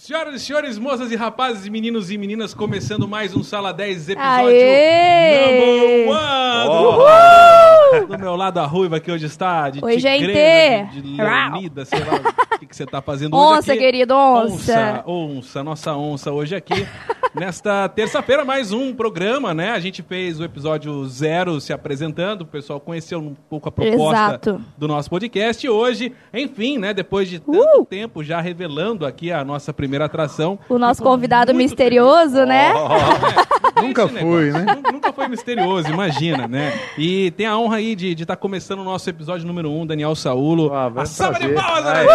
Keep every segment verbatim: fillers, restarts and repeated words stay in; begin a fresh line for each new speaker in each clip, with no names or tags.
Senhoras e senhores, moças e rapazes, meninos e meninas, começando mais um Sala dez, episódio
Aê!
number one!
Uhul!
Do meu lado a Ruiva, que hoje está de
Oi,
tigresa,
gente!
de, de leonida, sei lá o que, que você está fazendo hoje
Onça,
aqui.
querido, onça!
Onça, onça, nossa onça hoje aqui. Nesta terça-feira, mais um programa, né? A gente fez o episódio zero se apresentando, o pessoal conheceu um pouco a proposta
Exato.
do nosso podcast. E hoje, enfim, né? Depois de tanto
Uh!
tempo já revelando aqui a nossa primeira atração.
O nosso
Fico
convidado
muito
misterioso,
feliz.
né?
É, tem
Nunca
esse
fui,
negócio.
né?
Nunca, nunca foi misterioso, imagina, né? E tem a honra aí de estar começando o nosso episódio número um, Daniel Saulo.
Ah, vai
a salva de
prazer.
palmas,
Ai.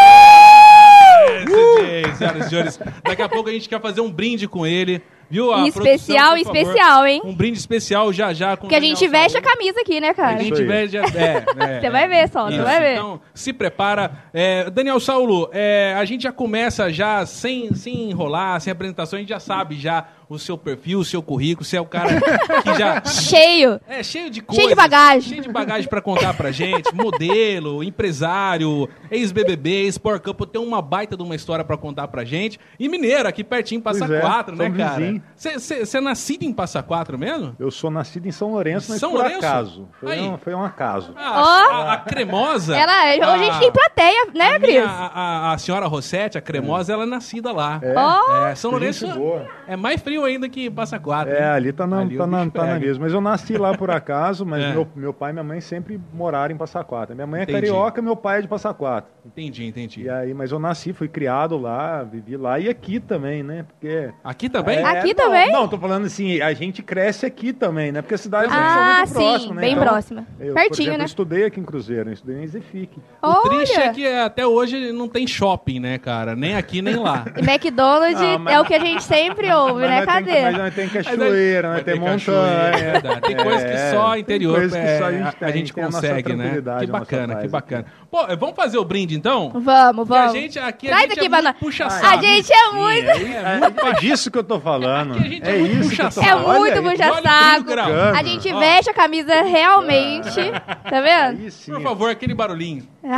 Esse, senhoras e senhores. Daqui a pouco a gente quer fazer um brinde com ele. Viu? A
Em especial,
produção,
em
por favor,
especial, hein?
Um brinde especial já já com
Porque a
Daniel
gente veste a
Saulo.
camisa aqui, né, cara?
A gente
Isso aí.
veste a... É, é,
Você vai ver só, você
Isso,
vai ver.
Então, se prepara. É, Daniel Saulo, é, a gente já começa já sem, sem enrolar, sem apresentação, a gente já sabe já o seu perfil, o seu currículo, você é o cara que já...
Cheio!
É, cheio de coisas.
Cheio de bagagem.
Cheio de bagagem pra contar pra gente. Modelo, empresário, ex-B B B, ex-Power Couple. Tem uma baita de uma história pra contar pra gente. E mineiro, aqui pertinho, Passa
Pois é,
Quatro, né,
somos
cara?
vizinho.
Você é nascido em Passa Quatro mesmo?
Eu sou nascido em São Lourenço, mas
São
por
Lourenço?
acaso. Foi
Aí.
um, foi um acaso.
Ah,
Ó.
a, a cremosa...
Ela, hoje a gente tem plateia, né,
a,
Cris?
minha, a, a, a senhora Rosete, a cremosa, ela é nascida lá.
É.
Ó.
É, São
Que
Lourenço
gente boa.
é mais frio ainda que Passa Quatro.
É,
né?
ali tá na,
Ali
tá
o
na,
bicho
tá na
pega.
mesma. Mas eu nasci lá por acaso, mas
É.
meu, meu pai e minha mãe sempre moraram em Passa Quatro. Minha mãe é
Entendi.
carioca, meu pai é de Passa Quatro.
Entendi, entendi.
E aí, mas eu nasci, fui criado lá, vivi lá e aqui também, né? Porque...
Aqui também?
É,
Aqui
não,
também?
Não, tô falando assim, a gente cresce aqui também, né? Porque as cidades
Ah,
são muito
sim,
próximas, né?
bem
Então,
próxima.
Eu,
Pertinho,
por exemplo,
né?
eu estudei aqui em Cruzeiro, eu estudei em Zefic.
O
Olha!
triste é que até hoje não tem shopping, né, cara? Nem aqui, nem lá.
E McDonald's
Ah, mas-
é o que a gente sempre ouve,
Mas
né?
nós tem-
Cadê?
Mas nós tem cachoeira,
Mas
nós tem
cachoeira,
montanha.
é verdade. Tem
É,
coisa que só
tem
interior
coisa que
é,
só a
a,
gente
a
tem,
gente
tem a nossa
consegue, né?
tranquilidade,
Que
a nossa
bacana,
paz
que
aqui.
bacana. Pô, vamos fazer o brinde então?
Vamos,
Porque a
vamos.
gente aqui, a
Traz
gente
aqui
é
pra
muito
nós.
puxa-saco.
A gente é muito...
É, é disso que eu tô falando.
Aqui a gente é
é
muito
isso que eu tô
puxa-saco.
É
falando. Olha
muito
aí.
puxa-saco.
grau.
A gente
Ó.
veste a camisa realmente. Tá vendo?
Aí sim.
Por favor, aquele barulhinho.
Ai.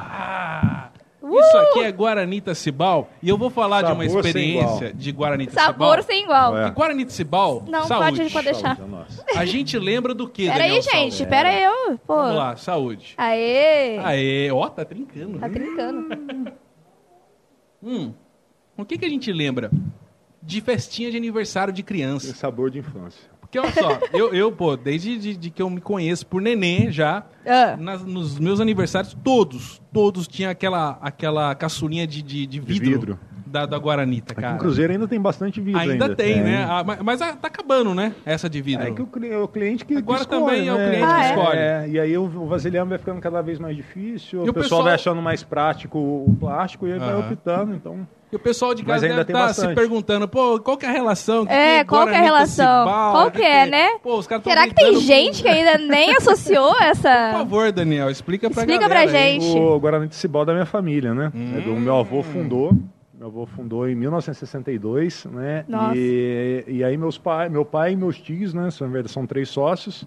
Ah, isso aqui é Guaranita Cibal. E eu vou falar de uma
Sabor sem
experiência
igual.
de Guaranita
Sabor
Cibal.
sem igual.
É.
E Guaranita Cibal,
Não,
saúde.
pode, pode deixar.
Saúde, nossa.
A gente lembra do quê,
Pera
Daniel
aí, gente.
Saulo?
Pera aí, eu. Pô.
Vamos lá, saúde.
Aê.
Aê, ó, tá trincando.
Tá brincando.
Hum, o que, que a gente lembra? De festinha de aniversário de
Tem
criança.
sabor de infância.
Porque, olha só, eu, eu pô, desde de, de que eu me conheço por neném já,
Ah.
nas- nos meus aniversários, todos, todos tinham aquela, aquela caçulinha de, de, de vidro,
vidro.
Da, da Guaranita,
Aqui
cara.
em Cruzeiro ainda tem bastante vidro.
Ainda,
Ainda,
tem, né? Ah, mas, mas ah, tá acabando, né? Essa de vidro.
É que o, cli- o cliente que
Agora
que escolhe,
também é o
né?
cliente
que
É,
escolhe.
é, e aí o, o vasilhame vai ficando cada vez mais difícil,
E o
o pessoal,
pessoal-
vai achando mais prático o plástico e aí vai
Aham.
optando, então...
E o pessoal de
Mas
casa
ainda
deve
tem
estar se
bastante.
perguntando, pô, qual que é a relação? Que
É,
que
qual que é a
Guaranita
relação?
Cibal?
Qual que é, né?
Pô, os caras tão
Será que tem
lidando
gente que ainda nem associou
com... Por
essa...
favor, Daniel, explica pra
Explica
galera
pra
aí.
gente.
O Guarani de Cibal da minha família, né? É do
Hum.
meu avô fundou. Meu avô fundou em mil novecentos e sessenta e dois, né?
Nossa.
E, e aí meus pai, meu pai e meus tios, né? São, são três sócios.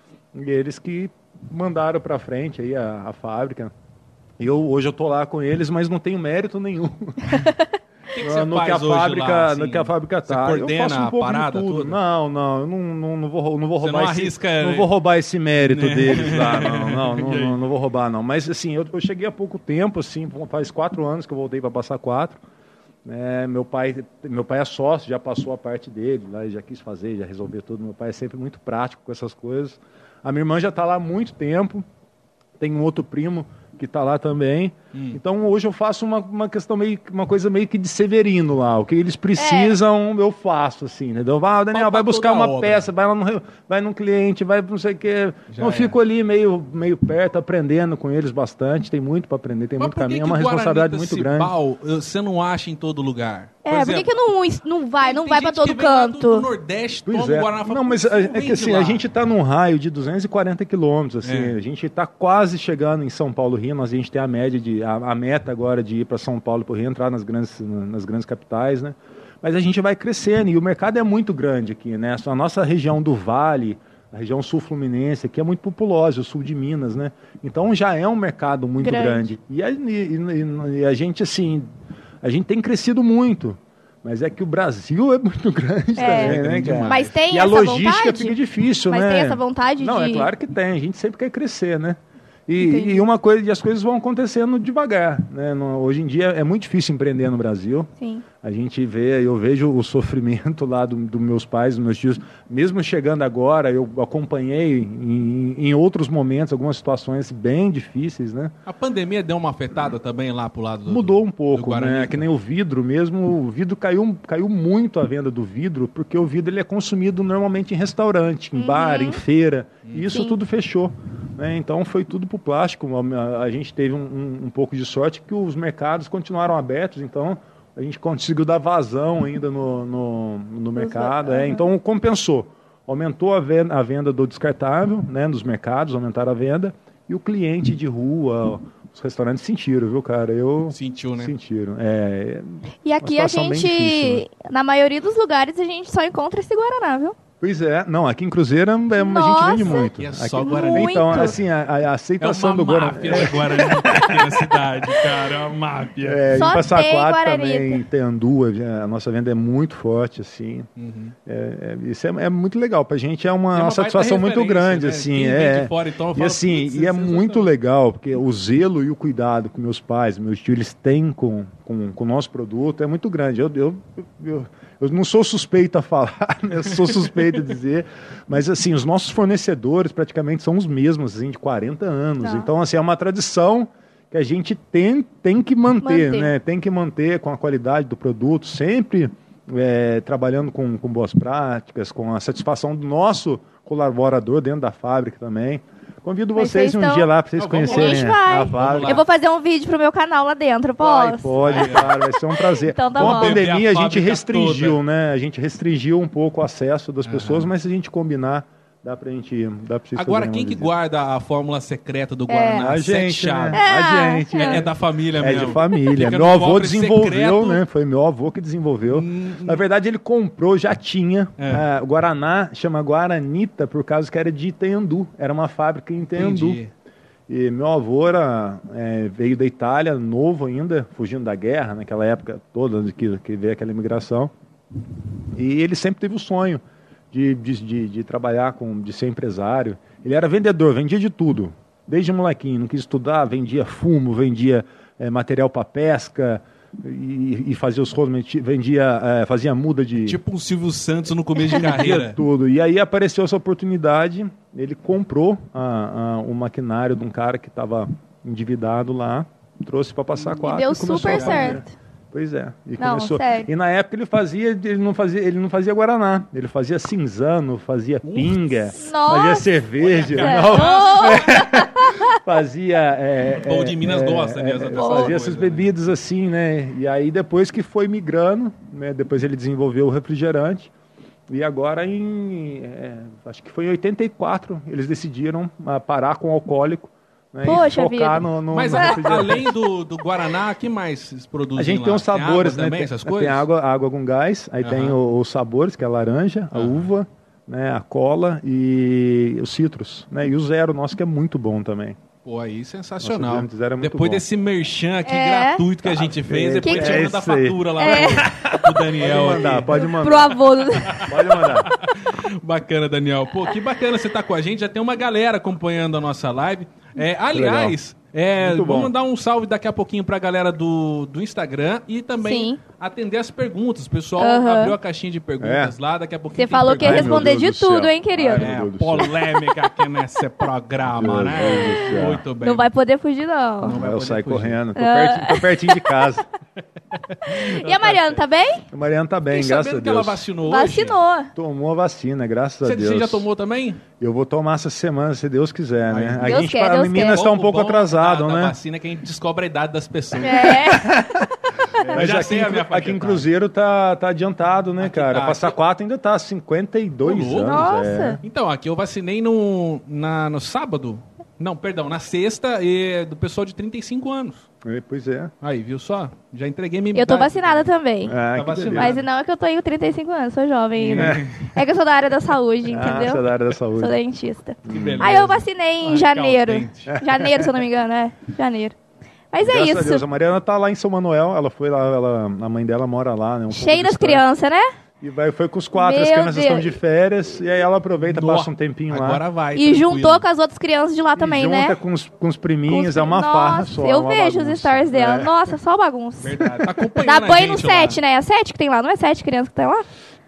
E eles que mandaram pra frente aí a, a fábrica. E eu, hoje eu tô lá com eles, mas não tenho mérito nenhum.
O que, que você
no
faz
que a
hoje
fábrica,
lá, assim?
no que a fábrica
Você
tá. Eu
coordena
faço um
a
pouco
parada
de tudo.
toda?
Não, não, eu não, não, não vou, não vou
Você
roubar
não
esse,
arrisca,
não
né?
vou roubar esse mérito
Né?
deles lá, não, não, não,
E aí?
não, não vou roubar não. Mas assim, eu, eu cheguei há pouco tempo, assim, faz quatro anos que eu voltei para Passa Quatro. É, meu pai, meu pai é sócio, já passou a parte dele, lá, já quis fazer, já resolver tudo. Meu pai é sempre muito prático com essas coisas. A minha irmã já está lá há muito tempo. Tem um outro primo que está lá também.
Hum.
Então hoje eu faço uma, uma questão meio, uma coisa meio que de Severino lá. O que eles precisam, eu faço assim, entendeu? Ah, Daniel,
Pau pra
vai buscar
toda
uma
obra.
peça, vai lá no, vai num cliente, vai não sei o quê.
Já
Eu
é.
fico ali meio, meio perto, aprendendo com eles bastante. Tem muito para aprender, tem
Mas
muito
por que
caminho. É
que
uma
o
responsabilidade
Guaranita
muito grande.
Cibal, você não acha em todo lugar?
É, por que que não, não vai, não
tem
vai pra
gente
todo
que vem lá do-
canto?
do Nordeste,
Pois
toma
é.
o Guaraná e fala,
Não, mas
"Pô,
é,
não
é
vem
que
de
assim,
lá."
a gente está num raio de duzentos e quarenta quilômetros, assim,
É.
a gente está quase chegando em São Paulo, Rio, nós, a gente tem a média de, a, a meta agora de ir para São Paulo e para o Rio, entrar nas grandes, nas grandes capitais, né? Mas a gente vai crescendo e o mercado é muito grande aqui, né? A nossa região do Vale, a região sul-fluminense aqui é muito populosa, o sul de Minas, né? Então já é um mercado muito
Grande.
grande. E a, e- e- e a gente, assim... a gente tem crescido muito. Mas é que o Brasil é muito grande
É.
também, né, cara?
Mas tem
E a
essa
logística
vontade?
fica difícil,
Mas
né?
tem essa vontade
Não,
de...
é claro que tem. A gente sempre quer crescer, né? E,
Entendi.
e uma coisa, e as coisas vão acontecendo devagar, né? No- hoje em dia é muito difícil empreender no Brasil.
Sim.
A gente vê, eu vejo o sofrimento lá dos do meus pais, dos meus tios. Mesmo chegando agora, eu acompanhei em, em outros momentos algumas situações bem difíceis, né?
A pandemia deu uma afetada também lá pro lado do
Mudou um
do
pouco,
Guarani,
né? Que nem o vidro mesmo. O vidro caiu, caiu muito a venda do vidro, porque o vidro ele é consumido normalmente em restaurante, em bar, em feira. E isso
Sim.
tudo fechou. Né? Então foi tudo para o plástico. A, a gente teve um, um, um pouco de sorte que os mercados continuaram abertos, então a gente conseguiu dar vazão ainda no, no, no mercado. É, então compensou. Aumentou a venda, a venda do descartável, né, nos mercados, aumentaram a venda. E o cliente de rua, os restaurantes sentiram, viu, cara? Eu
Sentiu, né?
Sentiram. É,
E aqui a
situação bem
gente,
difícil, né?
na maioria dos lugares, a gente só encontra esse Guaraná, viu?
pois é. Não, aqui em Cruzeiro é, a gente
Nossa!
vende muito.
Aqui é
Aqui-
só Guarani.
Muito.
Então, assim, a, a
É
aceitação
uma
do Guarani...
máfia da Guarani aqui na cidade, cara. É uma máfia.
É,
Só
em Passa
tem
Quatro
Guaranita.
também, Itandu, a nossa venda é muito forte, assim.
Uhum.
É, é, isso é, é muito legal. Pra gente é uma,
É uma
uma
baita
satisfação muito
referência,
grande,
né?
assim.
Quem vem
É.
de fora, então, eu
E
falo,
assim,
putz,
e é
sensacional.
muito legal, porque o zelo e o cuidado que meus pais, meus tios, eles têm com, com, com o nosso produto é muito grande. Eu, eu, eu, eu não sou suspeito a falar, né? Eu sou suspeito a dizer, mas assim, os nossos fornecedores praticamente são os mesmos, assim, de quarenta anos.
Tá.
Então, assim, é uma tradição que a gente tem, tem que manter,
Manter.
né? Tem que manter com a qualidade do produto, sempre é, trabalhando com, com boas práticas, com a satisfação do nosso colaborador dentro da fábrica também. Convido
Mas
vocês
vocês
um
tão-
dia lá para vocês
Não, vamos lá.
conhecerem
A gente vai.
a fábrica.
Eu vou fazer um vídeo pro meu canal lá dentro,
Vai,
posso?
pode, claro, vai ser um prazer.
Então tá
Com
bom.
a pandemia,
Beber a
a gente
fábrica
restringiu,
toda.
né? A gente restringiu um pouco o acesso das pessoas, mas se a gente combinar, dá pra gente ir. Dá pra vocês
Agora,
fazerem
quem
uma
que
visita.
guarda a fórmula secreta do Guaraná?
A
Sete
gente, né?
chaves.
A gente.
É, é da família
É
mesmo.
de família.
Fica
Meu
no
avô
cofre
desenvolveu,
secreto.
né? Foi meu avô que desenvolveu.
Hum.
Na verdade, ele comprou, já tinha.
É.
ah, o Guaraná chama Guaranita por causa que era de Itandu. Era uma fábrica em Itandu.
Entendi.
E meu avô era, é, veio da Itália, novo ainda, fugindo da guerra, naquela época toda que, que veio aquela imigração. E ele sempre teve o sonho de, de, de, de trabalhar, com, de ser empresário. Ele era vendedor, vendia de tudo. Desde molequinho, não quis estudar, vendia fumo, vendia é, material para pesca e, e fazia os rolos, vendia, é, fazia muda de...
Tipo um Silvio Santos no começo de
Vendia
carreira.
tudo. E aí apareceu essa oportunidade, ele comprou a, a, o maquinário de um cara que estava endividado lá, trouxe para passar quatro.
E deu
começou
super
a fazer.
certo.
Pois é. E,
Não,
começou...
sério.
e na época ele fazia, ele não fazia, ele não fazia Guaraná, ele fazia cinzano, fazia pinga,
Nossa!
fazia cerveja,
Olha,
não,
Oh!
fazia. É,
O povo de
é,
Minas
é,
gosta
é,
dessa-
é,
dessas
Fazia
coisas,
essas
né?
bebidas assim, né? E aí depois que foi migrando, né? Depois ele desenvolveu o refrigerante. E agora em. é, acho que foi em oitenta e quatro eles decidiram ah, parar com o alcoólico. Né,
Poxa
e focar
vida.
no, no,
Mas
no
a-
refrigerante.
além do, do Guaraná, o que mais se produz
A gente
lá?
tem os sabores,
água
né?
também,
tem,
essas
tem
coisas?
água, água com gás, aí tem
Aham.
o- os sabores, que é a laranja, a
Aham.
uva, né, a cola e os citros, né? E o zero nosso que é muito bom também.
Pô, aí sensacional.
Nossa, zero é muito
Depois
bom.
desse merchan aqui
É.
gratuito que a gente fez,
é,
depois
que
a gente
é
manda a
isso aí.
fatura lá
É.
pro, pro Daniel.
Pode mandar,
aqui.
pode mandar.
Pro avô do...
Pode mandar.
Bacana, Daniel. Pô, que bacana você tá com a gente. Já tem uma galera acompanhando a nossa live. É, aliás, é,
Muito
vou
bom.
mandar um salve daqui a pouquinho pra galera do, do Instagram e também
Sim.
atender as perguntas. O pessoal
Aham.
abriu a caixinha de perguntas
É.
lá, daqui a pouquinho
Você
tem
falou que ia
Ai,
pergunta.
meu
responder
Deus
de
do
tudo,
céu.
hein, querido?
Ai, meu
É,
Deus do céu.
polêmica aqui nesse programa,
Meu
né?
Deus do céu.
Muito bem.
Não vai poder fugir, não.
Não vai
Eu
poder
saio
fugir.
correndo. Tô,
Ah.
pertinho, tô pertinho de casa.
E a Mariana, tá bem?
A Mariana tá bem,
Fiquei
graças
sabendo
a
que ela
Deus.
vacinou hoje.
Vacinou.
Tomou a vacina, graças a
Você,
Deus.
você já tomou também?
Eu vou tomar essa semana, se Deus quiser, né?
Ai,
A
Deus
gente,
quer,
a
Deus
Minas
quer.
está um pouco
bom
atrasado,
da,
né?
da vacina que a gente descobre a idade das pessoas.
É.
Eu
Mas
já
aqui,
sei a
em,
minha
Cru-
faixa
aqui em
etária.
Cruzeiro tá, tá adiantado, né,
Aqui
cara?
tá.
Passar quatro ainda tá cinquenta e dois
Ô, louco.
anos.
Nossa.
É.
Então, aqui eu vacinei no, na, no sábado. Não, perdão, na sexta, e do pessoal de trinta e cinco anos.
É, pois é.
Aí, viu só? Já entreguei minha
Eu tô
idade.
vacinada também.
Ah, que
vacinado.
beleza.
Mas não é que eu tô em trinta e cinco anos, sou jovem ainda. É que eu sou da área da saúde,
Ah, você é
entendeu?
da área da saúde.
Sou dentista.
Que beleza.
Aí eu vacinei em
Arrancar o
janeiro.
dente.
Janeiro, se eu não me engano, é. Janeiro. Mas é
Graças
isso.
a Deus, a Mariana tá lá em São Manuel, ela foi lá, ela, a mãe dela mora lá, né? Um
Cheio das
distante.
crianças, né?
E vai, foi com os quatro,
Meu
as crianças
Deus.
estão de férias, e aí ela aproveita,
Nossa,
passa um tempinho lá.
Agora vai.
E
tranquilo.
juntou com as outras crianças de lá também,
e junta
né?
com os, com os priminhos,
Com os
é uma
prim-
farra
Nossa,
só.
eu
uma
vejo
bagunça.
os stories dela.
É.
Nossa, só bagunça.
Verdade. Tá acompanhando
Dá
a
banho no
gente lá.
sete, né? É sete que tem lá, não é sete crianças que tem lá?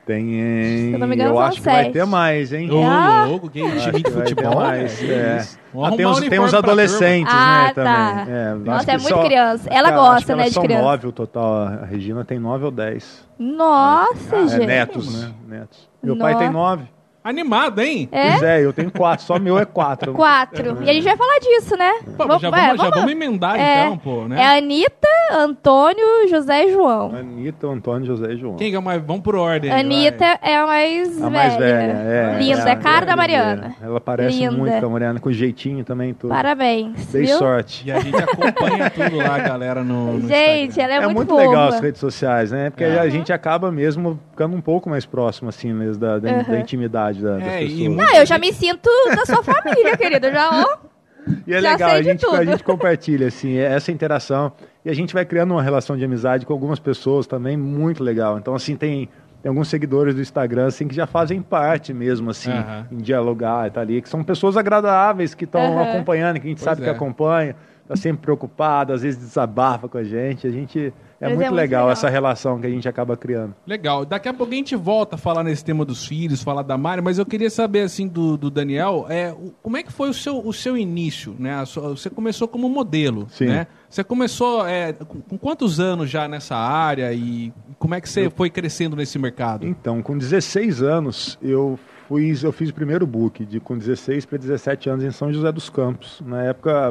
Tem.
Se eu não me engano,
eu
são
acho que vai
sete.
ter mais, hein?
Ô,
Ah.
louco, que
Acho
time de
que vai ter
futebol,
mais,
velho.
é.
Isso. Vamos
Ah,
arrumar
tem,
um
uns, tem
uniforme
uns
pra
adolescentes,
Ah,
né,
tá.
também. É,
Nossa,
acho
é
que
muito
só-
criança.
acho
Ela
que-
gosta,
acho que
né,
elas
de
são
criança.
nove o total, a Regina tem nove ou dez.
Nossa,
É,
gente.
netos, né? Netos. Meu
Nossa.
pai tem nove.
Animado, hein?
É?
Pois é, eu tenho quatro, só meu é quatro.
Quatro. E a gente vai falar disso, né?
Pô, já,
é,
vamos, já vamos emendar,
É.
então, pô, né?
É a Anitta, Antônio, José e João.
Anitta, Antônio, José e João.
Quem que é mais? Vamos por ordem. aí,
Anitta é a mais
A
velha.
mais velha, é.
Linda,
é
a cara da
primeira.
Mariana.
Ela parece
Linda.
muito com a Mariana, com jeitinho também, tudo.
Parabéns.
Dei
viu?
sorte.
vai. E a gente acompanha tudo lá, galera, no, no
Gente,
Instagram.
ela é,
É,
muito,
muito
fofa.
legal as redes sociais, né? Porque
É.
a gente acaba mesmo ficando um pouco mais próximo, assim, mesmo da, da,
Uhum.
da intimidade da, das
É, e
pessoas.
muito-
Ah, eu já me sinto da sua família, querido. Já, ó.
E é
Já
legal,
sei
a
de
gente, a
tudo.
gente compartilha, assim, essa interação. E a gente vai criando uma relação de amizade com algumas pessoas também muito legal. Então, assim, tem, tem alguns seguidores do Instagram, assim, que já fazem parte mesmo, assim,
Aham.
em dialogar e tá ali, que são pessoas agradáveis, que estão
Aham.
acompanhando, que a gente
Pois
sabe
é.
que acompanha, tá sempre preocupado, às vezes desabafa com a gente. A gente... É
Mas
muito,
é muito
legal
legal.
essa relação que a gente acaba criando.
Legal. Daqui a pouco a gente volta a falar nesse tema dos filhos, falar da Mari, mas eu queria saber, assim, do, do Daniel, é, o- como é que foi o seu, o seu início, né? A sua- você começou como modelo,
Sim.
né? Você começou é, com, com quantos anos já nessa área e como é que você foi crescendo nesse mercado?
Então, com dezesseis anos, eu, fui, eu fiz o primeiro book, de, com dezesseis para dezessete anos, em São José dos Campos. Na época,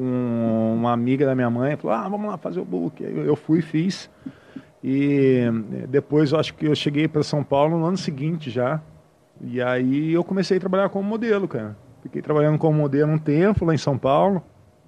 um- uma amiga da minha mãe falou, ah, vamos lá fazer o book. Aí eu, eu fui e fiz. E eh, depois, eu acho que eu cheguei para São Paulo no ano seguinte já. E aí eu comecei a trabalhar como modelo, cara. Fiquei trabalhando como modelo um tempo lá em São Paulo.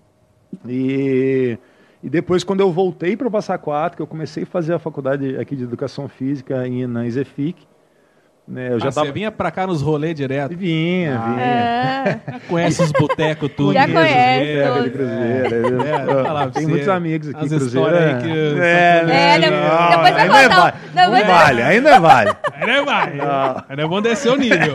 E... E depois, quando eu voltei para o Passa Quatro, que eu comecei a fazer a faculdade aqui de Educação Física em, na ISEFIC, né, eu já
Ah,
estava...
Você vinha pra cá nos rolês direto?
Vinha,
Ah,
vinha.
É.
Já conhece os botecos tudo.
Já
né?
conhece,
Cruzeiro,
Pega de Cruzeiro.
É,
eu-
vou falar pra
tem
você,
muitos amigos aqui,
as
Cruzeiro.
histórias aí que-
é,
É,
não,
depois- depois eu
ainda
contar-
vale.
não,
Não
mas-
vale, ainda vale.
Ainda vai.
Não.
Ainda vamos descer o nível.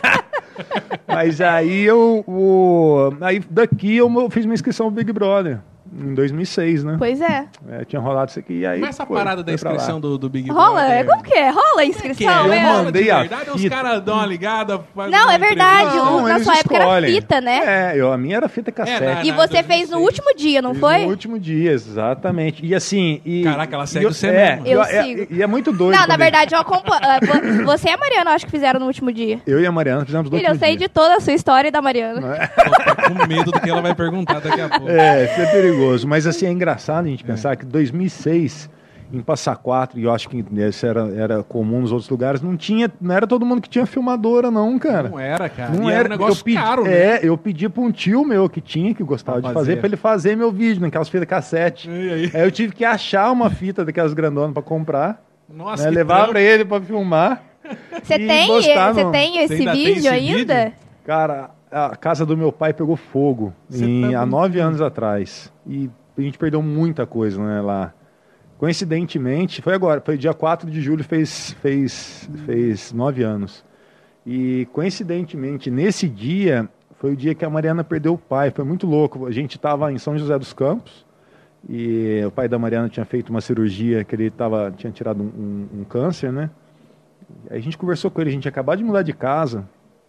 Mas aí eu... O, aí daqui eu fiz minha inscrição no Big Brother. Em dois mil e seis, né?
Pois é.
É, tinha rolado isso aqui. E aí
Mas essa
foi,
parada da
foi pra lá.
inscrição do, do Big
Rola?
Brother...
É, como que é? Rola a
Que
inscrição?
eu
é?
Rola
mandei
de
a
verdade, os
fita.
caras dão uma ligada... faz
Não,
uma
é verdade.
entrevista.
o- na
eles
sua época era
escolhem.
fita, né?
É, eu, a minha era fita cassete.
na-
E
na-
você
dois mil e
fez no
seis.
último dia, não
Fiz
foi?
No último dia, exatamente. E assim... E,
Caraca, ela
e
segue
eu-
você
é,
mesmo.
e
Eu
é-
sigo.
E é muito doido.
Não, na
quando-
verdade, eu acompanho. ah, vo- Você e a Mariana, eu acho que fizeram no último dia.
Eu e a Mariana fizemos do
Filho, eu
último
sei
dia.
de toda a sua história e da Mariana.
Tô com medo do que ela vai perguntar daqui a pouco.
É, isso é perigoso. Mas assim, é engraçado a gente pensar que dois mil e seis, em Passa Quatro, e eu acho que isso era, era comum nos outros lugares, não tinha, não era todo mundo que tinha filmadora, não, cara.
Não era, cara.
Não
E
era
um negócio
eu pedi,
caro, né?
É, eu pedi pra um tio meu que tinha, que gostava
Pra
de
fazer.
fazer, pra ele fazer meu vídeo, naquelas fitas cassete.
E aí?
Aí eu tive que achar uma fita daquelas grandonas pra comprar,
Nossa,
né,
que
levar
trampo.
pra ele pra filmar.
Você
E
tem,
postar
você
no-
tem esse
ainda tem
vídeo
esse
ainda?
vídeo?
Cara, a casa do meu pai pegou fogo
Você
em-
tá
há nove
brincando.
anos atrás. E a gente perdeu muita coisa, né, lá. Coincidentemente, foi agora, foi dia quatro de julho, fez, fez, fez nove anos. E coincidentemente, nesse dia, foi o dia que a Mariana perdeu o pai. Foi muito louco. A gente estava em São José dos Campos e o pai da Mariana tinha feito uma cirurgia que ele tava, tinha tirado um, um, um câncer, né? Aí a gente conversou com ele, a gente tinha acabado de mudar de casa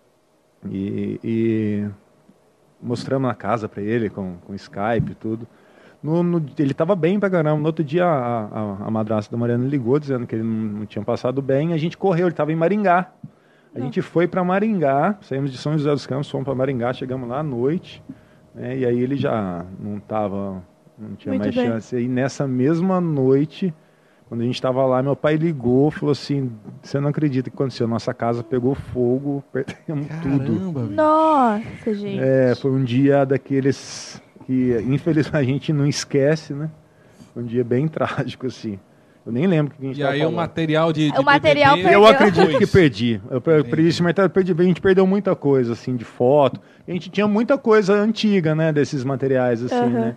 e, e mostramos a casa para ele com, com Skype e tudo. No, no- ele estava bem pra caramba. No outro dia a, a, a madrasta da Mariana ligou dizendo que ele não, não tinha passado bem. A gente correu, ele estava em Maringá. A gente foi para Maringá, saímos de São José dos Campos, fomos para Maringá, chegamos lá à noite, né, e aí ele já não estava, não tinha
Muito
mais
bem.
chance. E nessa mesma noite, quando a gente estava lá, meu pai ligou, falou assim: você não acredita o que aconteceu? Nossa casa pegou fogo, perdemos tudo.
Caramba, velho.
Nossa, gente.
É, foi um dia daqueles que, infelizmente, a gente não esquece, né? Foi um dia bem trágico, assim. Eu nem lembro o que a gente
E
tava
aí o
falando.
material de, de
O material
B B B,
Eu
perdeu.
acredito que
depois.
perdi. Eu per- perdi esse material, perdi. A gente perdeu muita coisa, assim, de foto. A gente tinha muita coisa antiga, né, desses materiais, assim,
Uhum.
né?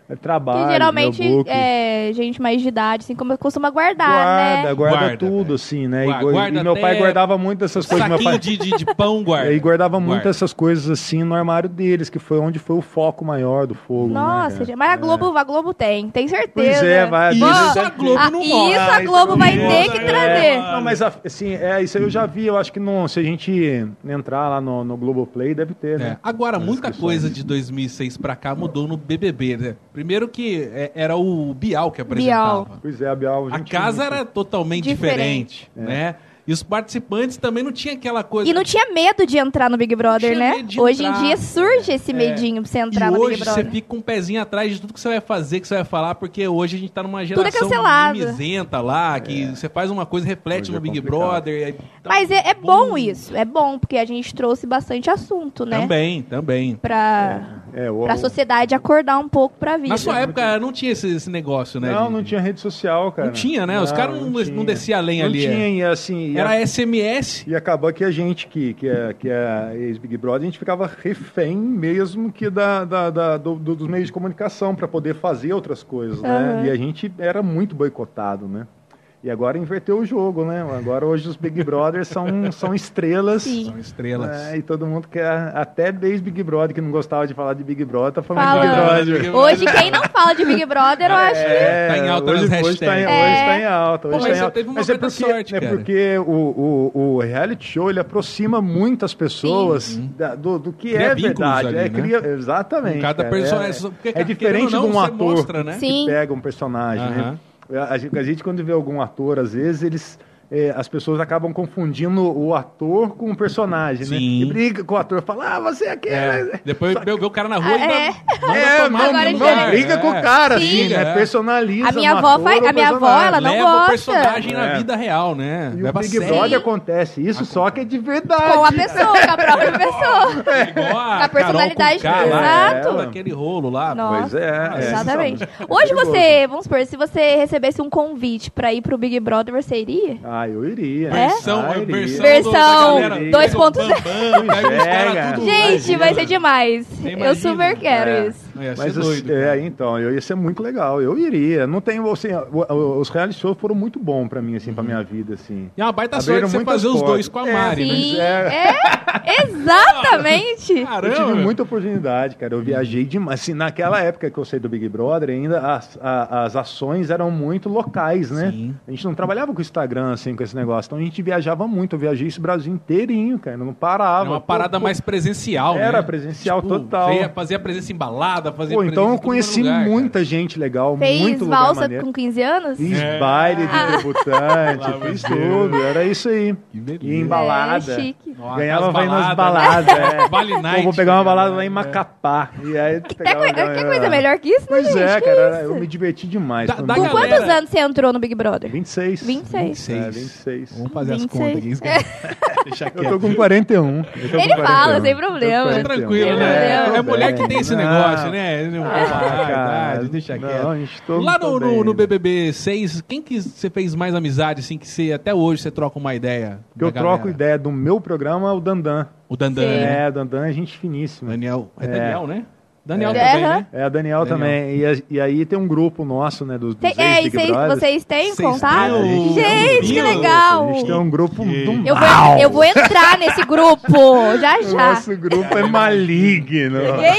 É trabalho,
Que geralmente
notebook.
é, gente mais de idade, assim, como costuma guardar,
Guarda,
né?
guarda,
Guarda,
tudo,
velho.
assim, né? E
Guarda,
gua- e,
guarda
meu pai
até
guardava muito dessas coisas. Meu
Saquinho
pai...
de, de, de pão, guarda.
E guardava muito
Guarda.
essas coisas assim no armário deles, que foi onde foi o foco maior do fogo.
Nossa,
né, cara?
gente, mas a Globo, a Globo tem, tem certeza.
Pois é, vai.
Isso
Deus-
a Globo
Ah,
não
isso
mostra.
a
Ah,
Globo
isso
vai
não
ter
mostra,
que
é.
trazer.
Não, mas assim, é, isso aí eu já vi, eu acho que não, se a gente entrar lá no, no Globoplay, deve ter, né?
É. Agora,
Nas
muita
inscrições.
coisa de dois mil e seis pra cá mudou no B B B, né? Primeiro que é, era o Bial que apresentava.
Bial.
Pois é, a Bial...
A
gente
casa
muito-
era totalmente
Diferente.
diferente, né? E os participantes também não tinha aquela coisa...
E não tinha medo de entrar no Big Brother,
tinha
né?
medo de
Hoje
entrar.
em dia surge esse
É.
medinho pra você entrar
e
no
hoje
Big Brother.
você fica com um pezinho atrás de tudo que você vai fazer, que você vai falar, porque hoje a gente tá numa
é
geração
cancelado.
mimizenta lá, que você faz uma coisa e reflete
Hoje
no
é
Big
complicado.
Brother. e aí tá
Mas é, é
bom.
bom isso, é bom, porque a gente trouxe bastante assunto, né?
Também, também.
Pra,
É, o,
pra sociedade acordar um pouco pra vida.
Na sua época não tinha esse, esse negócio, né?
Não,
de-
não tinha rede social, cara.
Não tinha, né? Os caras não,
tinha.
não desciam a lenha
Não
ali.
tinha,
é.
e assim... e
Era
a-
S M S.
E acabou que a gente, que, que é, que é ex-Big Brother, a gente ficava refém mesmo que da, da, da- do- do- dos meios de comunicação para poder fazer outras coisas, né?
Aham.
E a gente era muito boicotado, né? E agora inverteu o jogo, né? Agora hoje os Big Brothers são, são estrelas.
Sim.
São estrelas.
né? E todo mundo quer, até ex-Big Brother, que não gostava de falar de Big Brother, tá falando
Fala.
de Big Brother.
Big
Hoje, quem não fala de Big Brother, eu acho que...
É,
Tá em alta
hoje,
nas
hoje tá em,
hashtags.
hoje
É.
tá em alta. Hoje
Pô,
tá
mas
em
você
alta.
teve uma
Mas é
baita
porque,
sorte,
é
cara.
porque o, o, o reality show ele aproxima muitas pessoas da- do, do que
Cria
é
vínculos
verdade.
ali,
é,
né?
cria, exatamente.
Com cada
cara.
personagem. Porque,
É, é
querendo
diferente
ou não,
de um
você
ator
mostra, né?
Sim.
que pega um personagem.
Aham.
Né? A, gente, a gente, quando vê algum ator, às vezes, eles. é, as pessoas acabam confundindo o ator com o personagem, né?
Sim.
E briga com o ator, fala, ah, você é aquele.
É. Depois
Só
vê, vê o cara na rua
Ah,
e
é.
dá, manda
É,
tomar
não,
no
Agora
mesmo
já
não
lugar.
briga
É.
com o cara,
Sim.
assim, né?
É.
Personaliza
A minha
no
avó
ator
faz-
o
a minha avó,
personagem.
ela não
Leva
gosta.
o personagem na
É.
vida real, né?
E
Leva
o
a
Big
sério.
Brother acontece isso, só que é de verdade.
Com a pessoa, com a própria pessoa.
É igual a
Com a personalidade
Carol Conká lá,
exato.
todo aquele rolo lá.
Nossa.
Pois é, é.
Exatamente.
Então,
Hoje
perigoso.
você, vamos supor, se você recebesse um convite pra ir pro Big Brother, você iria?
Ah, eu iria.
É?
Versão,
Ah, iria.
versão,
Versão
do- da galera,
dois
pega o
ponto zero.
Bambam, pega os
Pois é,
caras
cara.
tudo
Gente,
lá,
vai ser
né?
demais.
Você
Eu
imagina?
super quero
É.
isso.
Ia ser
Mas
doido.
assim,
cara.
é, então, eu ia ser muito legal. Eu iria. Não tenho, assim, o- o- os reality shows foram muito bons pra mim, assim, pra minha vida, assim.
E é uma baita
Abriram
sorte você
muitas
fazer os
portas.
dois com a
É,
Mari, né?
Sim,
é.
é, exatamente.
Eu
Caramba.
tive muita oportunidade, cara. Eu viajei demais. Assim, naquela época que eu saí do Big Brother, ainda as, a- as ações eram muito locais, né?
Sim.
A gente não trabalhava com o Instagram, assim, com esse negócio. Então a gente viajava muito. Eu viajei esse Brasil inteirinho, cara. Eu não parava.
Era uma
Pô,
parada
pô,
mais presencial, né?
Era presencial total.
Você ia fazer a presença embalada, fazer
Pô,
presença
então
em
eu
tudo
conheci
quanto é lugar,
muita gente legal,
Fez
muito lugar
valsa
maneiro.
com quinze anos?
Fiz
É.
baile de
Ah.
debutante,
Lá
fiz
vai
tudo, era isso aí.
Que beleza.
E embalada.
É, chique.
Ó,
Ganhava
aquelas
vai nas
baladas,
baladas.
né?
É.
Vale
Pô,
Night,
vou pegar uma
cara,
balada lá em
é.
Macapá. E aí,
Quer,
pegava-
coi- quer coisa melhor que isso, né,
Pois
gente?
é,
Que
cara,
isso?
eu me diverti demais.
Da-
Foi
da
muito
Com
galera-
quantos anos você entrou no Big Brother?
vinte e seis.
vinte e seis.
vinte e seis.
É, vinte e seis.
Vamos fazer as
vinte e
contas
seis.
aqui. Deixa
Eu
quieto.
tô com quarenta e um. Eu tô com
Ele
quarenta e um.
fala, sem
Eu tô com
problema.
quarenta e um.
Tranquilo,
Sem
né?
problema.
É mulher que tem esse
Não.
negócio, né? Não
Ah,
fala a
cara,
verdade, deixa
não,
quieto.
a gente tô-
Lá
tô
no, no,
bem.
no B B B seis, quem que você fez mais amizade, assim, que você, até hoje você troca uma ideia?
Que
da
eu troco
galera?
ideia do meu programa, o Dandan.
O Dandan,
Sim.
né?
É, o Dandan é gente finíssima.
Daniel. É,
É.
Daniel, né? Daniel
É.
também,
Aham.
né?
É, a Daniel,
Daniel.
também. E, a- e aí tem um grupo nosso, né, dos, dos
Tem- é, e
ex-Big
vocês,
Brothers.
vocês têm
Vocês
contato?
têm o-
Gente, que
o-
legal!
A gente tem um grupo
Que-
do
Eu
mal.
vou, eu vou entrar nesse grupo, já
O
já.
nosso grupo é maligno.
Que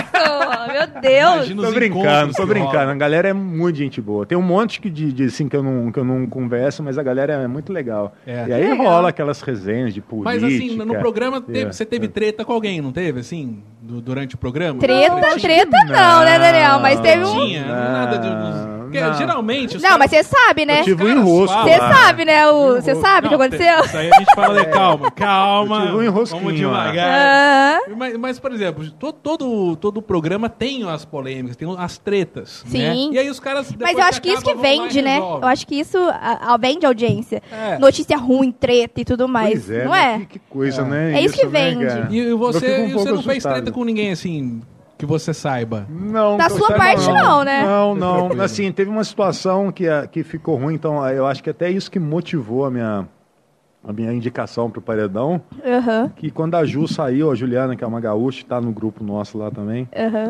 isso? Meu Deus!
Imagina
Tô
os
brincando,
encontros
tô
que
brincando.
rolam.
A galera é muito gente boa. Tem um monte que de, de, assim, que, eu não, que eu não converso, mas a galera é muito legal.
É.
E aí
Legal.
rola aquelas resenhas de política.
Mas assim, no programa teve-
É.
você teve treta com alguém, não teve, assim, do- durante o programa?
Treta,
Tretinha?
treta não, né, Daniel? Mas teve um...
Tinha, nada de...
Não,
Porque
não.
geralmente... os
Não,
caras-
mas você sabe, né?
Eu tive um
caras
enrosco
falam,
Você
lá.
sabe, né? O... Você sabe o que
Não,
aconteceu?
Isso aí a gente fala, de calma, calma.
Eu tive um enrosquinho
Vamos
lá.
devagar.
Ah,
Mas, mas, por exemplo, todo, todo, todo programa tem as polêmicas, tem as tretas.
Sim.
Né? E aí os caras.
mas
depois
eu acho que isso que
acaba, vão lá e
vende, né?
resolvem.
Eu acho que isso a, a, vende audiência.
É.
Notícia ruim, treta e tudo mais.
Pois é,
não
né?
é?
Que, que coisa, né?
É isso que
né,
vende.
cara?
E, e
Eu
você,
fico um
e você
pouco
não fez
assustado.
treta com ninguém assim, que você saiba.
Não,
Da
que eu
sua
saiba,
parte não, né?
Não,
Tranquilo.
não. Assim, teve uma situação que, a- que ficou ruim, então eu acho que até isso que motivou a minha, a minha indicação pro Paredão,
Aham,
que quando a Ju saiu, a Juliana, que é uma gaúcha, tá no grupo nosso lá também,
aham.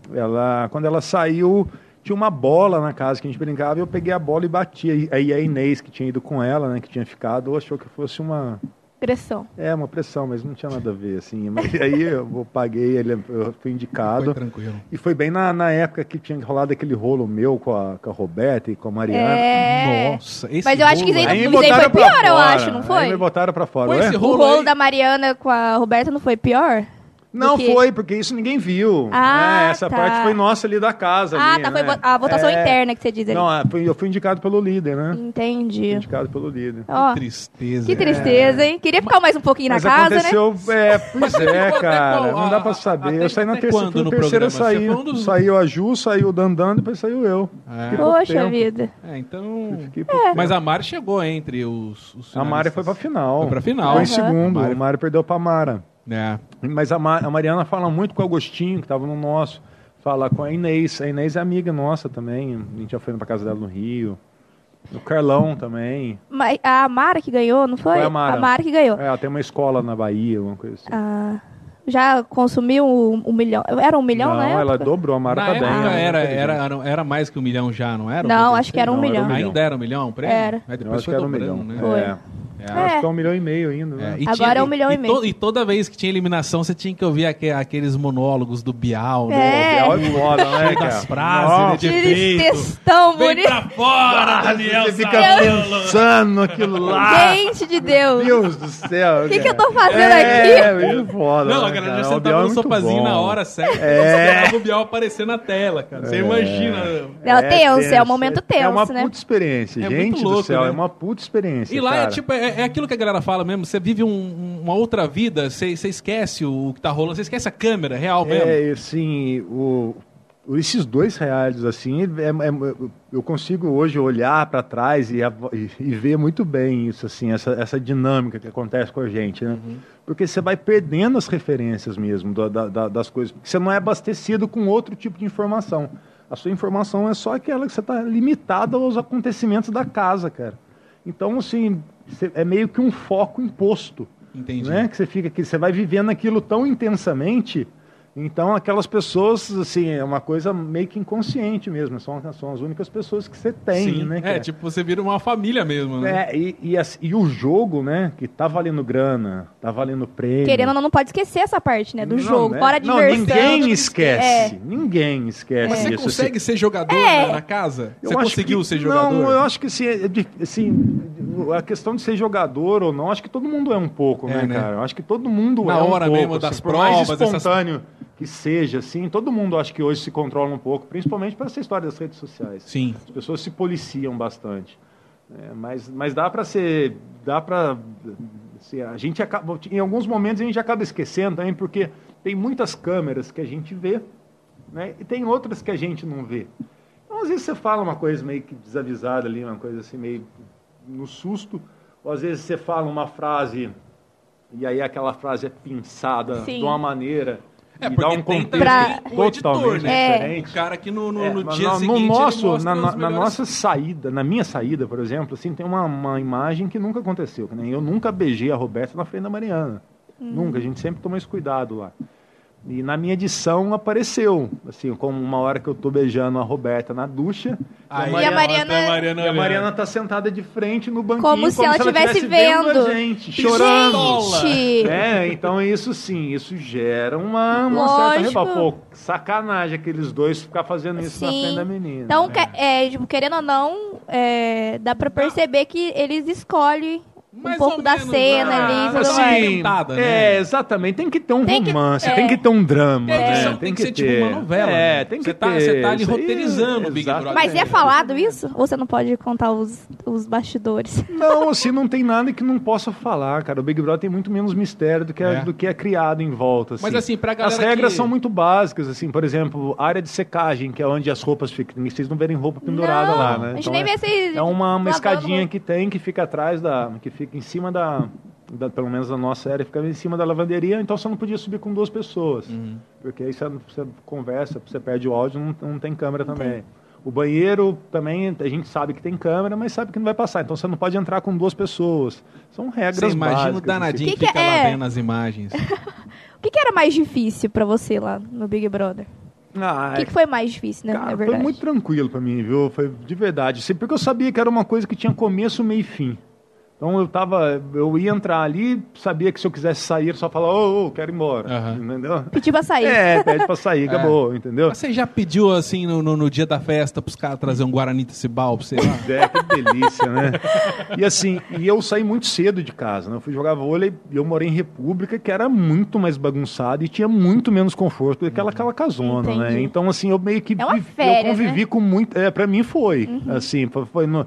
ela, quando ela saiu, tinha uma bola na casa que a gente brincava, e eu peguei a bola e bati. Aí a Inês, que tinha ido com ela, né, que tinha ficado, achou que fosse uma...
Pressão.
É, uma pressão, mas não tinha nada a ver, assim. Mas aí eu paguei, ele, eu fui indicado.
Foi tranquilo.
E foi bem na, na época que tinha rolado aquele rolo meu com a, com a Roberta e com a Mariana.
É.
Nossa, esse
Mas eu acho que
rolo
isso
aí-
aí,
Aí me
isso aí foi
botaram pra
pior, eu
fora.
acho, não foi?
Aí me botaram pra fora.
Foi
Ué?
esse
O
rolo
rolo
aí?
da Mariana com a Roberta não foi pior?
Não
Do que-
foi, porque isso ninguém viu.
Ah,
né? Essa
tá.
parte foi nossa ali da casa.
Ah,
ali,
tá,
né?
foi vo- a votação
É.
interna que você diz ali.
Não, é, foi- eu fui indicado pelo líder, né? Fui
Entendi.
indicado pelo líder.
Ó,
Tristeza.
que tristeza, hein? Queria ficar mais um pouquinho na
Mas
casa, né?
aconteceu, é, pois
ficou
é,
até
cara,
qual?
não dá
A-
pra
a-
saber.
até-
Eu saí na
até
terceira,
quando
fui
no
o terceiro a
programa? Você
sair.
foi um dos-
Saiu a Ju, saiu o Dandan, depois saiu eu.
É.
Fiquei pouco
Poxa
tempo.
vida.
É, então...
Fiquei pouco
Mas a Mari chegou entre os, os
A Mari foi pra final.
Foi pra final.
Foi em
Aham.
segundo.
A Mari-
A Mari perdeu pra Mara.
É.
Mas a, Ma- a Mariana fala muito com o Agostinho, que estava no nosso. Fala com a Inês. A Inês é amiga nossa também. A gente já foi pra casa dela no Rio. O Carlão também.
Mas a Mara que ganhou, não foi?
Foi a Mara.
que ganhou.
É, ela tem uma escola na Bahia, uma coisa assim.
Ah, já consumiu um, um milhão? Era um milhão
não,
na época?
ela dobrou. A Mara
Na
tá
época
bem. ela é
era,
inteligente.
era, era, era mais que um milhão já, não era?
Não,
Uma
acho que era um
Não, era
milhão.
um milhão.
Ainda era um milhão o prêmio?
Era.
Aí
Eu
depois
acho que
foi
era um
dobrando,
milhão.
né?
Foi.
É.
É.
Acho que é um milhão e meio ainda, né?
É, e
Agora
tinha-
é um milhão e meio.
to- e toda vez que tinha eliminação, você tinha que ouvir aque- aqueles monólogos do Bial, né?
É.
O Biel é foda, né,
Cheio
cara?
das frases,
Nossa.
né, de
Aquele
efeito.
textão
Vem
bonito.
pra fora, Daniel
Você fica
Saulo.
pensando aquilo lá.
Gente de Deus.
Deus do céu.
O que, que eu
cara.
tô fazendo
É,
aqui?
muito foda.
Não,
né,
a galera
cara?
já
O Biel
sentava
é
no
muito
sofazinho
bom.
na hora certa.
É.
Esperava o Bial aparecer na tela, cara. Você
É.
imagina.
Não, tenso, é um momento tenso,
É uma
né?
puta experiência,
É
gente
muito
do
louco,
céu.
né?
É uma puta experiência,
E lá é
cara.
tipo, é, é aquilo que a galera fala mesmo. Você vive um- uma outra vida, você você esquece o que tá rolando, você esquece a câmera real mesmo.
É, assim, o, o- esses dois reais, assim, é- é- eu consigo hoje olhar para trás e, a- e- e ver muito bem isso, assim, essa, essa dinâmica que acontece com a gente, né?
Uhum.
Porque você vai perdendo as referências mesmo da- da- da- das coisas, porque você não é abastecido com outro tipo de informação. A sua informação é só aquela que você está limitado aos acontecimentos da casa, cara. Então, assim, você- é meio que um foco imposto.
Entendi.
Né? Que você fica que você vai vivendo aquilo tão intensamente, então aquelas pessoas, assim, é uma coisa meio que inconsciente mesmo, são, são as únicas pessoas que você tem,
Sim.
né?
É,
cara?
tipo, você vira uma família mesmo, né?
É, e, e, as- e o jogo, né, que tá valendo grana, tá valendo prêmio.
Querendo ou não, não pode esquecer essa parte, né? Do
Não,
jogo.
né?
Fora a
Não,
diversão.
ninguém esquece.
É.
Ninguém esquece
Mas você
isso.
consegue
assim.
ser jogador
É.
na, na casa?
Eu
Você
acho
conseguiu
que-
ser jogador?
Não, eu acho que assim, é di- assim, a questão de ser jogador ou não, acho que todo mundo é um pouco,
É,
né,
né?
cara? Eu acho que todo mundo
Na
é um
hora
pouco.
mesmo
assim,
das
por mais
provas, essas-
espontâneo que seja, assim, todo mundo acho que hoje se controla um pouco, principalmente para essa história das redes sociais.
Sim.
As pessoas se policiam bastante. É, mas, mas dá para ser, dá para, assim, a gente acaba, em alguns momentos a gente acaba esquecendo também, porque tem muitas câmeras que a gente vê, né? E tem outras que a gente não vê. Então, às vezes você fala uma coisa meio que desavisada ali, uma coisa assim meio no susto, ou às vezes você fala uma frase e aí aquela frase é pinçada
Sim.
de uma maneira
É,
e dá
porque
um
tem
contexto
também o editor,
totalmente
né?
É.
diferente.
O cara que no, no,
É,
no
mas
dia
no,
seguinte
no
ele
nosso,
mostra
na,
os
na- na
melhores-
nossa saída, na minha saída, por exemplo, assim, tem uma, uma imagem que nunca aconteceu. Que nem eu nunca beijei a Roberta na frente da Mariana. Nunca, a gente sempre toma esse cuidado lá. E na minha edição apareceu, assim, como uma hora que eu tô beijando a Roberta na ducha.
Aí,
E a Mariana-
tem a Mariana,
E a
olhando.
Mariana tá sentada de frente no banquinho,
Como se ela estivesse
tivesse
vendo.
a gente, chorando.
Gente!
É, então isso sim, isso gera uma, uma
Lógico.
certa reba. Pô, sacanagem aqueles dois ficar fazendo isso na
Sim.
frente da menina.
Então,
né?
que- é, tipo, querendo ou não, é, dá pra perceber que eles escolhem um
Mais
pouco
ou
da
menos,
cena
ah,
ali e tudo
assim,
mais.
Tentada, né?
É, exatamente. Tem que ter um
Tem que-
romance,
é.
tem que ter um drama.
A edição
né?
tem que ser tipo uma novela,
É,
né?
tem que
Você tá-
ter.
você tá ali
Isso aí,
roteirizando o Big
exatamente.
Brother.
Mas é falado isso? Ou você não pode contar os, os bastidores?
Não, assim, não tem nada que não possa falar, cara. O Big Brother tem muito menos mistério do que é,
É.
do que é criado em volta. Assim.
Mas, assim, pra galera
As regras
que-
são muito básicas, assim, por exemplo, área de secagem, que é onde as roupas ficam. Vocês não verem roupa pendurada
Não,
lá, né?
a gente
Então
nem
é,
vê se
é uma, uma
lavando
escadinha
roupa.
que tem, que fica atrás da. Que fica em cima da. da- pelo menos na nossa área, fica em cima da lavanderia, então você não podia subir com duas pessoas.
Uhum.
Porque aí você, você conversa, você perde o áudio, não, não tem câmera também. O banheiro também, a gente sabe que tem câmera, mas sabe que não vai passar. Então você não pode entrar com duas pessoas. São regras
Você imagina o
básicas.
danadinho
Que
que,
que
fica
é?
lá vendo as imagens.
O que, que era mais difícil pra você lá no Big Brother?
Ah,
O que, que foi mais difícil, né?
cara,
na verdade.
foi muito tranquilo pra mim, viu? Foi de verdade. Assim, porque eu sabia que era uma coisa que tinha começo, meio e fim. Então eu tava, eu ia entrar ali, sabia que se eu quisesse sair, eu só falava, ô, ô, quero ir embora,
Aham.
entendeu?
Pedir pra sair.
É, pede pra sair, acabou, entendeu?
Mas você já pediu, assim, no, no, no dia da festa, pros caras trazer um Guarani Tecibal pra você lá?
É, que delícia, né? E assim, e eu saí muito cedo de casa, né? Eu fui jogar vôlei e eu morei em República, que era muito mais bagunçado e tinha muito menos conforto do que aquela, aquela casona,
Entendi.
né? Então, assim, eu meio que
É uma
vivi-
férias,
eu convivi
né?
com muito. É, pra mim foi. Assim, foi, foi no.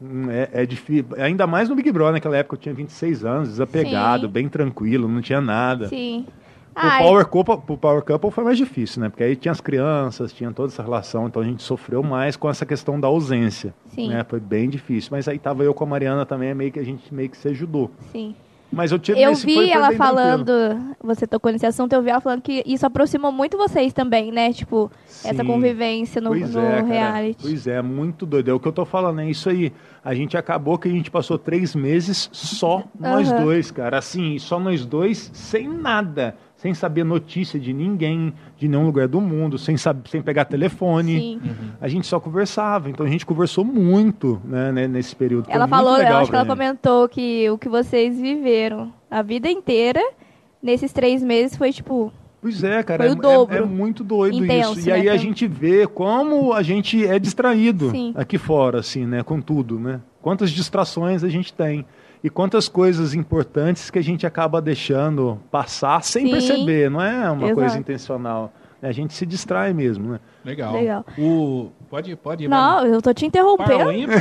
É, é difícil, ainda mais no Big Brother, naquela época eu tinha vinte e seis anos, desapegado,
Sim.
bem tranquilo, não tinha nada.
Sim.
O
Ai,
Power Couple, pro Power Couple foi mais difícil, né? Porque aí tinha as crianças, tinha toda essa relação, então a gente sofreu mais com essa questão da ausência.
Sim.
Né? Foi bem difícil. Mas aí tava eu com a Mariana também, meio que a gente meio que se ajudou.
sim.
Mas eu tive
Eu
esse-
vi
foi- foi
ela
bem
falando,
tranquilo.
você tocou nesse assunto, eu vi ela falando que isso aproximou muito vocês também, né? Tipo, essa
Sim.
convivência no,
Pois
no
é, cara.
reality.
Pois é, muito doido. É o que eu tô falando, é isso aí. A gente acabou que a gente passou três meses só nós
Aham.
dois, cara. Assim, só nós dois, sem nada. Sem saber notícia de ninguém, de nenhum lugar do mundo, sem, saber, sem pegar telefone.
Sim.
A gente só conversava. Então a gente conversou muito, né, né, nesse período. Foi
Ela
muito
falou, eu
legal
acho que
pra
ela
gente.
comentou que o que vocês viveram a vida inteira, nesses três meses, foi tipo.
Pois é, cara,
Foi
é,
o dobro.
é- é muito doido
Intenso,
isso. E
né,
aí a
tam-
gente vê como a gente é distraído
Sim.
aqui fora, assim, né, com tudo, né? Quantas distrações a gente tem e quantas coisas importantes que a gente acaba deixando passar sem
Sim.
perceber, não é uma
Exato.
coisa intencional. A gente se distrai mesmo, né?
Legal.
Legal.
O... Pode ir, pode ir.
Não, eu tô te interrompendo.
Par ou ímpar?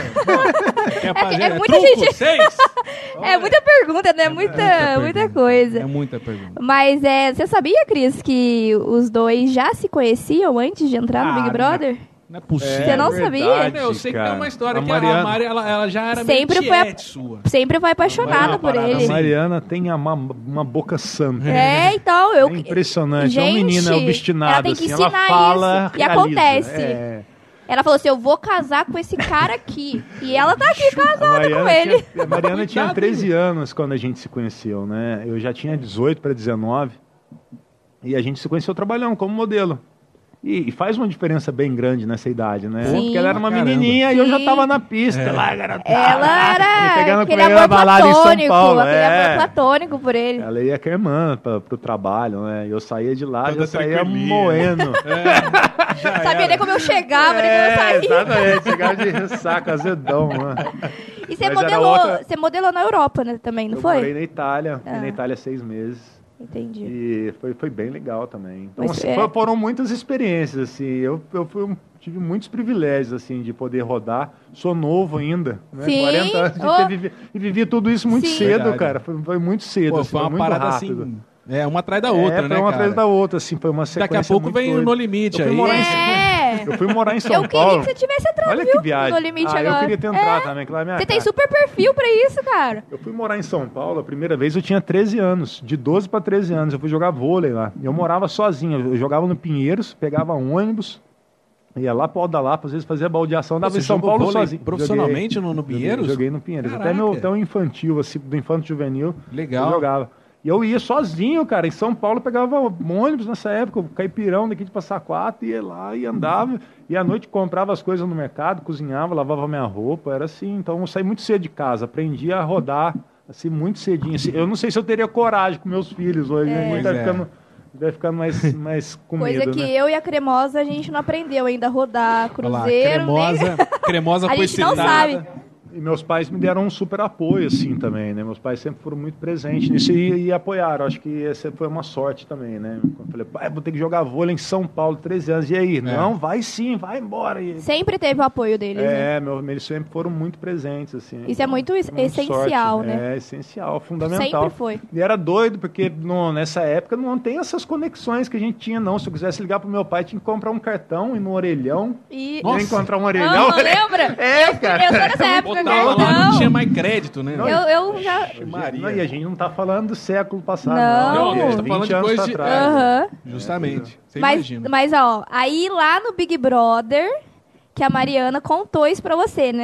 Quer fazer?
é
É
muita
truco?
gente-
Seis?
É muita pergunta, né? Muita,
muita
muita
pergunta.
coisa.
É muita pergunta.
Mas é, você sabia, Cris, que os dois já se conheciam antes de entrar no
Ah,
Big Brother?
Não é possível.
Você não sabia?
Não, eu sei que tem uma história
A
que
Mariana-
a Mari, ela, ela já era
Sempre
meio
foi a-
tiete sua.
Sempre foi apaixonada
Mariana
por
Parada,
ele.
A
Sim.
Mariana tem uma, uma boca santa.
É, então, eu...
É impressionante.
Gente,
é uma menina obstinada,
ela tem que
assim, ela
ensinar
fala,
isso. E
realiza.
acontece.
É.
Ela falou assim, eu vou casar com esse cara aqui. E ela tá aqui
A
casada com ele.
Tinha, a Mariana tinha
Cuidado,
treze anos quando a gente se conheceu, né? Eu já tinha dezoito para dezenove. E a gente se conheceu trabalhando como modelo. E, e faz uma diferença bem grande nessa idade, né?
Sim.
Porque ela era uma
Caramba.
menininha e eu já
Sim.
tava na pista
É.
lá, garota.
Ela era
pegando com
aquele
ele na
amor
balada em São
platônico.
Paulo.
Aquele
é.
amor platônico por ele.
Ela ia com a irmã pra, pro trabalho, né? Eu saía de lá,
Toda
já saía
tranquilinha.
moendo.
Já
Sabia
era.
nem como eu chegava, nem como eu
É,
saía.
exatamente, chegava de ressaca, azedão, né?
E você
Mas era
modelou,
outra-
você modelou na Europa, né, também, não
Eu
foi?
morei na Itália, fiquei
Ah.
na Itália seis meses.
Entendi.
E foi, foi bem legal também. Então,
Mas
assim,
é-
foi- foram muitas experiências, assim. Eu, eu fui um- tive muitos privilégios, assim, de poder rodar. Sou novo ainda, né?
Sim.
quarenta anos de
Oh.
ter vivi, e vivi tudo isso muito
Sim.
cedo,
Verdade.
cara. Foi, foi muito cedo,
Pô,
assim,
foi uma
muito
parada
rápido.
assim. É, uma atrás da outra,
é,
né,
foi uma
cara?
atrás da outra, assim, foi uma sequência
Daqui a pouco
muito
vem
doida.
No Limite
Eu fui
aí.
morar em-
É.
Eu fui morar em São
Eu queria
Paulo.
que você tivesse entrado,
Olha
viu?
que viagem.
No Limite
ah,
agora.
eu queria ter entrado
É.
também, que lá é minha
Você tem
casa.
super perfil pra isso, cara.
Eu fui morar em São Paulo, a primeira vez eu tinha treze anos, de doze para treze anos, eu fui jogar vôlei lá. Eu morava sozinho, eu jogava no Pinheiros, pegava ônibus, ia lá pro Alto da Lapa, às vezes fazia baldeação, dava
Você
em São
jogou
Paulo
vôlei
sozinho.
profissionalmente
Joguei.
no, no Pinheiros?
Joguei, joguei no Pinheiros, até,
Caraca.
meu, até o infantil, assim, do infanto juvenil,
Legal.
eu jogava. E eu ia sozinho, cara, em São Paulo, eu pegava ônibus nessa época, o caipirão daqui de Passa Quatro, ia lá e andava, e à noite comprava as coisas no mercado, cozinhava, lavava minha roupa, era assim. Então eu saí muito cedo de casa, aprendi a rodar, assim, muito cedinho. Assim, eu não sei se eu teria coragem com meus filhos hoje, né?
Pois
Deve
é.
ficando, deve ficar mais, mais com
Coisa
medo,
que
né?
eu e a Cremosa, a gente não aprendeu ainda a rodar
Olha lá,
cruzeiro. nem-
cremosa, cremosa
A
foi
gente não
citada.
sabe.
E meus pais me deram um super apoio, assim, também, né? Meus pais sempre foram muito presentes nisso e, e apoiaram. Acho que essa foi uma sorte também, né? Eu falei, pai, vou ter que jogar vôlei em São Paulo, treze anos. E aí? Não, vai sim, vai embora. E,
Sempre teve o apoio deles, né?
é, meu, eles sempre foram muito presentes, assim.
Isso é muito es- essencial,
sorte.
né?
É, essencial, fundamental.
Sempre foi.
E era doido, porque no, nessa época não tem essas conexões que a gente tinha, não. Se eu quisesse ligar pro meu pai, tinha que comprar um cartão e no orelhão.
E...
Nossa.
Ia encontrar um orelhão.
Ah, lembra?
É,
eu,
cara.
Eu sou dessa época,
Botava
não.
lá, não
não.
tinha mais crédito, né?
Eu, eu já...
Maria.
Não, e a gente não tá falando do século passado,
Não.
não.
Não, a gente tá
vinte
falando de
anos
coisa
pra
de-
trás.
Aham.
Justamente. Você
Mas,
imagina.
mas, ó, aí lá no Big Brother, que a Mariana contou isso pra você, né?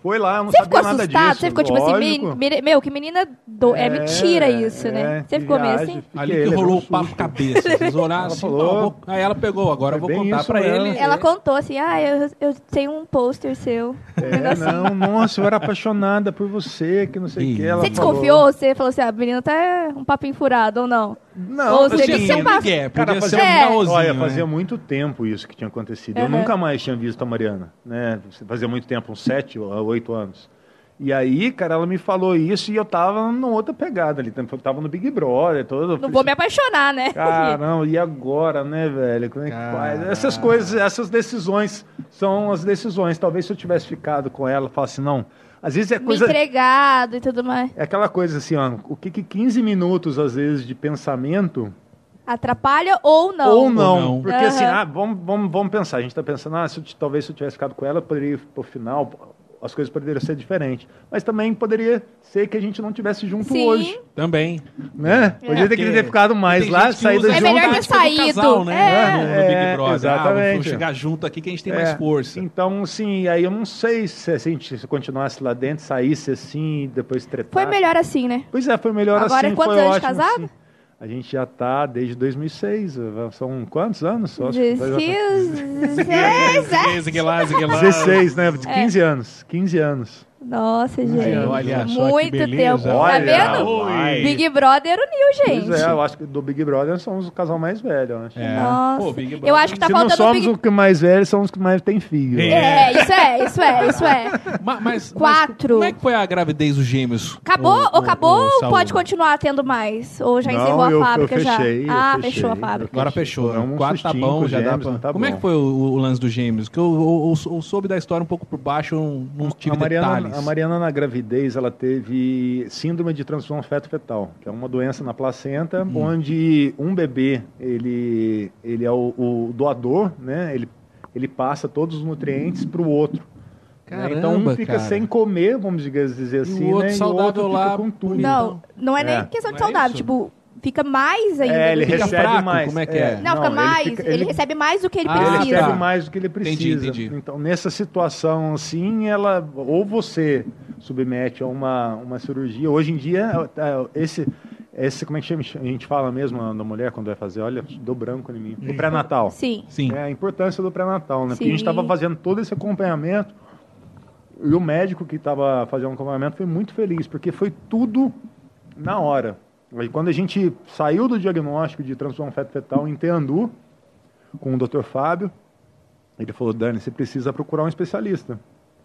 Foi lá, eu não
Você
sabia
ficou
nada
assustado?
disso.
Você ficou tipo
lógico.
assim, "Me- me- meu, que menina do... É, mentira isso,
é,
né? Você
que
ficou meio
viagem,
assim?
fiquei,
Ali que
levei
rolou
um
o papo
susto.
cabeça. Vocês olharam
Ela
assim,
falou-
ó, vou- aí ela pegou, agora eu vou
Foi bem
contar
isso
pra
mesmo.
ele.
Ela contou assim, ah, eu, eu tenho um pôster seu. Um
É,
negocinho.
não, nossa, eu era apaixonada por você, que não sei o que. Ela
Você
falou.
desconfiou? Você falou assim, ah, a menina tá um papinho furado ou não?
Não,
Ou
assim,
seria
Podia
ser
ser
um
um
papo...
migué, podia
Cara,
ser
fazia,
um
É.
caôzinho,
olha,
né?
fazia muito tempo isso que tinha acontecido. Eu
Uhum.
nunca mais tinha visto a Mariana, né? Fazia muito tempo, uns sete ou oito anos. E aí, cara, ela me falou isso e eu tava numa outra pegada ali. Eu tava no Big Brother, todo.
Não vou me apaixonar, né?
Caramba, e agora, né, velho? Como é que faz? Essas coisas, essas decisões são as decisões. Talvez se eu tivesse ficado com ela, falasse, não. Às vezes é
Me
coisa.
entregado e tudo mais.
É aquela coisa assim, ó. O que, que quinze minutos, às vezes, de pensamento.
Atrapalha ou não?
Ou não.
Ou não.
Porque
Aham.
assim, ah, vamos, vamos, vamos pensar. A gente está pensando, ah, se eu, talvez se eu tivesse ficado com ela, eu poderia ir pro final, as coisas poderiam ser diferentes. Mas também poderia ser que a gente não tivesse junto
Sim.
hoje.
Também.
Né?
É,
Podia ter que
porque
ter ficado mais
tem
lá,
gente que
saído
usa
É
junto.
melhor ter
tática do
saído.
casal, né?
É.
No, no Big
É,
Brother. Ah,
exatamente.
vamos chegar junto aqui que a gente tem
É,
mais força.
Então, sim, aí eu não sei se a gente se continuasse lá dentro, saísse assim, depois tretasse.
Foi melhor assim, né?
Pois é, foi melhor
Agora,
assim,
quantos
foi
anos de
ótimo,
casado?
assim. A gente já tá desde dois mil e seis, são quantos anos? Só acho que
dezesseis.
Zigue lá, zigue lá.
dezesseis, né?
É.
De quinze anos, quinze anos.
Nossa, gente.
olha só que
Muito
beleza.
tempo.
Olha,
Tá vendo?
oi.
Big Brother uniu, gente.
Pois é, eu acho que do Big Brother somos o casal mais velho, eu acho.
É.
Nossa.
Pô, Big Brother.
Eu acho que tá
Se não
faltando
somos
Big...
os que mais velhos, somos os que mais têm filho.
É.
É, isso é, isso é, isso é.
Ma- Mas,
Quatro.
mas como é que foi a gravidez dos gêmeos?
Acabou?
O-
ou
o-
acabou
o
ou
Saul?
pode continuar tendo mais? Ou já
Não,
encerrou a
eu- eu
fábrica
fechei,
já?
eu
Ah,
fechei,
fechou a
eu
fábrica.
Agora fechou.
É um
Quatro tá
sustinho
bom,
com
já dá
gêmeos,
pra...
não tá
Como é
bom.
que foi o, o lance dos gêmeos? Que eu, eu, eu, eu soube da história um pouco por baixo, eu não, não tive
A Mariana,
detalhes.
a Mariana, na gravidez, ela teve síndrome de transfusão feto-fetal, que é uma doença na placenta,
Hum.
onde um bebê, ele, ele é o, o doador, né? Ele, ele passa todos os nutrientes para o outro. né?
Caramba,
Então um fica
cara.
sem comer, vamos dizer assim,
outro
né?
saudável
e o outro
lá,
fica com tudo.
bonito.
Não, não é nem
É.
questão de
Não é
saudável.
isso?
Tipo, fica mais ainda.
É, ele
do que-
Fica
recebe
fraco,
mais.
como é que é?
Não, fica mais. Ele,
fica- ele-
recebe mais do que ele
Ah,
Ele
precisa.
recebe
tá.
mais do que ele
Entendi,
precisa.
entendi.
Então, nessa situação assim, ela ou você submete a uma, uma cirurgia. Hoje em dia, é, esse, esse como é que chama? A gente fala mesmo na mulher quando vai fazer, olha, deu branco em mim. O pré-natal.
Sim.
Sim.
É a importância do pré-natal, né? Porque a
Sim.
gente estava fazendo todo esse acompanhamento e o médico que estava fazendo o acompanhamento foi muito feliz, porque foi tudo na hora. E quando a gente saiu do diagnóstico de transfusão feto-fetal em Teandu, com o doutor Fábio, ele falou, Dani, você precisa procurar um especialista.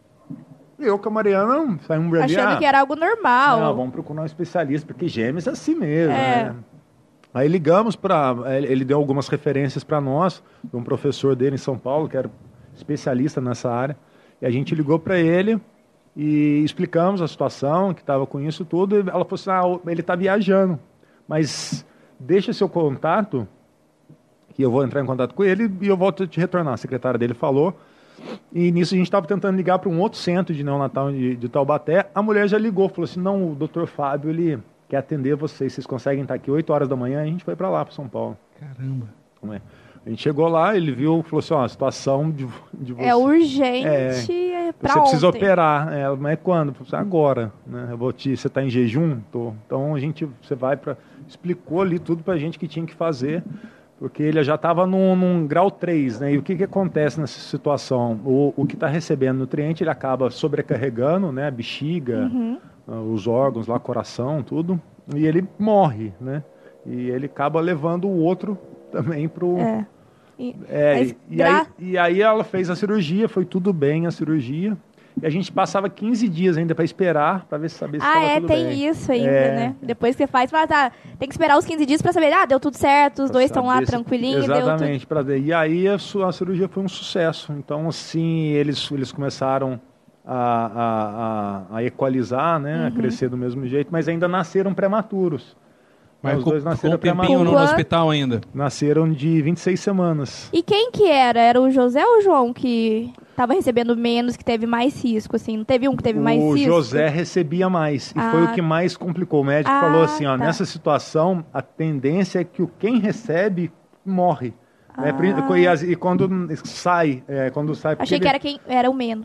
E eu com a Mariana saímos ali,
Achando
ah,
que era algo normal.
não, vamos procurar um especialista, porque gêmeos é assim mesmo.
É.
Né? Aí ligamos para. Ele deu algumas referências para nós, de um professor dele em São Paulo, que era especialista nessa área. E a gente ligou para ele e explicamos a situação, que estava com isso tudo. E ela falou assim: ah, ele está viajando, mas deixa seu contato, que eu vou entrar em contato com ele e eu volto a te retornar. A secretária dele falou. E nisso a gente estava tentando ligar para um outro centro de neonatal de, de Taubaté. A mulher já ligou, falou assim, não, o doutor Fábio, ele quer atender vocês, vocês conseguem estar aqui oito horas da manhã? A gente foi para lá, para São Paulo.
Caramba.
Não é? A gente chegou lá, ele viu, falou assim, ó, a situação de, de você...
É urgente é, pra
Você
ontem.
precisa operar. É, mas é quando? Falei assim, agora. Né? Eu vou te, você está em jejum? Tô. Então a gente, você vai para... Explicou ali tudo para a gente que tinha que fazer, porque ele já estava num, num grau três, né? E o que, que acontece nessa situação? O, o que está recebendo nutriente, ele acaba sobrecarregando, né? A bexiga,
Uhum.
uh, os órgãos lá, coração, tudo, e ele morre, né? E ele acaba levando o outro também para o...
É. E,
É,
mas
e, e
gra-
aí, e aí ela fez a cirurgia, foi tudo bem a cirurgia. E a gente passava quinze dias ainda para esperar, para ver se sabia se
Ah,
estava
é,
tudo
tem
bem.
isso ainda,
É.
né? Depois que você faz, fala, tá, tem que esperar os quinze dias pra saber, ah, deu tudo certo, os
Pra
dois estão lá
saber se-
tranquilinhos, deu tudo.
Exatamente. Pra ver. E aí a, su- a cirurgia foi um sucesso. Então, assim, eles, eles começaram a, a, a, a equalizar, né?
Uhum.
A crescer do mesmo jeito, mas ainda nasceram prematuros.
Mas
Os
ficou,
dois
ficou
nasceram
um tempinho no,
prematuros.
no
Quanto?
hospital ainda.
Nasceram de vinte e seis semanas.
E quem que era? Era o José ou o João que tava recebendo menos, que teve mais risco, assim? Não teve um que teve mais
O
risco?
José recebia mais. E
Ah.
foi o que mais complicou. O médico
Ah,
falou assim, ó,
tá.
nessa situação, a tendência é que o quem recebe morre. Né?
Ah.
E, as- e quando sai, é, quando sai... porque
Achei
ele-
que era quem era o menos.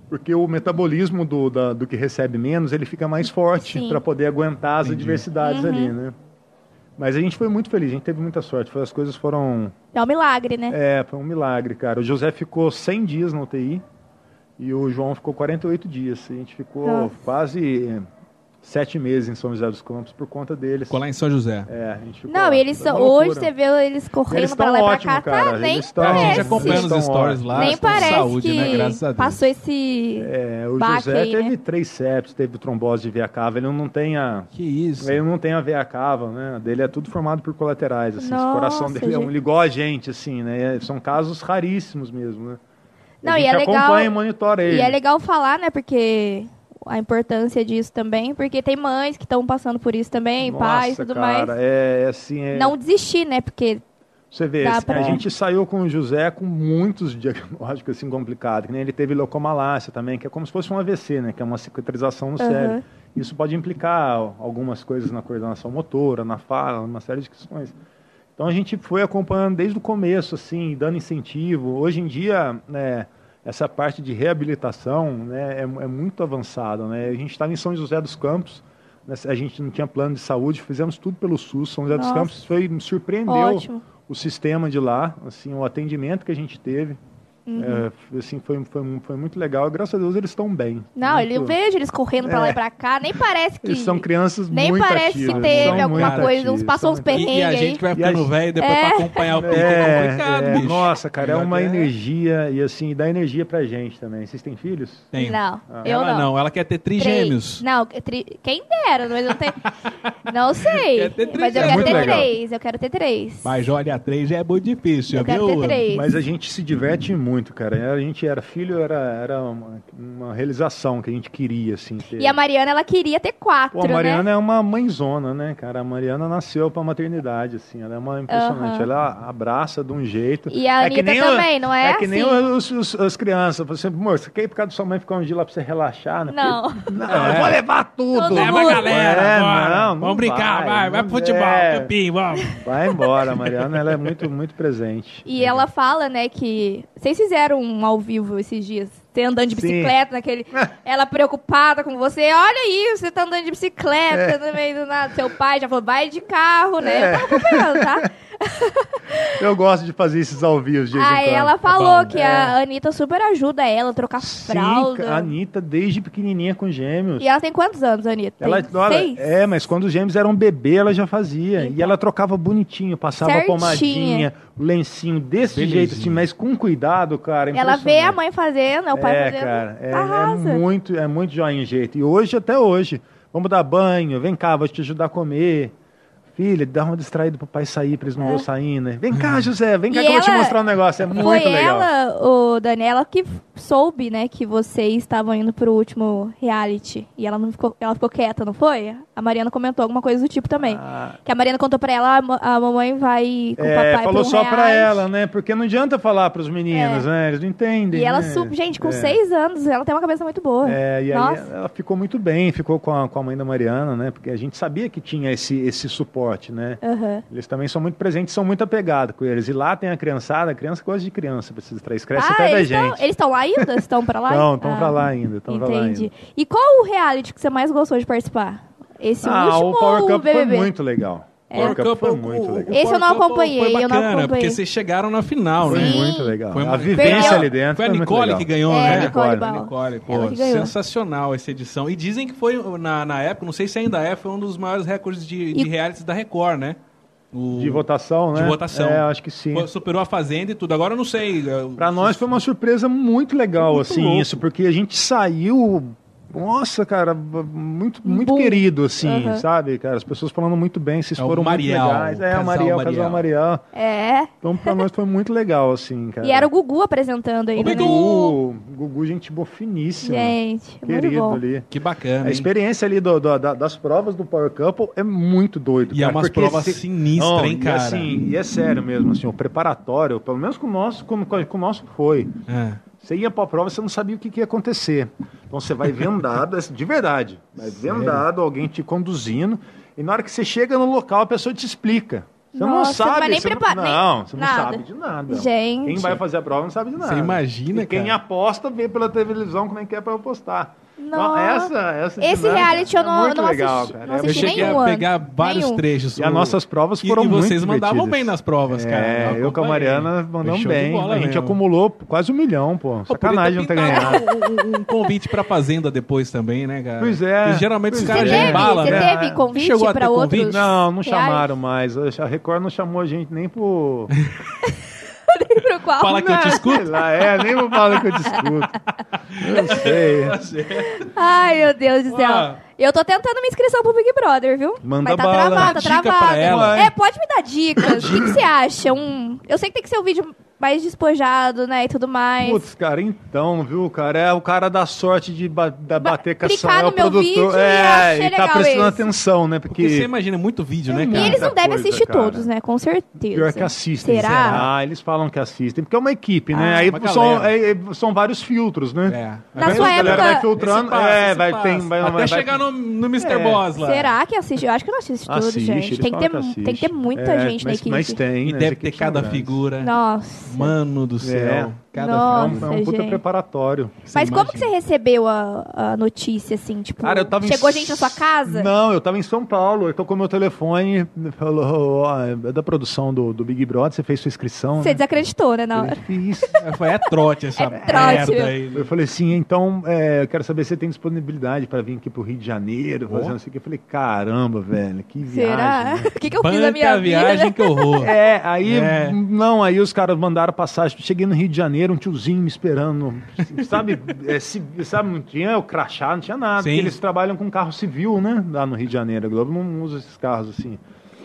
Porque o metabolismo do, da, do que recebe menos, ele fica mais forte
Sim.
para poder aguentar as
Entendi.
adversidades
Uhum.
ali, né? Mas a gente foi muito feliz, a gente teve muita sorte. As coisas foram...
É um milagre, né?
É, foi um milagre, cara. O José ficou cem dias na U T I e o João ficou quarenta e oito dias. A gente ficou
Nossa.
quase eh, sete meses em São José dos Campos por conta deles.
Ficou lá em São José.
É, a gente ficou
Não,
lá.
e eles
Foi
são.
uma loucura.
Hoje você vê eles correndo
Eles
pra
tão
lá e pra
ótimos,
cá.
cara.
Tá, nem
Eles tão-
A gente
parece.
acompanhando
Eles
os
tão
stories
ótimos.
lá.
Nem
estão
parece
saúde,
que
né? Graças a Deus.
passou esse.
É, o
baque
José
aí,
teve
né?
três septos, teve trombose de veia cava. Ele não tem a...
Que isso.
Ele não tem a veia cava, né? A dele é tudo formado por colaterais, assim.
Nossa,
o coração dele é um,
gente.
igual a gente, assim, né? São casos raríssimos mesmo, né?
Não,
a
e
gente
é legal.
acompanha e monitora ele.
E é legal falar, né? Porque a importância disso também, porque tem mães que estão passando por isso também,
Nossa,
pais e tudo
cara,
mais.
é assim... É...
Não desistir, né? Porque
Você vê,
dá
assim,
pra-
a gente saiu com o José com muitos diagnósticos assim, complicados. Que nem ele teve leucomalácia também, que é como se fosse um A V C, né? Que é uma cicatrização no
Aham.
cérebro. Isso pode implicar algumas coisas na coordenação motora, na fala, uma série de questões. Então a gente foi acompanhando desde o começo, assim, dando incentivo. Hoje em dia, né, essa parte de reabilitação, né, é, é muito avançada, né? A gente estava em São José dos Campos, né, a gente não tinha plano de saúde, fizemos tudo pelo SUS. São José dos
Nossa.
Campos foi, me surpreendeu
ótimo.
o sistema de lá, assim, o atendimento que a gente teve.
Uhum.
É, assim, foi, foi, foi muito legal. E, graças a Deus eles estão bem.
Não,
muito,
eu vejo eles correndo pra lá
É.
e pra cá, nem parece que.
Eles são crianças
Nem
muito
parece
ativas.
que teve
são
alguma
muito
coisa,
ativas,
uns passou
são
uns
muito
E,
perrengues.
e a gente que vai ficando
E a-
velho depois
É.
pra acompanhar o pico é complicado,
é,
bicho.
nossa, cara, é
Pior
uma
que é.
energia e assim, dá energia pra gente também. Vocês têm filhos?
Tem.
Não, eu
Ela
não.
não, ela quer ter
Três.
trigêmeos.
Não, tri... quem dera, mas eu não tenho. Não sei.
Quer ter
Mas eu
três, é
quero
muito
ter
legal.
três. Eu quero ter três.
Mas olha, três é muito difícil,
Eu quero
viu?
ter três.
Mas a gente se diverte muito, cara. A gente era filho, era, era uma, uma realização que a gente queria, assim. Ter.
E a Mariana, ela queria ter quatro,
Pô, a Mariana
né?
é uma mãezona, né, cara? A Mariana nasceu pra maternidade, assim. Ela é uma impressionante.
Aham.
Ela abraça de um jeito.
E a
É que
Anitta
nem o-
também, não é
É que nem
assim?
os, os- as crianças. Você, amor, você quer ir por causa da sua mãe ficar um dia lá pra você relaxar, né?
Não.
Não, eu vou levar tudo.
Todo
Leva a
mundo.
galera,
É,
bora.
não, não
vamos brincar,
vai,
vai, vai
não
pro futebol,
é.
campinho, vamos.
Vai embora, a Mariana, ela é muito, muito presente.
E ela fala, né, que... Vocês fizeram um ao vivo esses dias. Você andando de
Sim.
bicicleta, naquele... Ela preocupada com você. Olha aí, você tá andando de bicicleta
É.
no meio do nada. Seu pai já falou, vai de carro, né?
É.
Eu tava acompanhando, tá?
Eu gosto de fazer esses ao vivo de vez em
Aí
quando.
ela falou
bom.
que a Anitta super ajuda ela a trocar
Sim,
fralda.
a Anitta desde pequenininha com gêmeos.
E ela tem quantos anos, Anitta?
Ela,
Tem
olha,
seis?
é, mas quando os gêmeos eram bebê, ela já fazia. E
Então.
ela trocava bonitinho, passava
Certinha.
pomadinha, o lencinho desse
Belezinha.
jeito, assim, mas com cuidado, cara.
Ela vê a
impressionante.
mãe fazendo, é o pai
é,
fazendo.
cara, é, é
arrasa.
muito, é muito joinha em jeito. E hoje, até hoje, vamos dar banho, vem cá, vou te ajudar a comer. Filha, dá uma distraída pro pai sair, pra eles não ver eu saindo. Vem cá, José, vem cá
E
que eu vou te
ela-
mostrar um negócio, é muito
Foi
legal.
ela, o Daniela, que soube, né, que vocês estavam indo pro último reality. E ela não ficou, ela ficou quieta, não foi? A Mariana comentou alguma coisa do tipo também.
Ah,
Que a Mariana contou pra ela, a, ma- a mamãe vai com o
é,
papai
falou
pro
só pra
reality.
ela, né? Porque não adianta falar pros meninos, né? Eles não entendem.
E ela,
né?
sub... gente, com
É.
seis anos, ela tem uma cabeça muito boa.
É, e aí
Nossa.
ela ficou muito bem, ficou com a, com a mãe da Mariana, né? Porque a gente sabia que tinha esse, esse suporte, né?
Aham.
Eles também são muito presentes, são muito apegados com eles. E lá tem a criançada, a criança gosta de criança, precisa distrair, cresce
Ah,
até da
eles tão-
gente.
eles estão lá ainda? Estão pra lá?
Não, estão
Ah,
pra lá ainda, estão pra lá
Entendi.
ainda.
E qual o reality que você mais gostou de participar? Esse
Ah,
último
o Power
ou o
Cup
B B B?
foi muito legal. O
É.
Power Cup foi
o-
muito
o-
legal.
o
Esse eu não
Power Cup
acompanhei,
foi
eu não
bacana,
acompanhei.
porque vocês chegaram na final,
Foi
né?
muito legal.
Foi
a
uma-
vivência
Perdeu.
ali dentro
Foi a
foi muito
Nicole
legal.
que ganhou,
É,
né?
Nicole
Nicole.
Ball.
Nicole, pô,
Ela que ganhou.
sensacional essa edição. E dizem que foi, na, na época, não sei se ainda é, foi um dos maiores recordes de, de
E-
realities da Record, né? O-
De votação, né?
De votação.
É, acho que sim.
Foi- superou a Fazenda e tudo. Agora eu não sei. eu-
Pra nós foi uma surpresa muito legal,
Muito
assim,
louco.
isso, porque a gente saiu, nossa, cara, muito, muito
Boom.
querido, assim,
Aham.
sabe, cara? As pessoas falando muito bem, vocês
É o
foram
Mariel,
muito legais. É,
casal
o Mariel, o
Mariel.
casal Mariel.
É.
Então, pra nós foi muito legal, assim, cara.
E era o Gugu apresentando ainda,
O
né?
Gugu, Gugu, gente boa finíssima.
Gente, muito
querido
bom.
ali.
Que bacana,
A
hein?
experiência ali do- do- da- das provas do Power Couple é muito doido.
E é
cara,
umas
porque
provas
se-
sinistras,
Não,
hein,
e
cara?
assim, e é sério mesmo, assim, o preparatório, pelo menos com o nosso, com, com o nosso foi.
É.
Você ia pra prova, você não sabia o que, que ia acontecer. Então você vai vendado, assim, de verdade. Vai vendado, alguém te conduzindo, e na hora que você chega no local, a pessoa te explica. Você
Nossa,
não
não
sabe.
vai nem
você
preparar-
não,
nem
não, você não
nada.
sabe de nada.
Gente.
Quem vai fazer a prova não sabe de nada.
Você imagina,
e quem
cara?
aposta vê pela televisão como é que é pra eu postar. Então,
Nossa.
essa, essa
Esse
dinâmica
reality eu
é
não,
muito
não
legal,
assisti,
cara.
não
É
Eu
assisti
muito
cheguei
nenhum
a
ano.
pegar vários
Nenhum.
trechos.
E as nossas provas foram
e, e
muito
vocês mandavam
divertidas.
bem nas provas, cara.
É, eu com a
acompanhei.
Mariana
Foi
mandamos
show de
bem.
bola
A gente
mesmo.
acumulou quase um milhão, pô.
Pô,
Sacanagem não ter
podia
ganhado.
pintar um, um- um convite pra Fazenda depois também, né, cara?
Pois é.
Porque geralmente os
Pois
caras
Você
é.
já
teve,
embalam,
você
né?
teve convite
Chegou a ter
pra outros?
convite?
Não, não
reais?
chamaram mais. A Record não chamou a gente nem pro...
Pro qual?
Fala que eu te escuto.
Sei lá, é, nem vou falar que eu te escuto. Eu sei.
Ai, meu Deus do céu.
Ah.
Eu tô tentando minha inscrição pro Big Brother, viu?
Manda
Mas tá
bala.
travado, tá
Dá dica
travado.
pra ela.
É, pode me dar dicas. O que, que você acha? Um... Eu sei que tem que ser um vídeo mais despojado, né, e tudo mais.
Putz, cara, então, viu, cara? É o cara da sorte de ba da
Ba-
bater com a
clicar
é
no
o
meu
produtor.
vídeo e
é,
achei
e tá
legal
prestando
esse.
atenção, né?
Porque você
Porque
imagina muito vídeo, né,
E
cara?
eles não
muita
devem
coisa,
assistir
cara.
todos, né? Com certeza.
Pior que assistem.
Será?
Ah, eles falam que assistem, porque é uma equipe, né?
Ah,
Aí
uma
são,
galera.
é, é, são vários filtros, né?
É.
Na
Aí
sua
a galera
época-
vai filtrando,
Esse passa,
é,
esse
vai,
passa.
tem, vai,
Até
vai,
chegar no, no mister
É.
Boss lá.
Será que assiste? Eu acho que não assiste tudo,
assiste,
gente.
eles
Tem que,
falam
ter,
assiste.
tem que ter muita
É,
gente na
mas,
equipe.
Mas tem,
E
né?
deve
As
ter
equipes são
cada
grandes.
figura.
Nossa.
Mano do céu.
É.
Cada
Nossa.
figura.
É um, é um puta
gente.
preparatório.
Mas como que
imagina.
você recebeu a, a notícia, assim? Tipo,
Cara, eu tava em
chegou
S-
gente na sua casa?
Não, eu tava em São Paulo. Eu tô com o meu telefone. Falou, ó, é da produção do, do Big Brother. Você fez sua inscrição?
Você
né?
desacreditou, né, na
Eu
hora?
fiz.
Foi é trote essa
É trote.
merda aí.
Eu falei assim, então, é, eu quero saber se você tem disponibilidade para vir aqui pro Rio de Janeiro, fazendo assim. Eu falei, caramba, velho, que viagem.
Será?
né?
O que, que eu fiz na
Banca
minha
a viagem
vida?
que horror.
É, aí,
É.
não, aí os caras mandaram passagem. Cheguei no Rio de Janeiro, um tiozinho me esperando. Sabe, é, se- sabe, não tinha o crachá, não tinha nada.
Sim.
Porque eles trabalham com carro civil, né? Lá no Rio de Janeiro. A Globo não usa esses carros assim.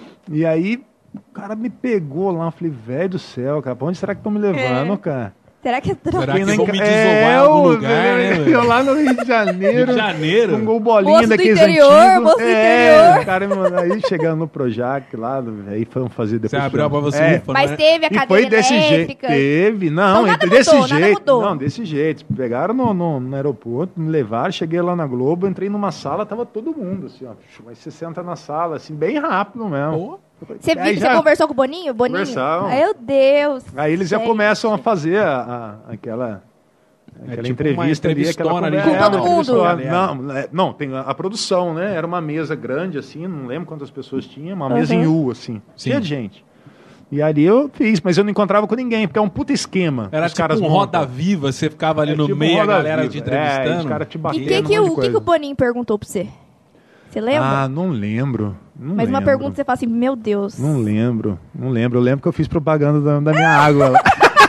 E aí, o cara me pegou lá. Eu falei, velho do céu, cara, pra onde será que estão me levando,
É.
cara?
Será que é droga?
Será que
Fiquei
vão
na
me
enca-
desovar
É,
em algum
ô,
lugar, né,
velho?
velho?
Eu lá no Rio de Janeiro.
Rio de Janeiro?
Com um gol bolinha
Moço do
daqueles
interior,
antigos.
moço do
é,
interior.
o cara me mandou aí chegando no Projac lá, aí foram fazer depois.
Você abriu a
foram-
prova
é.
ufa,
Mas
né?
teve a
E
cadeira
foi desse jeito.
elétrica.
Teve, não,
Então nada
desse
mudou, nada
jeito.
mudou.
Não, desse jeito. Pegaram no, no, no aeroporto, me levaram, cheguei lá na Globo, entrei numa sala, tava todo mundo, assim, ó. Aí você senta na sala, assim, bem rápido mesmo.
Pô.
Você,
Aí
viu,
já-
você conversou com o Boninho? Boninho?
Conversamos.
Meu Deus.
Aí eles já
gente.
começam a fazer a, a- aquela, aquela
tipo
entrevista
uma
ali, aquela
entrevistona ali,
conversa.
Com
É,
todo
uma
mundo.
entrevistona. Não, é, não, tem a, a produção, né? Era uma mesa grande, assim, não lembro quantas pessoas tinha, uma mesa em U, assim,
Sim.
cheia de gente. E ali eu fiz, mas eu não encontrava com ninguém, porque é um puta esquema.
Era
os
tipo
caras
um
montam.
roda-viva, você ficava ali
É
no
tipo um
meio, a
roda
galera
viva.
te
É,
entrevistando.
os caras te
E o
batendo,
que,
um
que,
monte
o,
de
que,
coisa.
que o Boninho perguntou pra você? Você lembra?
Ah, não lembro. Não
Mas uma
lembro.
pergunta que você fala assim, meu Deus.
Não lembro, não lembro. Eu lembro que eu fiz propaganda da, da minha água lá.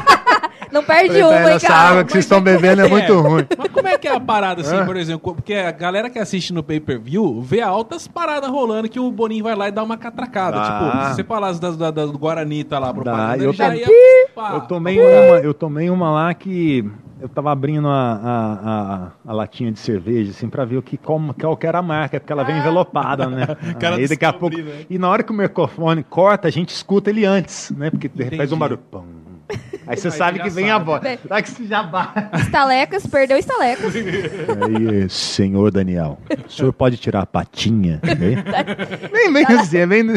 Não perde
Falei,
uma,
"Velho,
hein,
essa
cara?
água que vocês estão bebendo é muito ruim.
Mas como é que é a parada, assim,
Hã?
por exemplo? Porque a galera que assiste no pay-per-view vê altas paradas rolando que o Boninho vai lá e dá uma catracada.
Dá.
Tipo, se você falasse das, da, da- do Guaranita lá, a propaganda,
Dá,
ele
eu
já
tam-
ia... pá,
Eu tomei
pá.
uma, eu tomei uma lá que eu tava abrindo a, a, a, a latinha de cerveja, assim, pra ver o que, como, qual que era a marca, porque ela vem envelopada, né?
cara
Aí daqui a pouco.
descobriu, né?
E na hora que o microfone corta, a gente escuta ele antes, né? Porque
Entendi.
faz um barulho. Pum. Aí você
Aí
sabe
já
que vem
sabe.
a voz. Sabe que você já bate.
Estalecas, perdeu estalecas.
Aí, senhor Daniel, o senhor pode tirar a patinha? Bem, bem assim, é bem.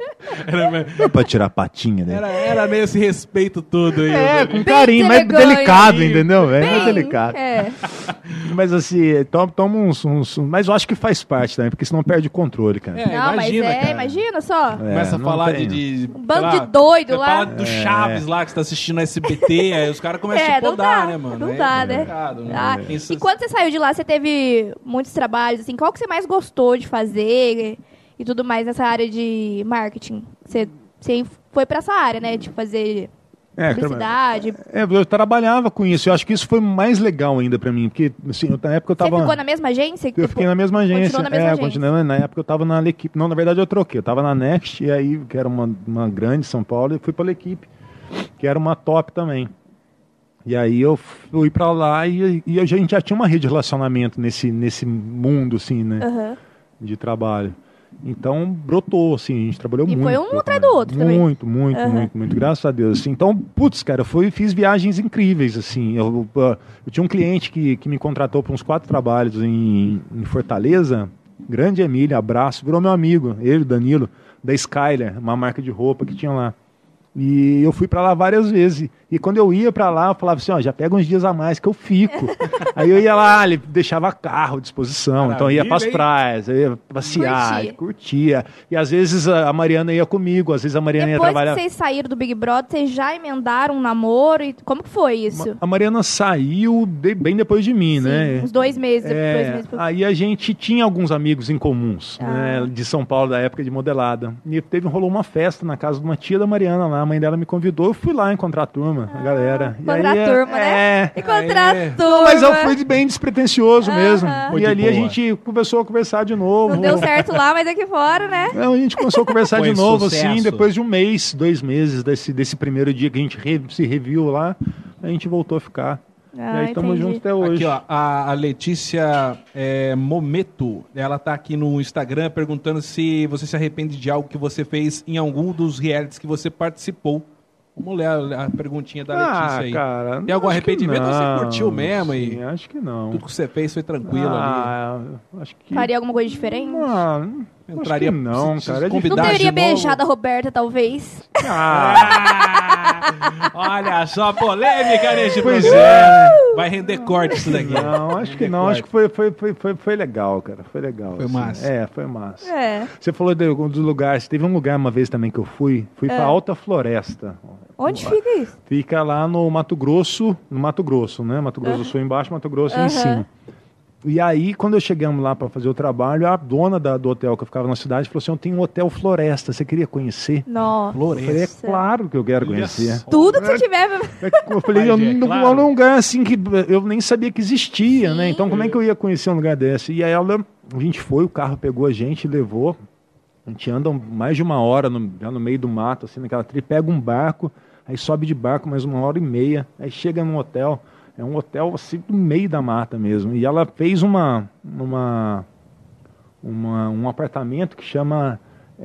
Era,
Pode tirar a patinha, né?
era, era nesse respeito todo aí.
É,
né?
com carinho, mas
deselegante.
delicado, entendeu? É mais
Bem,
delicado.
É.
Mas assim, toma, toma uns, uns- Mas eu acho que faz parte também, porque senão perde o controle, cara.
É,
Não,
imagina,
mas é,
cara.
imagina só.
É,
Começa a
não
falar
tem.
de, de.
Um bando
sei
de doido
você
lá.
Fala do
É.
Chaves lá que você tá assistindo no S B T, aí os caras começam
É,
a te
não
podar,
dá,
né, mano?
não
É
dá, né?
complicado, né?
Ah,
Tem
e quando você saiu de lá, você teve muitos trabalhos, assim, qual que você mais gostou de fazer e tudo mais nessa área de marketing? Você, você foi pra essa área, né, de fazer
É,
publicidade.
É, eu trabalhava com isso. Eu acho que isso foi mais legal ainda pra mim, porque assim, eu- na época eu
Você
tava.
ficou na mesma agência?
Eu fiquei na mesma agência.
Continuou na mesma
é,
agência.
continuando. Na época eu tava na L'Equipe. Não, na verdade eu troquei. Eu tava na Next, e aí, que era uma, uma grande São Paulo, e fui pra L'Equipe, que era uma top também. E aí eu fui pra lá e, e a gente já tinha uma rede de relacionamento nesse, nesse mundo, assim, né?
Aham.
De trabalho. Então brotou, assim, a gente trabalhou
E
muito.
foi um
pô,
atrás
cara.
do outro também.
Muito, muito,
Aham.
muito, muito. Graças a Deus. Assim. Então, putz, cara, eu fui, fiz viagens incríveis, assim. Eu, eu, eu tinha um cliente que, que me contratou para uns quatro trabalhos em, em Fortaleza, grande Emílio, abraço, virou meu amigo, ele, Danilo, da Skyler, uma marca de roupa que tinha lá. E eu fui pra lá várias vezes. E quando eu ia pra lá, eu falava assim, ó, já pega uns dias a mais que eu fico. Aí eu ia lá, ele deixava carro à disposição. Maravilha, então eu ia pras praias, eu ia passear, curtia. curtia. E às vezes a Mariana ia comigo, às vezes a Mariana
Depois
ia trabalhar.
Depois que vocês saíram do Big Brother, vocês já emendaram um namoro? E como que foi isso?
A Mariana saiu de, bem depois de mim,
Sim,
né?
uns dois meses.
É,
dois meses depois.
Aí a gente tinha alguns amigos em comuns, ah. né, de São Paulo, da época de modelada. E teve, rolou uma festa na casa de uma tia da Mariana lá, a mãe dela me convidou, eu fui lá encontrar a turma, ah, a galera.
Encontrar a turma,
é,
né?
É,
encontrar
é.
a turma.
Não, mas eu fui bem despretensioso ah, mesmo.
Ah.
E ali boa. A gente começou a conversar de novo.
Não deu certo lá, mas aqui fora, né?
Não, a gente começou a conversar de novo,
sucesso.
assim, depois de um mês, dois meses desse, desse primeiro dia que a gente re, se reviu lá, a gente voltou a ficar. Ah, e aí estamos juntos até hoje.
Aqui, ó, a, a Letícia é, Mometo, ela tá aqui no Instagram perguntando se você se arrepende de algo que você fez em algum dos realities que você participou. Vamos ler a, a perguntinha da Letícia
ah,
aí.
Cara,
tem algum arrependimento ou você curtiu mesmo?
Sim,
e
acho que não.
Tudo que você fez foi tranquilo
ah, ali? Acho que...
Faria alguma coisa diferente?
Ah,
Entraria
acho que não,
se,
cara.
Se
não teria beijado a Roberta, talvez?
Ah, olha só a polêmica nesse
pois
programa.
É.
Vai render corte isso daqui.
Não, acho que não. Corte. Acho que foi, foi, foi, foi, foi legal, cara. Foi legal.
Foi
assim.
massa.
É, foi massa.
É.
Você falou de alguns dos lugares. Teve um lugar uma vez também que eu fui. Fui é. pra Alta Floresta.
Onde fica isso?
Fica lá no Mato Grosso. No Mato Grosso, né? Mato Grosso do Sul embaixo, Mato Grosso
uhum.
em cima. E aí, quando eu chegamos lá para fazer o trabalho, a dona da, do hotel que eu ficava na cidade falou assim, eu tenho um hotel Floresta, você queria conhecer?
Nossa.
Floresta. Eu falei, é claro que eu quero conhecer.
Yes. Tudo que você tiver.
Eu falei, eu não é claro. um lugar assim que eu nem sabia que existia, Sim. né? Então como é que eu ia conhecer um lugar desse? E aí ela, a gente foi, o carro pegou a gente, levou, a gente anda mais de uma hora no, já no meio do mato, assim, naquela trilha, pega um barco, aí sobe de barco mais uma hora e meia, aí chega num hotel... É um hotel assim no meio da mata mesmo. E ela fez uma, uma, uma um apartamento que chama,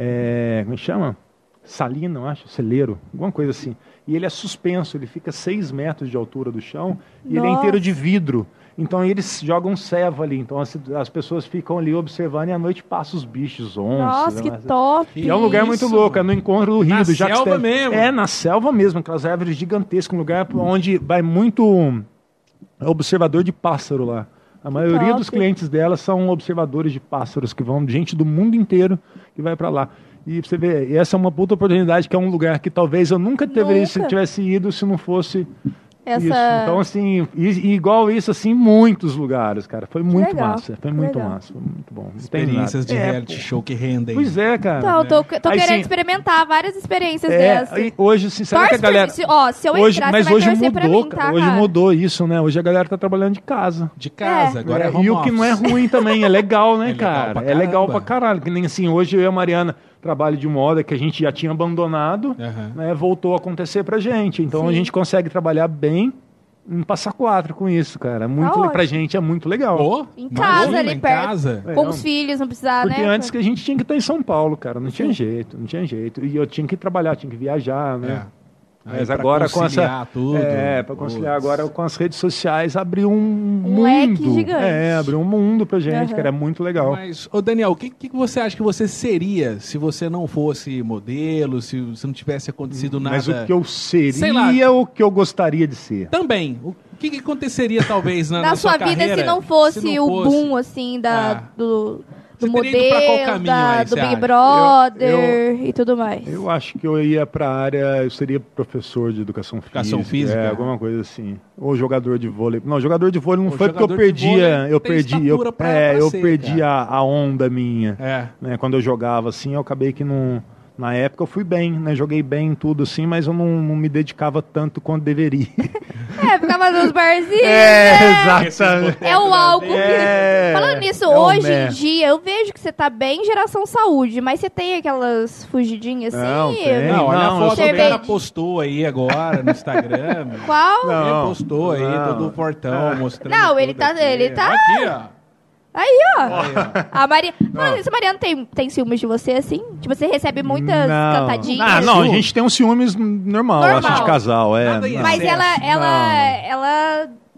é, como chama? Salina, eu acho, celeiro, alguma coisa assim. E ele é suspenso, ele fica seis metros de altura do chão e ele é inteiro de vidro. Então eles jogam ceva ali, então as, as pessoas ficam ali observando e à noite passam os bichos, onças.
Nossa, que
né?
top!
E é um lugar muito louco, é no encontro do rio
na
do Jacques
selva
Teve.
mesmo?
É, na selva mesmo, aquelas árvores gigantescas, um lugar onde vai muito observador de pássaro lá. A maioria
top.
dos clientes dela são observadores de pássaros, que vão, gente do mundo inteiro que vai para lá. E você vê, essa é uma puta oportunidade, que é um lugar que talvez eu nunca, nunca. se tivesse ido se não fosse...
Essa...
Isso. Então, assim, e, e igual isso, assim, em muitos lugares, cara. Foi muito
legal.
massa. Foi muito
legal.
massa. Foi muito bom.
Experiências de
é,
reality show que rendem.
Pois é, cara.
Então, tô, tô
Aí,
querendo
sim,
experimentar várias experiências
é,
dessas.
Aí, hoje, sinceramente,
Torce
a galera...
Por, se, ó, se eu
hoje,
entrar,
mas
você vai
hoje
torcer
mudou,
pra mim, tá,
hoje
cara?
mudou isso, né? Hoje a galera tá trabalhando de casa.
De casa, é. agora é, é home
E o que não é ruim também, é legal, né,
é legal
cara?
pra
É legal pra caralho. Que nem assim, hoje eu e a Mariana... trabalho de moda que a gente já tinha abandonado, uhum. né, voltou a acontecer pra gente. Então Sim. a gente consegue trabalhar bem em passar quatro com isso, cara. Muito, pra gente é muito legal.
Oh,
em casa,
imagina,
ali
em
perto.
Casa.
Com
é,
os filhos, não precisar,
porque
né?
Porque antes que a gente tinha que estar em São Paulo, cara. Não Sim. tinha jeito, não tinha jeito. E eu tinha que trabalhar, tinha que viajar, né? É. Mas agora com essa
tudo,
é para conciliar Putz. agora com as redes sociais abriu um,
um
mundo
leque gigante.
É, abriu um mundo pra gente, uhum. que era muito legal.
Mas, ô Daniel, o que, que você acha que você seria se você não fosse modelo, se, se não tivesse acontecido nada?
Mas o que eu seria ou o que eu gostaria de ser?
Também. O que, que aconteceria talvez na,
na,
na
sua,
sua
vida
carreira,
se não fosse,
se não
o
fosse...
boom assim da ah. do do
Você
modelo,
caminho,
da,
aí,
do Big
acha?
Brother
eu, eu,
e tudo mais.
Eu acho que eu ia para a área, eu seria professor de educação,
educação
física,
física,
é, alguma coisa assim. Ou jogador de vôlei. Não, jogador de vôlei não
o
foi porque eu perdia, eu perdi, eu,
pra,
é,
pra
eu
ser,
perdi a, a onda minha.
É.
Né, quando eu jogava assim, eu acabei que não... Na época eu fui bem, né? Joguei bem em tudo assim, mas eu não, não me dedicava tanto quanto deveria.
É, ficava nos barzinhos.
É,
né?
exatamente.
É o álcool.
É,
que... Falando nisso,
é
hoje em dia, eu vejo que você tá bem geração saúde, mas você tem aquelas fugidinhas assim?
Não, tem.
Não, olha
não,
a foto que
cerveja.
ela postou aí agora no Instagram.
Qual?
Não, ele
não,
postou aí,
não.
todo fortão, mostrando.
Não, ele tá,
aqui.
ele tá...
Aqui, ó.
Aí, ó.
Aí, ó.
A Maria... Mano, esse Mariano tem, tem ciúmes de você, assim? Tipo, você recebe muitas
não.
cantadinhas?
Ah, não, a gente tem um ciúmes normal,
Normal.
acho, de casal. É,
Nada
não.
Mas ela, ela,
Não.
ela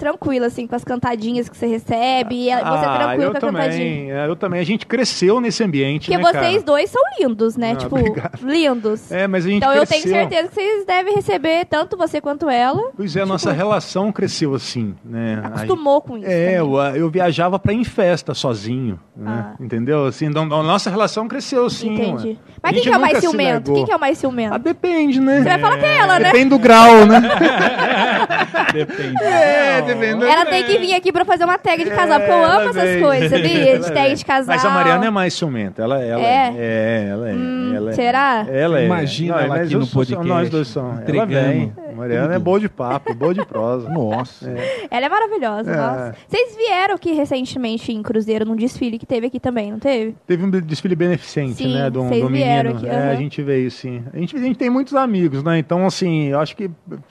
tranquila, assim, com as cantadinhas que você recebe, e você
Ah,
tranquilo
eu
com a
também,
cantadinha.
é, eu também. A gente cresceu nesse ambiente,
Porque
né,
vocês
cara?
dois são lindos, né?
Ah,
tipo,
obrigado.
lindos.
É, mas a gente
Então eu
cresceu.
tenho certeza que vocês devem receber, tanto você quanto ela,
Pois é, a nossa relação cresceu assim, né? A
acostumou com isso.
É,
também.
eu, eu viajava pra ir em festa sozinho, né?
Ah.
Entendeu? Assim, então, a nossa relação cresceu assim.
Entendi.
ué.
Mas
A
quem
gente
que é o mais
nunca se
ciumento?
largou.
Quem que é o mais ciumento?
Ah, depende, né?
Você vai falar que é ela, né?
Depende do grau, né?
Depende.
É,
Não.
depende do-
Ela tem que vir aqui pra fazer uma tag de casal, porque eu
É,
amo
ela
essas
vem.
coisas, sabia?
Ela
De tag
vem.
de casal.
Mas a Mariana é mais ciumenta. Ela, ela
É?
é. ela é.
Hum,
ela é.
será?
Ela é.
Imagina ela
mas
aqui
eu
no
sou-
podcast,
Nós dois somos. Ela
entregando
vem. A Mariana é
tudo.
boa de papo, boa de prosa.
Nossa.
Ela é maravilhosa,
É.
nossa. Vocês vieram aqui recentemente em Cruzeiro, num desfile que teve aqui também, não teve?
Teve um desfile beneficente,
Sim,
né, do,
vocês
do
vieram
menino.
aqui,
É,
aham.
a gente veio, sim. A gente, a gente tem muitos amigos, né? Então, assim, eu acho que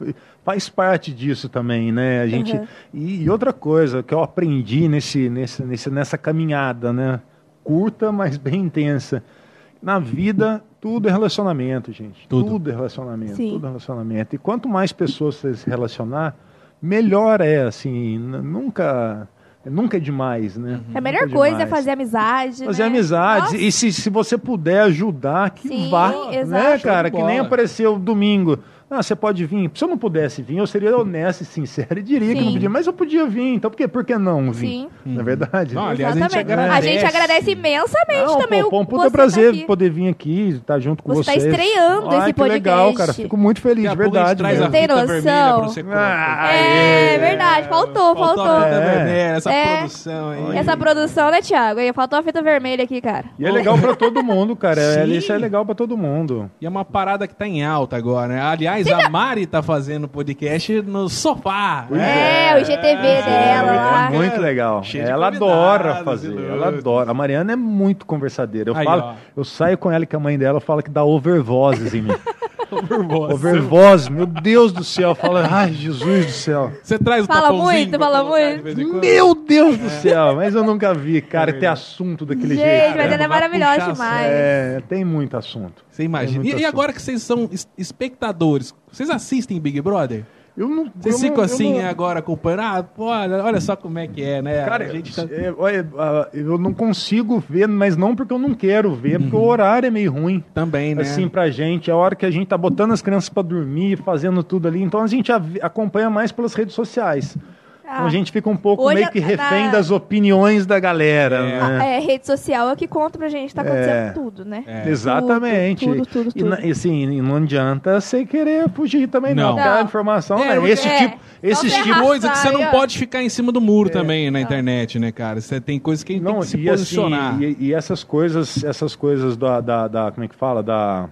faz parte disso também, né? A gente
Uhum.
e, e outra coisa que eu aprendi nesse, nesse, nesse, nessa caminhada, né? Curta, mas bem intensa. Na vida, tudo é relacionamento, gente.
Tudo.
é relacionamento.
Sim.
Tudo é relacionamento. E quanto mais pessoas você se relacionar, melhor é, assim. n- Nunca, nunca é demais, né?
A melhor
Nunca é
coisa é
demais.
fazer amizade,
Fazer
né?
amizades.
Nossa.
E se, se você puder ajudar, que
Sim,
vá.
exato.
Né, cara?
Show de
Que nem
bola.
apareceu domingo. Ah, você pode vir. Se eu não pudesse vir, eu seria honesto e sincero e diria que
Sim.
não podia. Mas eu podia vir. Então por, quê? Por que não vir?
Sim.
Na verdade.
Não, aliás, a gente
Exatamente.
agradece.
A gente agradece imensamente
Não,
também
pô,
o
pô, um puta
você
prazer
tá aqui.
poder vir aqui, estar junto com
Você tá
vocês.
estreando
Ai,
esse
que legal,
podcast.
cara. Fico muito feliz,
Daqui
de
a pouco a gente
verdade.
traz a
mesmo.
Tem
fita
noção?
vermelha pra você colocar.
É verdade, faltou, faltou.
a fita
É.
vermelha, essa
É.
produção aí.
Essa produção, né, Thiago? Aí faltou a fita vermelha aqui, cara.
E é legal pra todo mundo, cara. É,
Sim.
isso é legal pra todo mundo.
E é uma parada que tá em alta agora, né? Aliás, a Mari tá fazendo podcast no sofá.
É, o I G T V
É,
dela lá.
muito, muito legal.
Cheio de
Ela
convidados
adora
e
fazer,
tudo.
ela adora. A Mariana é muito conversadeira. Eu
Aí,
falo,
ó.
eu saio com ela e com a mãe dela, eu falo que dá overvozes em mim.
Overvoz.
Overvoz, meu Deus do céu. Fala, ai, Jesus do céu.
Você traz o
Fala
tapãozinho
muito,
pra
fala
colocar
muito.
de vez em quando?
Meu Deus do céu. Mas eu nunca vi, cara, ter assunto daquele
Gente,
jeito.
mas
né?
ela é
vai
maravilhosa
puxar
demais.
É, tem muito assunto.
Você imagina.
É muito
E, e
assunto.
agora que vocês são es- espectadores, vocês assistem Big Brother?
Eu não,
Vocês
eu
ficam
não- eu
assim
não-
agora acompanhando? Ah, pô, olha, olha só como é que é, né?
Cara,
a gente tá...
é, olha, ah, eu não consigo ver, mas não porque eu não quero ver, porque
Uhum.
o horário é meio ruim.
também, né?
Assim, pra gente, a hora que a gente tá botando as crianças pra dormir, fazendo tudo ali, então a gente av- acompanha mais pelas redes sociais. Então
Ah,
a gente fica um pouco
hoje
meio que
a-
refém
na-
das opiniões da galera,
É.
né?
é, rede social é o que conta pra gente, tá acontecendo
É.
tudo, né?
É.
Exatamente.
Tudo, tudo, tudo,
E, na-
tudo.
e assim, e não adianta você querer fugir também, não.
Não.
Porque a
Não.
informação,
É,
né? Esse
é.
tipo,
Só
esse
você
tipo
Coisa que você
Aí,
não
ó.
pode ficar em cima do muro também na internet, né, cara? Você tem coisas que a gente tem
Não,
que se
e,
posicionar.
assim, e, e essas coisas, essas coisas da, da, da- como é que fala, da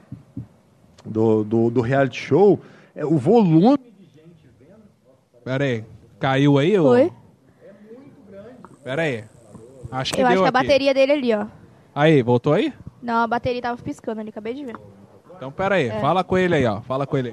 do, do, do reality show, é, o volume.
Pera aí. Caiu aí? ô?
Foi?
Pera aí. Acho que
Eu
deu
acho que a
aqui.
bateria dele ali, ó.
Aí, voltou aí?
Não, a bateria tava piscando ali, acabei de ver.
Então pera aí.
É.
Fala com ele aí, ó. Fala com ele aí.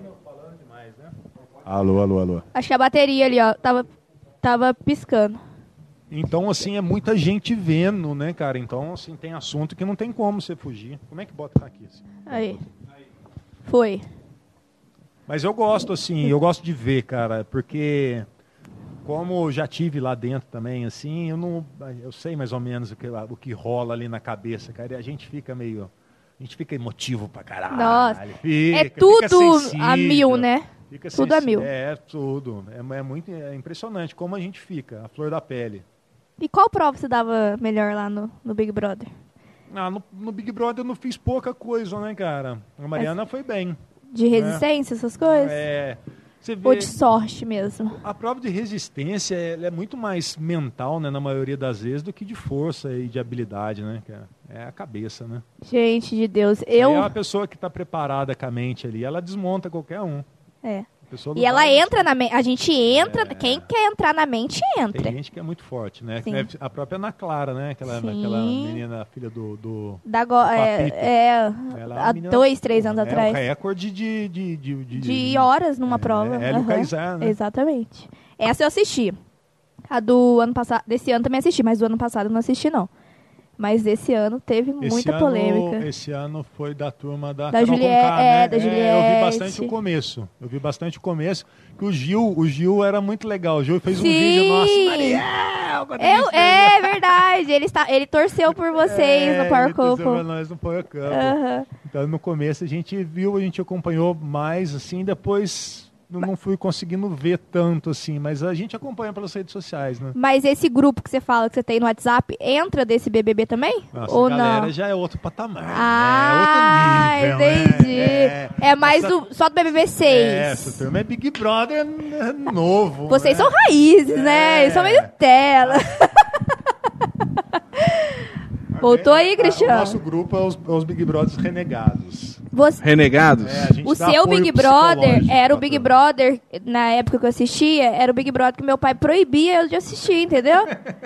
Alô, alô, alô.
Acho que a bateria ali, ó, tava, tava piscando.
Então, assim, é muita gente vendo, né, cara? Então, assim, tem assunto que não tem como você fugir. Como é que bota aqui? Assim?
Aí. Foi.
Mas eu gosto, assim, eu gosto de ver, cara, porque como eu já tive lá dentro também, assim, eu não, eu sei mais ou menos o que, o que rola ali na cabeça, cara, e a gente fica meio, a gente fica emotivo pra caralho.
Nossa,
fica,
é
fica
tudo
sensível,
a mil, né?
fica
Tudo a
sensível.
mil.
É, tudo. É, é muito é impressionante como a gente fica, a flor da pele.
E qual prova você dava melhor lá no, no Big Brother?
Ah, no, no Big Brother eu não fiz pouca coisa, né, cara? A Mariana foi bem.
De resistência, essas coisas?
É, você vê...
Ou de sorte mesmo?
A prova de resistência ela é muito mais mental, né, na maioria das vezes, do que de força e de habilidade, né? cara? É a cabeça, né?
Gente de Deus,
Aí
eu...
é uma pessoa que está preparada com a mente ali, ela desmonta qualquer um.
É.
A pessoa
E
não
ela
vai-
entra na mente. A gente entra. Quem quer entrar na mente, entra.
Tem gente que é muito forte, né?
Sim.
É a própria Ana Clara, né? Aquela,
Sim.
aquela menina, filha do... do...
Da go- é,
Papito.
é,
Ela é
há
uma menina-
dois, três anos
é
atrás.
um recorde de... De, de, de,
De horas numa
é,
prova.
É, Hélio
Aham.
Kaysar, né?
Exatamente. Essa eu assisti. A do ano passado. Desse ano também assisti, mas do ano passado eu não assisti, não. Mas esse ano teve
Esse
muita
ano,
polêmica.
Esse ano foi da turma da,
Da
Carol
Juliette,
Conká,
é,
né?
da
Eu vi
Juliette.
bastante o começo. Eu vi bastante o começo. Que o Gil, o Gil era muito legal. O Gil fez um
Sim.
vídeo nosso. Mariel, quando a
Eu,
gente fez-
é verdade, ele, está, ele torceu por vocês
É,
no Power
ele torceu pra
Couple.
nós no Power Couple.
Aham.
Então, no começo a gente viu, a gente acompanhou mais, assim, depois não, não fui conseguindo ver tanto, assim, mas a gente acompanha pelas redes sociais, né?
Mas esse grupo que você fala que você tem no WhatsApp entra desse B B B também?
Nossa,
Ou
a galera
não?
já é outro patamar,
Ah,
né? É outro nível,
entendi.
né?
É, mais
Essa-
do, só do B B B
É, essa
seis.
turma é Big Brother né, novo.
Vocês
né?
são raízes, né?
É.
Eles são meio Nutella. Voltou aí,
É,
Cristiano?
O nosso grupo é os, é os Big Brothers renegados.
Você-
Renegados?
É, a gente
O
dá
seu
apoio
Big Brother
psicológico
era o
pra
Big
turma.
Brother, na época que eu assistia, era o Big Brother que meu pai proibia eu de assistir, entendeu?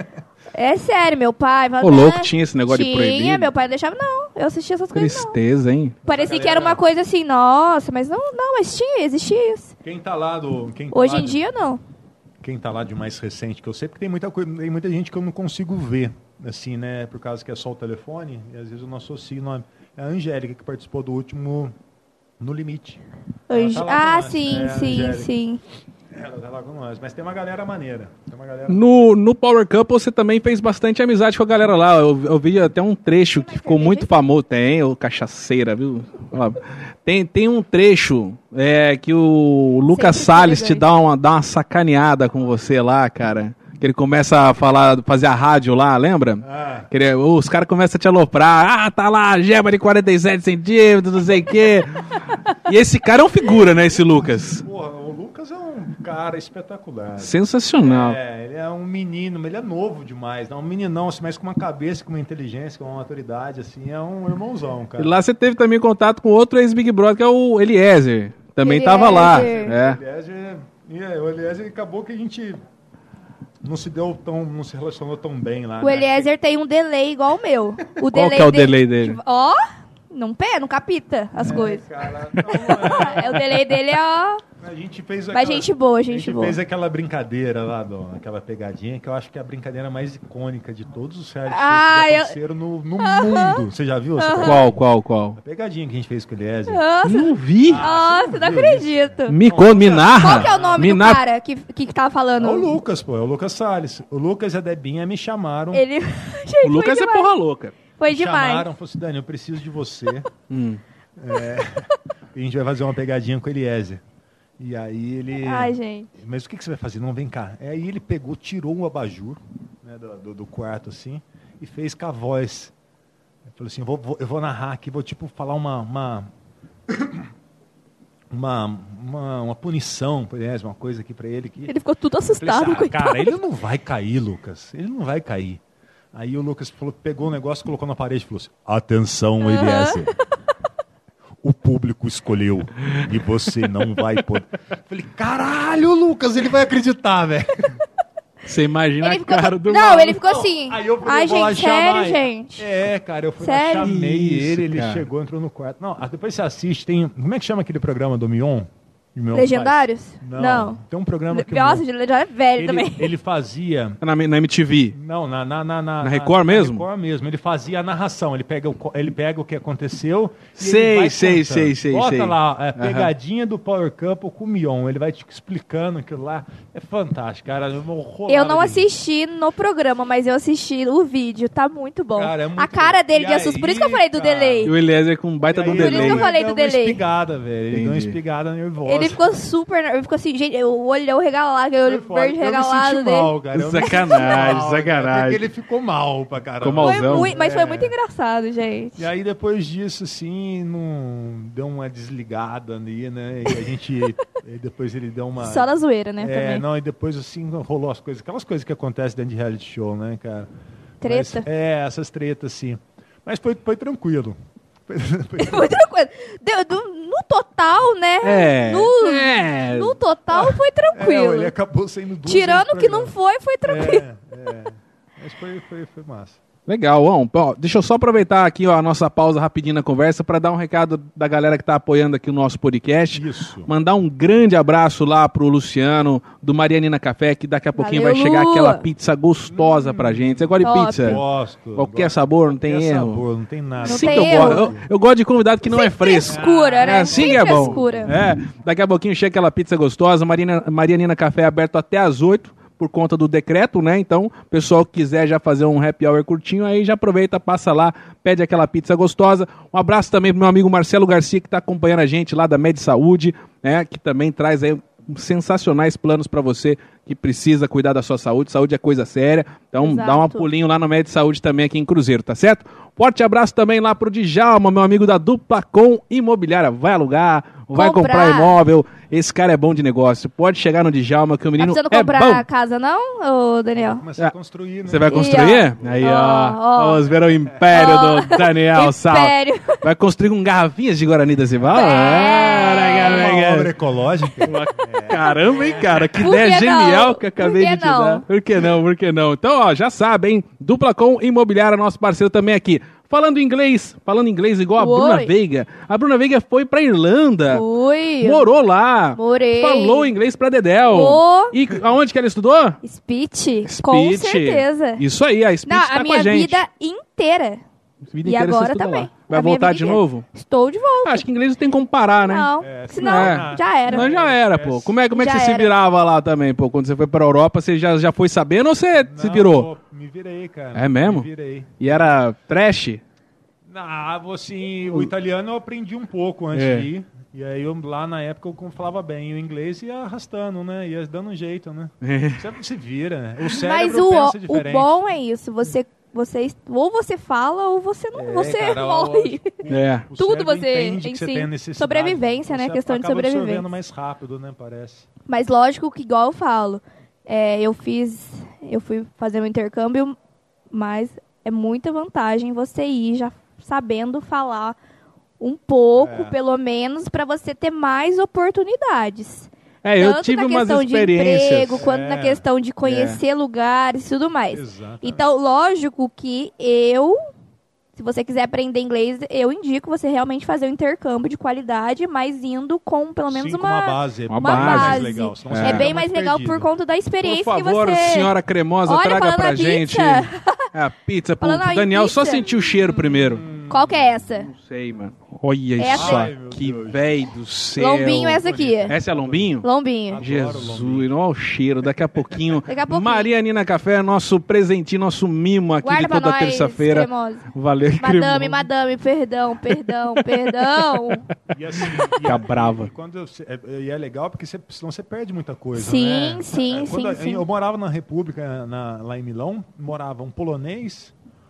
É sério, meu pai... falava,
Ô, louco,
"Ah,
tinha esse negócio de proibir?
Tinha, meu pai não deixava, não. Eu assistia essas coisas, não.
Tristeza, hein?
Parecia
A
que era
galera-
uma coisa assim, nossa, mas não, não, mas tinha, existia isso.
Quem tá lá do... Quem tá
Hoje
lá
em
de-
dia, não.
Quem tá lá de mais recente, que eu sei, porque tem muita, coisa, tem muita gente que eu não consigo ver, assim, né? Por causa que é só o telefone, e às vezes eu não associo o nome. É a Angélica, que participou do último No Limite. Ela
Ange-
tá lá com
Ah,
nós.
sim,
É, a
sim,
Angélica.
sim.
Ela tá lá com nós. Mas tem uma galera maneira. Tem uma galera...
No, no Power Couple você também fez bastante amizade com a galera lá. Eu, eu vi até um trecho que ficou muito famoso. Tem, o cachaceira, viu? Ó, Tem, tem um trecho é, que o Lucas
Sempre
Salles te
elegante.
dá uma, dá uma sacaneada com você lá, cara. Que ele começa a falar, fazer a rádio lá, lembra?
Ah,
Que ele- os caras começam a te aloprar. Ah, tá lá, gema de quarenta e sete centímetros, não sei o quê. E esse cara é um figura, né, esse Lucas?
porra, o Lucas é um cara espetacular.
Sensacional.
É, ele é um menino, mas ele é novo demais. Não é um meninão, assim, mas com uma cabeça, com uma inteligência, com uma maturidade, assim, é um irmãozão,
E
cara.
lá você teve também contato com outro ex-Big Brother, que é o Eliezer. Também tava lá.
Eliezer.
É.
O Eliezer, é, o Eliezer acabou que a gente não se deu tão, não se relacionou tão bem lá.
O
né?
Eliezer tem um delay igual o meu. O
Qual que é o delay dele?
Ó, não pé, não capita as coisas.
Cara, não, é,
É, o delay dele é ó.
a gente fez
Mas gente boa, gente
a gente
boa.
fez aquela brincadeira lá, do, aquela pegadinha, que eu acho que é a brincadeira mais icônica de todos os reality shows
Ah,
que já
eu-
aconteceram no, no mundo. Você já viu essa pegadinha?
Qual, qual, qual?
A pegadinha que a gente fez com o Eliezer.
Nossa,
Não vi.
nossa, não
viu
acredito.
Me, conta, me narra.
Qual que é o nome
me
do
narra-
cara que, que tava falando?
É o Lucas, pô, é o Lucas Salles. O Lucas e a Debinha me chamaram.
Ele... Gente,
O Lucas
foi
é
demais.
porra louca.
Foi
me
demais.
chamaram, falaram assim, Dani, eu preciso de você.
Hum.
É, e a gente vai fazer uma pegadinha com o Eliezer. E aí ele...
Ai, gente.
Mas o que, que você vai fazer? Não, vem cá. Aí ele pegou, tirou um abajur, né, do, do, do quarto, assim, e fez com a voz. Ele falou assim, eu vou, vou- eu vou narrar aqui, vou tipo falar uma... uma Uma, uma, uma punição, por exemplo, uma coisa aqui pra ele. Que...
Ele ficou tudo
Eu falei
assustado,
assim, ah,
coitado.
cara, ele não vai cair, Lucas. Ele não vai cair. Aí o Lucas falou, pegou o negócio, colocou na parede e falou assim, atenção, Eliezer. O público escolheu e você não vai poder. Eu falei, caralho, Lucas, ele vai acreditar, velho.
Você imagina
Ele
a
ficou...
cara do
Não,
maluco.
ele ficou assim.
Aí eu falei,
Ai,
eu vou lá
gente, sério,
chamar ele.
gente.
É, cara, eu fui lá,
Sério?
chamei
Isso,
ele, ele
cara.
chegou, entrou no quarto. Não, ah, depois você assiste, tem... Como é que chama aquele programa do Mion? Que o Mion
Legendários?
faz? Não.
Não.
Tem um programa que o
Nossa,
Mion-
de Legendário é velho
ele,
também.
ele fazia...
Na, na M T V.
Não, na, na, na, na,
Na Record mesmo?
Na Record mesmo. Ele fazia a narração. Ele pega o, co- ele pega o que aconteceu. E
Sei,
ele vai
sei,
contando.
sei, sei,
Bota
sei.
lá, é,
Aham.
pegadinha do Power Couple com o Mion. Ele vai te explicando aquilo lá. É fantástico, cara. Eu, vou rolar
Eu não
de-
assisti no programa, mas eu assisti o vídeo. Tá muito bom.
Cara, é muito
a cara
bom.
dele
E
de assusto. Por isso que eu
aí,
falei do
cara?
delay.
E o Eliezer com um
E
baita de um
aí
Por isso
delay.
que eu falei
deu
do delay.
uma espigada, velho. Ele deu uma
Entendi.
espigada nervosa.
Ele ficou super... Ele ficou assim, gente, o olhão regalado, o olho
Foi foda.
verde
Eu me
regalado
senti
dele.
mal, cara. Eu me senti
Sacanagem,
mal,
sacanagem.
cara, porque ele ficou mal pra caramba.
Ficou mal.
Foi
Malzão.
muito, mas
É.
foi muito engraçado, gente.
E aí depois disso, assim, não deu uma desligada ali, né? E a gente. e depois ele deu uma.
Só na zoeira, né?
É,
também.
não, e depois assim rolou as coisas, aquelas coisas que acontecem dentro de reality show, né, cara?
Treta.
Mas, é, essas tretas, assim. Mas foi, foi tranquilo. Foi, foi-
Foi tranquilo. Deu- do- no total, né?
É.
No,
É.
no total foi
É,
tranquilo.
ele acabou sendo duas
Tirando
vezes
o que não
programa.
foi, foi tranquilo.
É, é. Mas foi, foi, foi massa.
Legal, ó, ó, deixa eu só aproveitar aqui ó, a nossa pausa rapidinho na conversa para dar um recado da galera que está apoiando aqui o nosso podcast.
Isso.
Mandar um grande abraço lá pro Luciano, do Marianina Café, que daqui a pouquinho
Valeu,
vai chegar
Lu.
aquela pizza gostosa hum, pra gente. Você gosta de
top.
pizza?
Gosto.
Qualquer
gosto.
sabor, não tem
Qualquer
erro?
sabor, não tem nada.
Não
Assim
tem
que eu
erro.
gosto. Eu, eu gosto de convidado que não
Sem
é fresco.
frescura, né?
É assim
Sem
que é bom.
frescura.
É, daqui a pouquinho chega aquela pizza gostosa. Mariana, Marianina Café é aberto até às oito. Por conta do decreto, né? Então, o pessoal que quiser já fazer um happy hour curtinho, aí já aproveita, passa lá, pede aquela pizza gostosa. Um abraço também pro meu amigo Marcelo Garcia, que está acompanhando a gente lá da Med Saúde, né? Que também traz aí sensacionais planos para você que precisa cuidar da sua saúde. Saúde é coisa séria. Então,
Exato.
dá um pulinho lá no Med Saúde também aqui em Cruzeiro, tá certo? Forte abraço também lá pro Djalma, meu amigo da Duplacom Imobiliária. Vai alugar, vai comprar,
Comprar.
imóvel. Esse cara é bom de negócio. Pode chegar no Djalma que o
Tá
menino
precisando
é
comprar
bom.
casa não, ô Daniel?
Começar a construir, né?
Você vai
E,
construir?
ó,
Aí, ó.
ó, ó.
Vamos ver o império
Ó.
do Daniel Sal.
Império.
Vai construir com garrafinhas de Guarani da Cibal?
Uma obra ecológica.
Caramba, hein, cara? Que
Por
ideia
que
genial
não?
que eu acabei
Por que
de te
não?
dar. Por que não? Por que não? Então, ó, já sabe, hein? Duplacom Imobiliária, nosso parceiro também aqui. Falando inglês, falando inglês igual a
Oi.
Bruna Veiga. A Bruna Veiga foi pra Irlanda.
Fui.
Morou lá.
Morei.
Falou inglês pra Dedéu.
Ô.
E aonde que ela estudou?
Speech, com
Speech.
certeza.
Isso aí, a Speech
Não,
tá
a
com
minha
a gente.
vida inteira.
Vida
E
inteira você
agora
estuda
também.
lá. Vai
A minha
voltar
vida
de
inteira.
novo?
Estou de volta.
Ah, acho que inglês não tem como parar, né?
Não,
É,
senão
é.
já era.
Não, já era, pô. Como é, como é que
Já
você se
era.
virava lá também, pô? Quando você foi pra Europa, você já, já foi sabendo ou você se
Não,
virou?
pô, me virei, cara.
É mesmo?
Me virei.
E era trash?
Ah, assim, o italiano eu aprendi um pouco antes
É.
de ir. E aí, eu, lá na época, eu falava bem. E o inglês ia arrastando, né? Ia dando um jeito, né? Sempre se vira, né? O
Mas
cérebro
o,
pensa
o
diferente.
bom é isso. Você, você, ou você fala ou você não.
É,
você
cara,
morre.
o-
É.
o
Tudo
cérebro
você
entende
em
que você
si.
tem a necessidade.
Sobrevivência, né?
Você
Questão de
acaba
sobrevivência.
absorvendo mais rápido, né? Parece.
Mas lógico que, igual eu falo, é, eu fiz. Eu fui fazer um intercâmbio, mas é muita vantagem você ir já sabendo falar um pouco,
É.
pelo menos, para você ter mais oportunidades.
É, eu
Tanto
tive
na
umas
questão de
experiências.
emprego, quanto
É.
na questão de conhecer lugares e tudo mais.
Exato.
Então, lógico que eu, se você quiser aprender inglês, eu indico você realmente fazer um intercâmbio de qualidade, mas indo com pelo menos
Sim, com
uma,
uma base.
uma
é
base.
bem mais legal. senão
É,
você fica
bem mais legal
perdido.
por conta da
Por
experiência
favor,
que você...
senhora cremosa,
Olha,
traga
falando
pra
na
gente
pizza.
a pizza pro
Falando em
Daniel só
pizza.
sentir o cheiro primeiro.
Qual que é essa?
Não sei, mano. Olha
Essa
isso
aí. Ai, meu
aqui,
Deus.
velho do céu.
Lombinho essa aqui.
Essa é lombinho?
Lombinho.
Adoro
Jesus,
lombinho.
olha o cheiro. Daqui a pouquinho,
Daqui a pouquinho.
Maria Nina Café, nosso presentinho, nosso mimo aqui
Guarda
de
pra
toda
nós,
terça-feira.
cremosa.
Valeu,
Madame,
cremoso.
madame, perdão, perdão, perdão.
E assim,
Fica
e-
brava.
E, quando eu- é, e é legal porque você, senão você perde muita coisa.
Sim,
né?
sim,
É, quando
sim,
a-
sim.
Eu morava na República, na- lá em Milão, morava um polonês,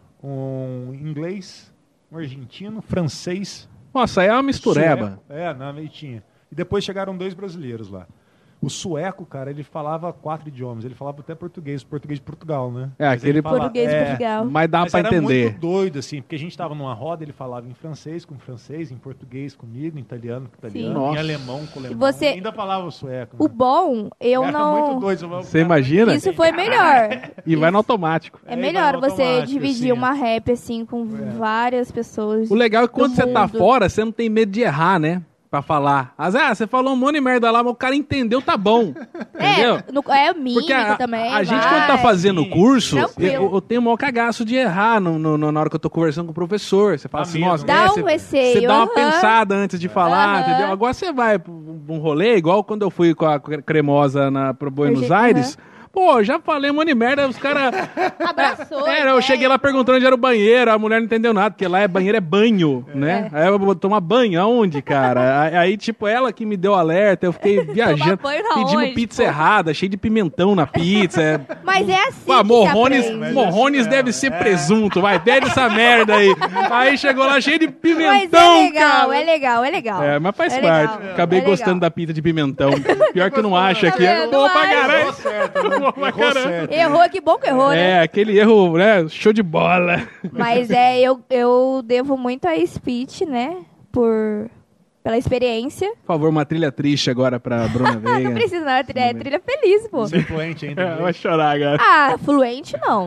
um inglês, um argentino, francês.
Nossa, aí é uma mistureba.
sueco. É, na meio tinha. E depois chegaram dois brasileiros lá. O sueco, cara, ele falava quatro idiomas. Ele falava até português, português de Portugal, né?
É,
Mas
aquele
ele fala-
Português de
é,
Portugal.
Mas dá
Mas
pra
era
entender.
muito doido, assim, porque a gente tava numa roda, ele falava em francês com francês, em português comigo, em italiano com italiano,
Nossa.
em alemão com alemão.
você-
Ainda falava o sueco.
O
né?
bom, eu
Era
não...
muito doido. Você
Você imagina?
Isso foi melhor.
E vai no automático.
É
É,
melhor
vai no
você
automático,
dividir
assim,
uma rap assim com várias pessoas.
O legal é que quando
do
você tá
mundo.
fora, você não tem medo de errar, né? Pra falar. Às vezes, ah, você falou um monte de merda lá, mas o cara entendeu, tá bom. Entendeu?
É, no, é o mímica
Porque a,
também.
a gente,
vai.
quando tá fazendo o
Sim,
curso,
tranquilo.
eu, eu tenho o maior cagaço de errar no, no- no- na hora que eu tô conversando com o professor. Você fala
Dá
assim,
medo,
nossa,
né?
Dá
né,
um
você,
receio,
você dá uma
aham.
pensada antes de falar,
Aham.
entendeu? Agora você vai pra um rolê, igual quando eu fui com a cremosa na, pro Buenos
Argentina.
Aires. Pô, já falei um monte de merda, os caras...
Abraçou.
É, eu
né?
cheguei lá perguntando onde era o banheiro, a mulher não entendeu nada, porque lá é banheiro é banho, né? Aí eu vou tomar banho aonde, cara? Aí, aí, tipo, ela que me deu alerta, eu fiquei viajando,
banho na
pedimos
onde,
pizza
pô?
errada, cheio de pimentão na pizza. é-
Mas é assim
Ah,
que
morrones,
se aprende.
morrones deve ser presunto, vai, pede essa merda aí. Aí chegou lá cheio de
Mas
pimentão,
é legal,
cara.
é legal, é legal.
É, mas faz
É
parte.
legal,
Acabei
é legal.
gostando da pizza de pimentão. Pior que não acha
Tá
aqui. É
vendo?
boa pra
Não acha.
caralho.
Errou certo, né?
Boa pra
Errou
caramba.
certo.
Errou, que bom que errou, né?
É, aquele erro, né? Show de bola.
Mas é, eu, eu devo muito a Speech, né? Por, pela experiência.
Por favor, uma trilha triste agora pra Bruna Veiga.
Não precisa, não. É trilha, é trilha feliz, pô.
Você é fluente ainda.
É,
em
vai
inglês?
chorar, cara.
Ah, fluente não.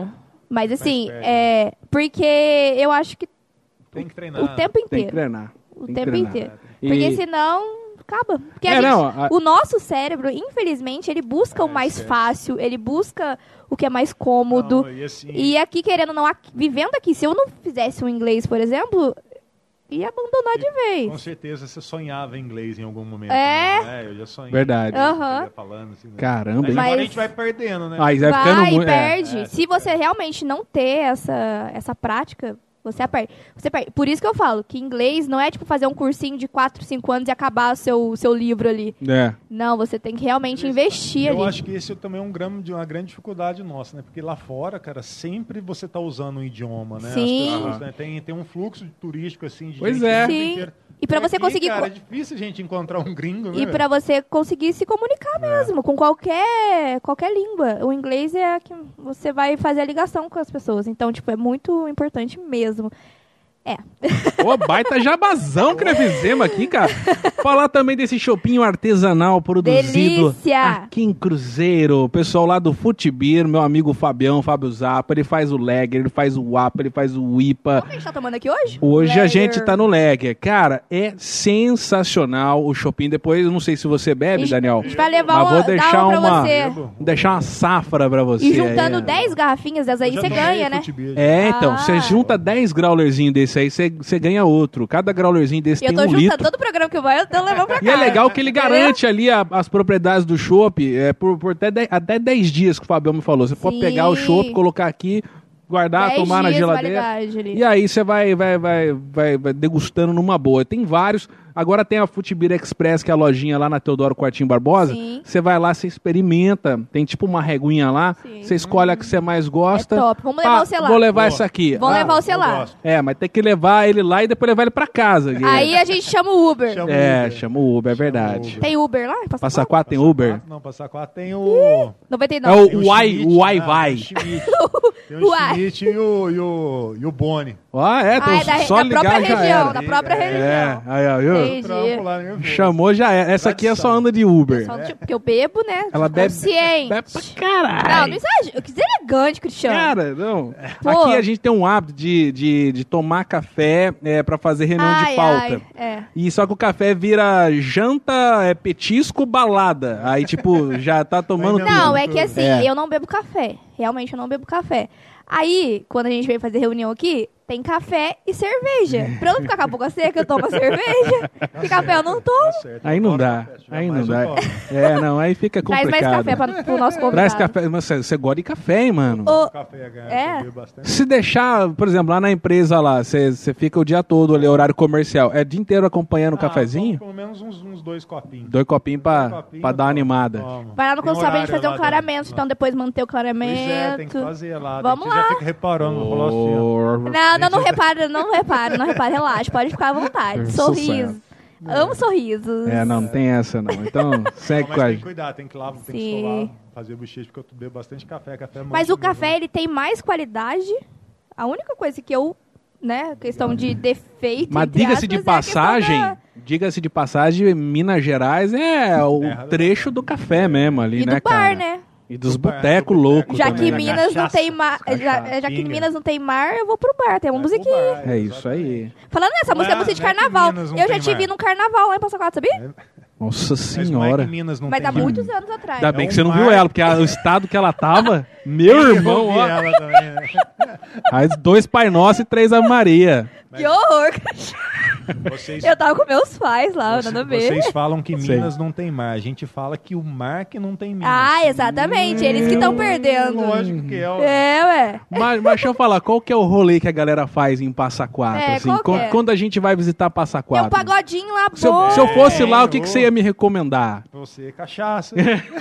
Mas assim,
perde,
é, porque eu acho que
Tem que treinar.
o tempo
Tem que
inteiro.
treinar.
O
tem que
tempo
treinar.
inteiro.
E-
Porque senão acaba. Porque a
É,
gente-
não, a-
o nosso cérebro, infelizmente, ele busca o
É,
mais
certo.
fácil, ele busca o que é mais cômodo.
Não, e assim,
E aqui, querendo ou não, aqui- vivendo aqui, se eu não fizesse o inglês, por exemplo, ia abandonar de
com
vez.
certeza você sonhava em inglês em algum momento.
É?
Né? É, eu já sonhei.
Verdade.
Aham.
Eu ia falando, assim, né?
Caramba,
Mas
hein?
agora
Mas-
a gente vai perdendo, né?
Aí vai ficando
Vai,
muito. É.
perde.
É,
Se você realmente não ter essa, essa prática, você perde. Você perde. Por isso que eu falo que inglês não é tipo fazer um cursinho de quatro, cinco anos e acabar o seu, seu livro ali.
É.
Não, você tem que realmente investir
Eu
ali.
acho que esse também é um grande, de uma grande dificuldade nossa, né? Porque lá fora, cara, sempre você tá usando um idioma, né?
Sim.
As pessoas, né? Tem, tem um fluxo turístico, assim, de
Pois
gente
é.
do mundo
Sim.
inteiro.
E pra você
aqui,
conseguir
cara,
co-
é difícil a gente encontrar um gringo, né?
E pra você conseguir se comunicar mesmo, com qualquer, qualquer língua. O inglês é a que você vai fazer a ligação com as pessoas. Então, tipo, é muito importante mesmo. É.
Ô, baita jabazão que nós fizemos aqui, cara. Falar também desse chopinho artesanal produzido
Delícia!
aqui em Cruzeiro. O pessoal lá do Futibir, meu amigo Fabião, Fábio Zappa, ele faz o Lager, ele faz o A P A, ele faz o I P A.
Qual que a gente tá tomando aqui hoje?
Hoje a
Lager.
gente tá no Lager. Cara, é sensacional o chopinho. Depois, eu não sei se você
A
bebe,
gente-
Daniel.
A gente vai levar
Mas
uma,
vou
dar
deixar
uma pra
uma,
você.
vou deixar uma safra pra você.
E juntando
aí.
dez garrafinhas dessas aí,
Eu já
você
tomei
ganha, né?
Futibir.
É, então,
Ah.
você junta dez growlerzinhos desse aí, você você ganha outro. Cada growlerzinho desse
E eu
tem
tô
um
juntando
litro.
todo o programa que eu vou, eu tô levando pra cá.
E é legal que ele garante ali a- as propriedades do chopp é, por, por até, dez, até dez dias que o Fabião me falou. Você pode
Sim.
pegar o chopp, colocar aqui, guardar,
Dez
tomar na
dias
geladeira.
validade ali.
E aí você vai, vai, vai, vai, vai degustando numa boa. Tem vários. Agora tem a Futibir Express, que é a lojinha lá na Teodoro Quartinho Barbosa.
Sim.
Você vai lá, você experimenta. Tem tipo uma reguinha lá.
Sim.
Você escolhe a que você mais gosta.
É top. Vamos levar
Pá,
o celular.
Vou levar
Boa.
essa aqui.
Vamos
Ah,
levar o
Eu
celular.
gosto.
É, mas tem que levar ele lá e depois levar ele pra casa.
Aí a gente chama o Uber.
Chama
É,
Uber.
chama o Uber, é
Chama
verdade.
Uber.
Tem Uber lá? Passa
Passa
quatro?
quatro tem Uber?
Quatro, não, passar quatro tem o...
noventa e
É
nove.
o
tem
Uai,
Schmidt,
Uai
né?
vai.
Tem o Schmidt, tem o
Uai.
Schmidt e o, e o, e o Boni.
Ah, é, então
Ah, é da,
só
da
ligar
própria
já
região,
era.
da própria
É,
região.
É, aí, ó, viu?
Entendi.
Trampo lá, né?
Chamou já era. Essa aqui é só anda de Uber.
Só, tipo, porque eu bebo, né?
Ela bebe,
Consciente.
bebe pra caralho.
Não, não exagero. Eu quis elegante, Cristiano.
Cara, não.
Pô.
Aqui a gente tem um hábito de, de, de tomar café é, pra fazer reunião
ai,
de pauta.
ai, é.
E só que o café vira janta, é, petisco, balada. Aí, tipo, já tá tomando
Não,
tudo.
Não, é que assim,
É.
eu não bebo café. Realmente eu não bebo café. Aí, quando a gente veio fazer reunião aqui, tem café e cerveja. Pra eu não ficar com a boca seca, eu tomo a cerveja. Porque café eu não tomo.
Tá certo.
Aí não
Adoro
dá.
café. Se tiver
Aí não
mais, eu
dá.
tomo.
É, não, aí fica
Traz
complicado.
mais café pra, pro nosso convidado.
Traz café. Mas você, você gosta de café, hein, mano?
Ô,
Café, cara,
É?
eu bebo bastante.
Se deixar, por exemplo, lá na empresa lá, você você fica o dia todo ali, horário comercial. É o dia inteiro acompanhando o
Ah,
cafezinho?
tomo pelo menos uns, uns dois copinhos.
Dois copinhos pra,
Dois copinhos
pra
eu
dar uma
tomo,
animada.
tomo.
vai lá no
Tem
consultório pra gente
horário
fazer um
lá
clareamento,
da-
então depois manter o
Pois é, tem
clareamento.
que fazer lá.
Vamos
Você
lá.
já fica reparando, vou falar assim, ó.
Não, não, não repara, não repara, não repara, relaxa, pode ficar à vontade. Sorriso. Amo sorrisos.
É, não, não tem essa não. Então,
Não,
segue
mas
com a
tem que
gente.
cuidar, tem que lavar, tem que
Sim.
escovar, fazer bochecha, porque eu bebo bastante café. Café é
Mas
muito
o
bom,
café,
né?
ele tem mais qualidade. A única coisa que eu, né, questão de defeito,
Mas
entre
diga-se de
aspas, é a questão
passagem,
da-
diga-se de passagem, Minas Gerais é o
Terra do
trecho do café mesmo ali,
E
né,
do bar,
cara?
né?
E dos
Do bar,
botecos
do boteco.
loucos
Já
também,
que
né?
Minas não
Cachaça,
tem mar, já,
cachaça,
já que
pinga.
Minas não tem mar, eu vou pro bar, tem uma
Vai pro
musiquinha.
bar,
É isso aí.
Falando nessa música, é
Não é-
música de
não é que
carnaval.
Minas não
Eu já
tem
te vi
mar.
num carnaval lá em Passa Quatro, sabia?
Nossa
Mas não é
senhora.
que Minas não
Mas
tem
há
mar.
muitos anos atrás.
Ainda bem
É
que
um
você não viu
mar.
ela, porque a- o estado que ela tava, meu
Eu
irmão,
vi
ó.
ela também, né?
Aí dois Pai Nosso e três Ave Maria.
Que horror.
Vocês,
Eu tava com meus pais lá,
vocês,
nada a ver.
vocês falam que
Sei.
Minas não tem mar. A gente fala que o mar que não tem Minas.
Ah, exatamente. Eles que estão perdendo.
Lógico que é. ó.
É, ué.
Mas, mas deixa eu falar, qual que é o rolê que a galera faz em Passa Quatro?
É,
assim,
qual que
Quando-
é?
quando a gente vai visitar Passa
Tem um
Quatro?
pagodinho lá
Se eu,
bom.
se eu fosse lá, o
É,
que, que
ô.
você ia me recomendar?
Você, cachaça.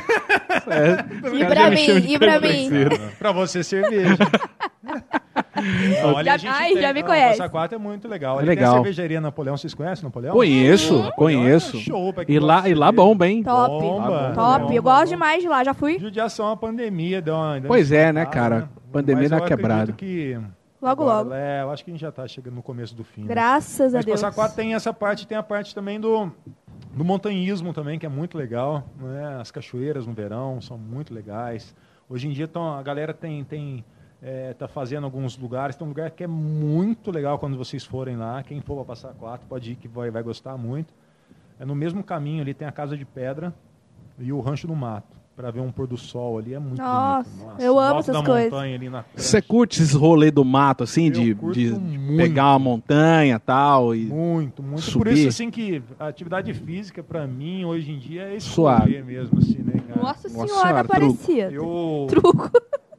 E pra mim, e pra mim.
Pra você, cerveja. Não, ali
Já-
a gente
ai,
tem-
já me
não,
conhece.
Passa Quatro é muito legal.
É
Ali
legal.
tem a cervejaria Napoleão. Vocês conhecem Napoleão?
Conheço,
Napoleão
conheço.
é show pra quem
E
gosta
lá,
de
e lá
cerveja.
bomba, hein?
Top.
Bomba,
Top.
bomba,
Eu gosto
bomba.
demais de lá, já fui.
Judiação, a pandemia deu uma... deu
Pois
uma
é, né,
espantada,
cara? Pandemia
Mas
dá
eu acredito
quebrada.
que
Logo,
agora,
logo.
É, eu acho que a gente já tá chegando no começo do fim. né?
Graças a
Mas
Deus.
Passa Quatro tem essa parte, tem a parte também do, do montanhismo também, que é muito legal. Né? As cachoeiras no verão são muito legais. Hoje em dia tão, a galera tem, tem É, tá fazendo alguns lugares. Tem um lugar que é muito legal quando vocês forem lá. Quem for para Passa Quatro pode ir que vai, vai gostar muito. É no mesmo caminho ali, tem a Casa de Pedra e o Rancho do Mato. Para ver um pôr do sol ali, é muito
Nossa,
bonito. Nossa,
eu amo
alto
essas
da
coisas.
montanha ali na frente.
Você curte esses rolês do mato, assim,
Eu
de,
curto
de
muito.
pegar uma montanha e tal? E...
Muito, muito.
subir.
Por isso, assim, que a atividade física, para mim, hoje em dia, é esse
Suave.
rolê mesmo, assim, né, cara?
Nossa
Nossa
senhora,
senhora,
parecia.
Eu,
Truco.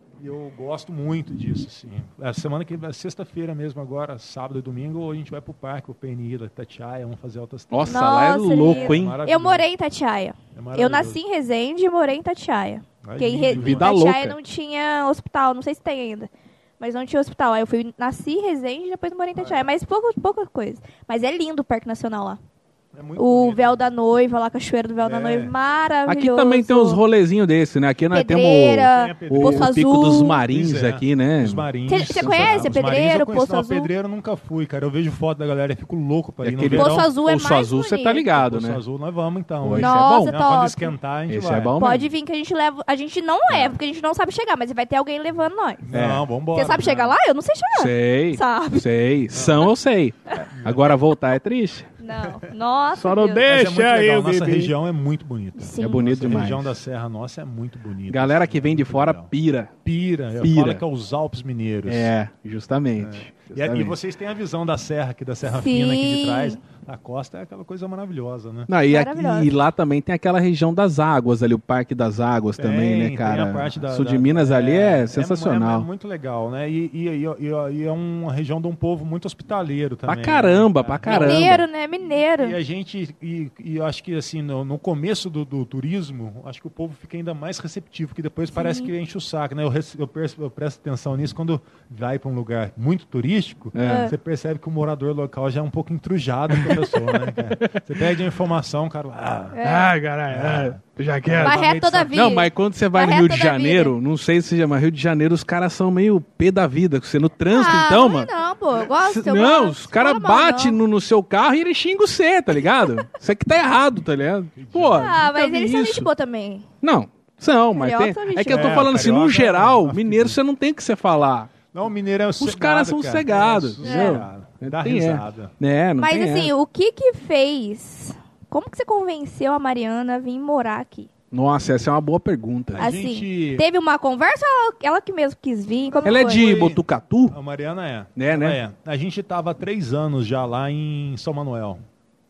eu gosto muito disso, assim. A semana que vem, sexta-feira mesmo, agora, sábado e domingo, a gente vai pro parque, o P N I da Itatiaia, vamos fazer altas...
Nossa, lá é
Nossa,
louco,
lindo.
hein?
Maravilhoso.
Eu morei em Itatiaia.
É
Eu
maravilhoso.
nasci em Resende e morei em Itatiaia.
Ai,
Porque em,
lindo,
Re...
lindo.
em
Vida
Itatiaia
louca.
não tinha hospital, não sei se tem ainda. Mas não tinha hospital. Aí eu fui, nasci em Resende e depois morei em Itatiaia. Mas pouca, pouca coisa. Mas é lindo o Parque Nacional lá.
É muito
O
bonito.
Véu da Noiva, lá, a Cachoeira do Véu da
É.
Noiva, maravilhoso.
Aqui também tem uns rolezinhos desses, né? Aqui nós temos
Pedreira,
Tem a
o,
Poço
o Pico
Azul.
dos Marins
Pois é.
aqui, né?
Os Marins.
Você- você conhece
Os Marins
Pedreiro,
eu conheço.
Poço
Não,
Azul?
Pedreiro eu nunca fui, cara. Eu vejo foto da galera e fico louco pra ir no
Aquele
verão.
Poço Azul é
Poço
mais
Azul, você tá
bonito.
ligado,
Poço
né?
Azul, nós vamos então.
Pô,
Esse
esse é
Nossa,
bom.
Não, quando
top.
esquentar, a gente
Esse
vai.
é bom
Pode
mesmo.
vir que a gente leva. A gente não leva, porque a gente não sabe chegar, mas vai ter alguém levando nós.
Não, vambora.
Você sabe chegar lá? Eu não sei chegar.
Sei,
Sabe?
sei. São eu sei. Agora voltar é triste.
Não. Nossa.
Só não
Deus.
Mas é
deixa
muito
aí,
legal. Nossa
bebê.
região é muito bonita.
Sim.
É bonito
Nossa
demais.
região da Serra Nossa é muito bonita.
Galera
assim,
que vem de
muito
fora
legal.
pira.
Pira. Eu
Pira.
falo que é os Alpes Mineiros.
É, justamente.
E, e vocês têm a visão da serra aqui, da Serra
Sim.
Fina aqui de trás. A costa é aquela coisa maravilhosa, né?
Não, e, aqui-
Maravilhosa.
e lá também tem aquela região das águas ali, o Parque das Águas
Tem,
também, né,
tem
cara?
a parte da,
Sul de
da-
Minas ali é,
É
sensacional.
É, muito legal, né? E, e, e, e- e é uma região de um povo muito hospitaleiro também.
Pra caramba,
né,
pra
cara?
caramba.
Mineiro, né? Mineiro.
E a gente, e, e eu acho que assim, no, no começo do, do turismo, acho que o povo fica ainda mais receptivo, que depois parece que enche o saco, né? Eu, res- eu, perce- eu presto atenção nisso, quando vai para um lugar muito turístico,
É.
você percebe que o morador local já é um pouco entrujado com a pessoa, né, cara? Você pede a informação, cara, ah,
Ah, caralho, é, já quero.
Vai reto toda a vida.
Não, mas quando você vai no
Vai
Rio de
reto da
Janeiro,
vida.
não sei se chama Rio de Janeiro, os caras são meio pé da vida. Você no trânsito,
Ah,
então,
não,
mano.
Não, pô, eu gosto. Eu
Não,
gosto.
os caras
Fala mal,
batem
não.
no, no seu carro e ele xinga você, tá ligado? Isso aqui tá errado, tá ligado? Pô,
Ah, mas
nunca vi
eles são
isso.
gente boa também.
Não, são, mas
Carioca
tem...
são gente
É que eu tô
boa.
falando assim, no
Carioca é
geral,
uma
mineiro
figura.
você não tem que você falar.
não, o mineiro é sossegado,
caras são
cara.
sossegados,
É,
entendeu?
sossegado. Dá
Tem, é.
risada.
É, não
Mas
tem
assim,
essa.
o que que fez? Como que você convenceu a Mariana a vir morar aqui?
Nossa, essa é uma boa pergunta.
A
Assim,
gente-
teve uma conversa ou ela, ela que mesmo quis vir? Como
Ela é
foi?
de
Foi-
Botucatu?
A Mariana é.
É,
Ela
né?
é. A gente estava há três anos já lá em São Manuel.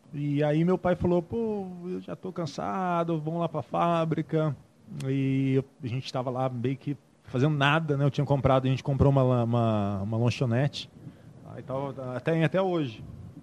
E aí meu pai falou, pô, eu já tô cansado, vamos lá pra fábrica. E eu- a gente estava lá meio que fazendo nada, né? Eu tinha comprado, a gente comprou uma, lan- uma, uma lanchonete. Aí tava, até, até hoje.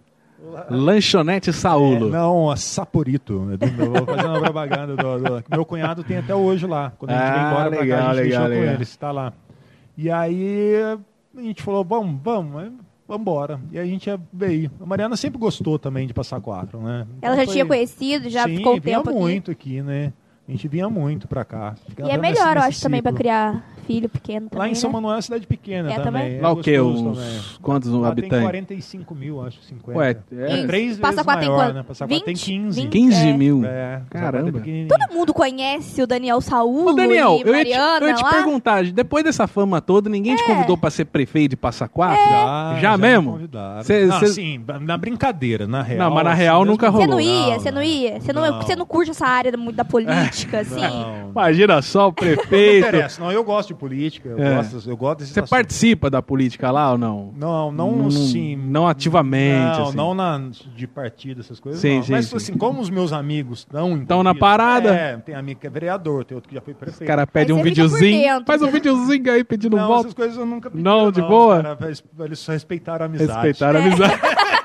Lanchonete
É,
Saulo.
não, a Saporito. Eu vou fazer uma propaganda. Do, do- meu cunhado tem até hoje lá. Quando a gente
Ah,
vem embora pra cá,
legal,
a gente
legal,
deixou com
legal.
ele, está lá. E aí a gente falou, vamos, vamos, aí, vamos embora. E aí a gente veio. A Mariana sempre gostou também de Passa Quatro, né? Então
Ela já
foi-
tinha conhecido, já
Sim,
ficou um
vinha
tempo aqui.
muito aqui, né? A gente vinha muito pra cá. Fica
E é
andando nesse-
melhor, eu
nesse
acho, também, pra
ciclo.
criar filho pequeno também,
Lá em São
né?
Manuel é uma cidade pequena
É,
também.
também?
É
Lá o quê?
gostoso
Uns
também.
quantos
Lá tem
habitantes?
quarenta e cinco mil, acho, cinquenta.
Ué,
E
é
três
Passa
vezes
Quatro tem
maior,
quanto?
né? Passa Quatro tem
vinte?
quinze.
vinte?
quinze
É.
mil.
É,
Caramba.
Todo mundo conhece o Daniel Saúl
Ô, Daniel,
e
eu ia, te,
Mariana
eu ia te
lá.
perguntar, depois dessa fama toda, ninguém te
É.
convidou pra ser prefeito de Passa Quatro?
Já,
Já
me
mesmo?
convidaram.
Cê-
não,
cê-
assim, na brincadeira, na real.
Não, mas na
assim,
real
mesmo-
nunca
Você
rolou.
não ia,
Não,
você não
não.
ia. Você não,
Não.
você não curte essa área muito da política, assim.
Não,
Imagina só o
não
prefeito.
interessa. Não, eu gosto de política, eu
É.
gosto, eu gosto desse
Você
assunto.
participa da política lá ou não?
Não, não,
Não-
sim.
não ativamente,
Não,
assim.
não na, de partido, essas coisas.
Sim,
não.
sim,
Mas
sim.
assim, como os meus amigos estão
Tão na parada?
É, tem amigo que é vereador, tem outro que já foi
Os
prefeito.
caras pedem
Aí
um
você fica por
videozinho.
dentro,
Faz um
você-
videozinho aí pedindo
não,
voto.
essas coisas eu nunca pedi.
Não, de boa?
Cara, eles, eles só respeitaram a amizade.
Respeitar a amizade.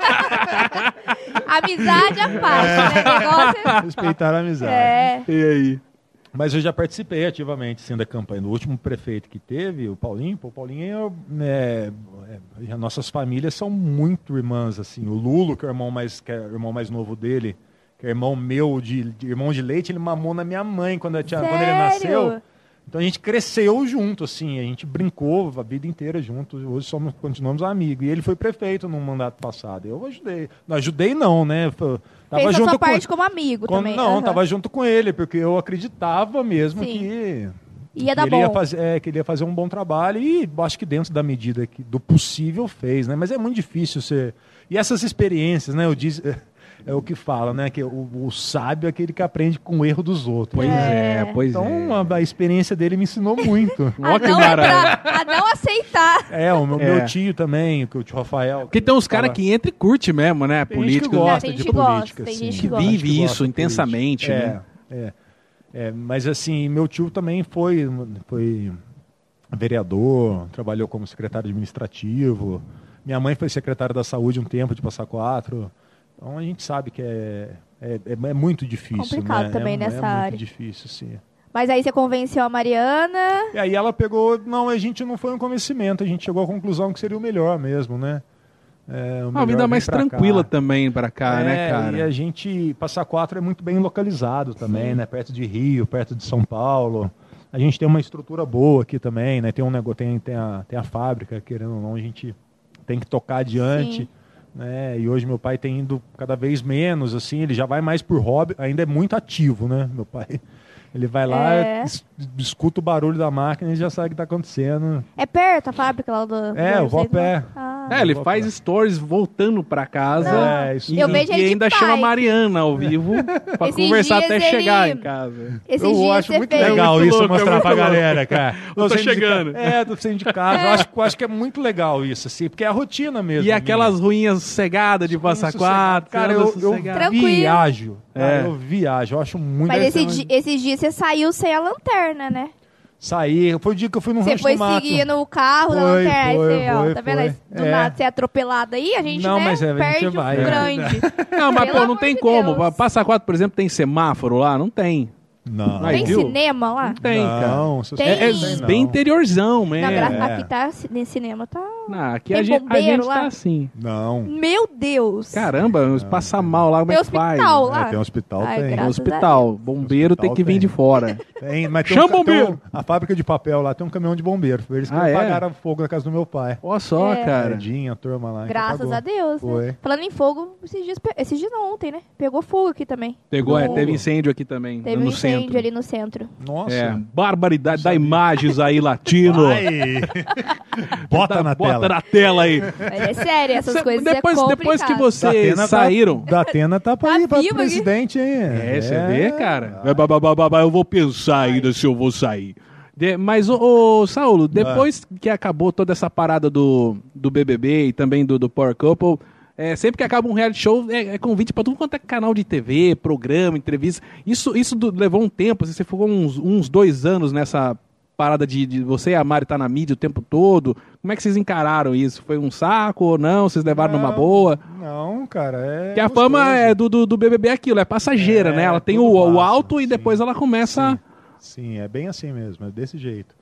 Amizade à parte, né? Negócio é-
Respeitaram a amizade.
é.
E aí?
Mas eu já participei ativamente sim, da campanha. No último prefeito que teve, o Paulinho, pô, o Paulinho é, é, nossas famílias são muito irmãs, assim. O Lulo, que é o irmão mais, que é o irmão mais novo dele, que é irmão meu, de, de irmão de leite, ele mamou na minha mãe quando, eu tinha, quando ele
Sério?
nasceu. Então a gente cresceu junto, assim, a gente brincou a vida inteira junto, hoje somos, continuamos amigos. E ele foi prefeito no mandato passado. Eu ajudei. Não ajudei não, né? Foi- Tava
Fez a
junto
sua
com
parte como amigo
com-
também.
Não,
aham.
tava junto com ele, porque eu acreditava mesmo
Sim.
que
ia dar
ele ia
bom.
fazer, é, que ele ia fazer um bom trabalho e acho que dentro da medida que, do possível fez, né? Mas é muito difícil ser... E essas experiências, né? Eu disse, é, é o que fala, né? Que o, o sábio é aquele que aprende com o erro dos outros.
Pois
É.
é, pois
Então
é.
a, a experiência dele me ensinou muito.
A
Ó que
não,
maravilha.
entrar, a não aceitar.
É, o meu,
É.
meu tio também, que o tio Rafael.
Porque tem uns caras
fala-
que entram e curte mesmo, né?
Tem gente que
Política.
gosta
Tem gente
de
que gosta,
política,
tem
sim.
gente que
Que
gosta.
vive
Gente que gosta
isso
de
intensamente,
política.
né?
É, é, é. Mas assim, meu tio também foi, foi vereador, trabalhou como secretário administrativo. Minha mãe foi secretária da saúde um tempo de Passa Quatro. Então a gente sabe que é, é, é, é muito difícil.
Complicado
né?
também
é,
nessa
é
área.
muito difícil, sim.
Mas aí você convenceu a Mariana.
E aí ela pegou, não, a gente não foi um convencimento, a gente chegou à conclusão que seria o melhor mesmo, né? É, o
Uma
melhor
vida
vir
mais
pra
tranquila
cá.
também pra cá,
É,
né, cara?
E a gente, Passa Quatro é muito bem localizado também, né? Perto de Rio, perto de São Paulo. A gente tem uma estrutura boa aqui também, né? Tem um negócio, tem, tem, a, tem a fábrica, querendo ou não, a gente tem que tocar adiante.
Sim.
Né? E hoje meu pai tem indo cada vez menos, assim, ele já vai mais por hobby, ainda é muito ativo, né? Meu pai, ele vai lá,
É.
es- escuta o barulho da máquina e já sabe o que está acontecendo.
É perto a fábrica lá do...
É,
do
eu vou a pé.
Ah.
É, ele
Vou
faz
pra-
stories voltando pra casa.
Não.
É, isso
E,
Eu vejo ele
e
de
ainda
bike.
chama a Mariana ao vivo pra
Esses
conversar
dias
até chegar
ele-
em casa.
Esses
eu
dias
acho
você
muito
fez...
legal
É muito
isso
louco, é
mostrar
muito
pra
louco.
galera, cara.
Eu tô
saindo de
chegando.
ca- É, tô saindo de casa. Eu acho, eu acho que é muito legal isso, assim, porque é a rotina mesmo.
E
a
aquelas
minha.
ruinhas sossegadas de Passa
Isso,
Quatro.
cara,
anda
eu, eu
sossegado.
Tranquilo.
viajo. Cara,
É.
eu viajo, eu acho muito
Mas esse
legal.
di- esses dias você saiu sem a lanterna, né?
Saí, foi o dia que eu fui num
Você
rancho
foi
no mato.
seguindo o carro da
Foi,
lanterna. Aí
foi,
você, ó,
foi,
tá vendo?
foi.
Aí, do
É.
nada você é atropelado aí, a gente,
Não,
né,
mas é, a gente
perde
vai,
um
é.
grande.
Não, mas
Pelo
pô, não
amor
tem
de
como.
Deus.
Passa Quatro, por exemplo, tem semáforo lá? Não tem.
Não.
Aí,
Tem
viu?
cinema lá?
Não tem, cara.
Não, se você-
Tem.
É, é
Tem,
bem
não.
interiorzão mesmo.
Não, gra-
É.
aqui tá, nesse cinema tá...
Não, aqui
Tem
a gente, a
bombeiro
gente
lá?
tá assim.
Não.
Meu Deus!
Caramba, passa mal lá, como
Tem
é que faz?
hospital
É,
lá.
tem um hospital,
Ai,
tem.
No
graças a
hospital. Bombeiro
Hospital
tem que vir
tem.
de fora.
Tem, mas tem
Chama
um, ca-
o
tem
bombeiro.
um- a fábrica de papel lá tem um caminhão de bombeiro. Foi eles que
Ah, é?
apagaram fogo na casa do meu pai.
Olha só,
É.
cara.
Tadinha, a turma lá. que
Graças
apagou.
a Deus, né?
Foi.
Falando em fogo, esses dias, pe- esses dias não, ontem, né? Pegou fogo aqui também.
Pegou, é,
No-
teve incêndio aqui também,
Teve
no
um incêndio
centro.
ali no centro.
Nossa.
É, barbaridade da
Sabia.
imagens aí, latino.
Vai. Bota
Tá-
na
bota
tela.
na tela aí.
Mas é sério, essas
Cê-
coisas
depois,
é
depois que
complicado.
vocês
Datena
saíram...
Tá, Datena tá pra
Tá
ir pra
vivo aqui.
presidente, hein?
É, você vê, cara. Ba, ba, ba, ba, ba, Eu vou pensar ainda se eu vou sair. De- mas, ô, ô, Saulo, depois que acabou toda essa parada do, do B B B e também do, do Power Couple, é, sempre que acaba um reality show, é, é convite pra tudo quanto é canal de T V, programa, entrevista. Isso, isso do- levou um tempo, assim, você ficou uns, uns dois anos nessa parada de, de você e a Mari estar na mídia o tempo todo. Como é que vocês encararam isso? Foi um saco ou não? Vocês levaram numa
Não,
boa?
Não, cara, é.
Porque a
gostoso.
fama é do, do, do B B B é aquilo, é passageira,
É,
né? Ela tem o,
tudo
o
passa,
alto e
sim.
depois ela começa...
Sim, é bem assim mesmo, é desse jeito.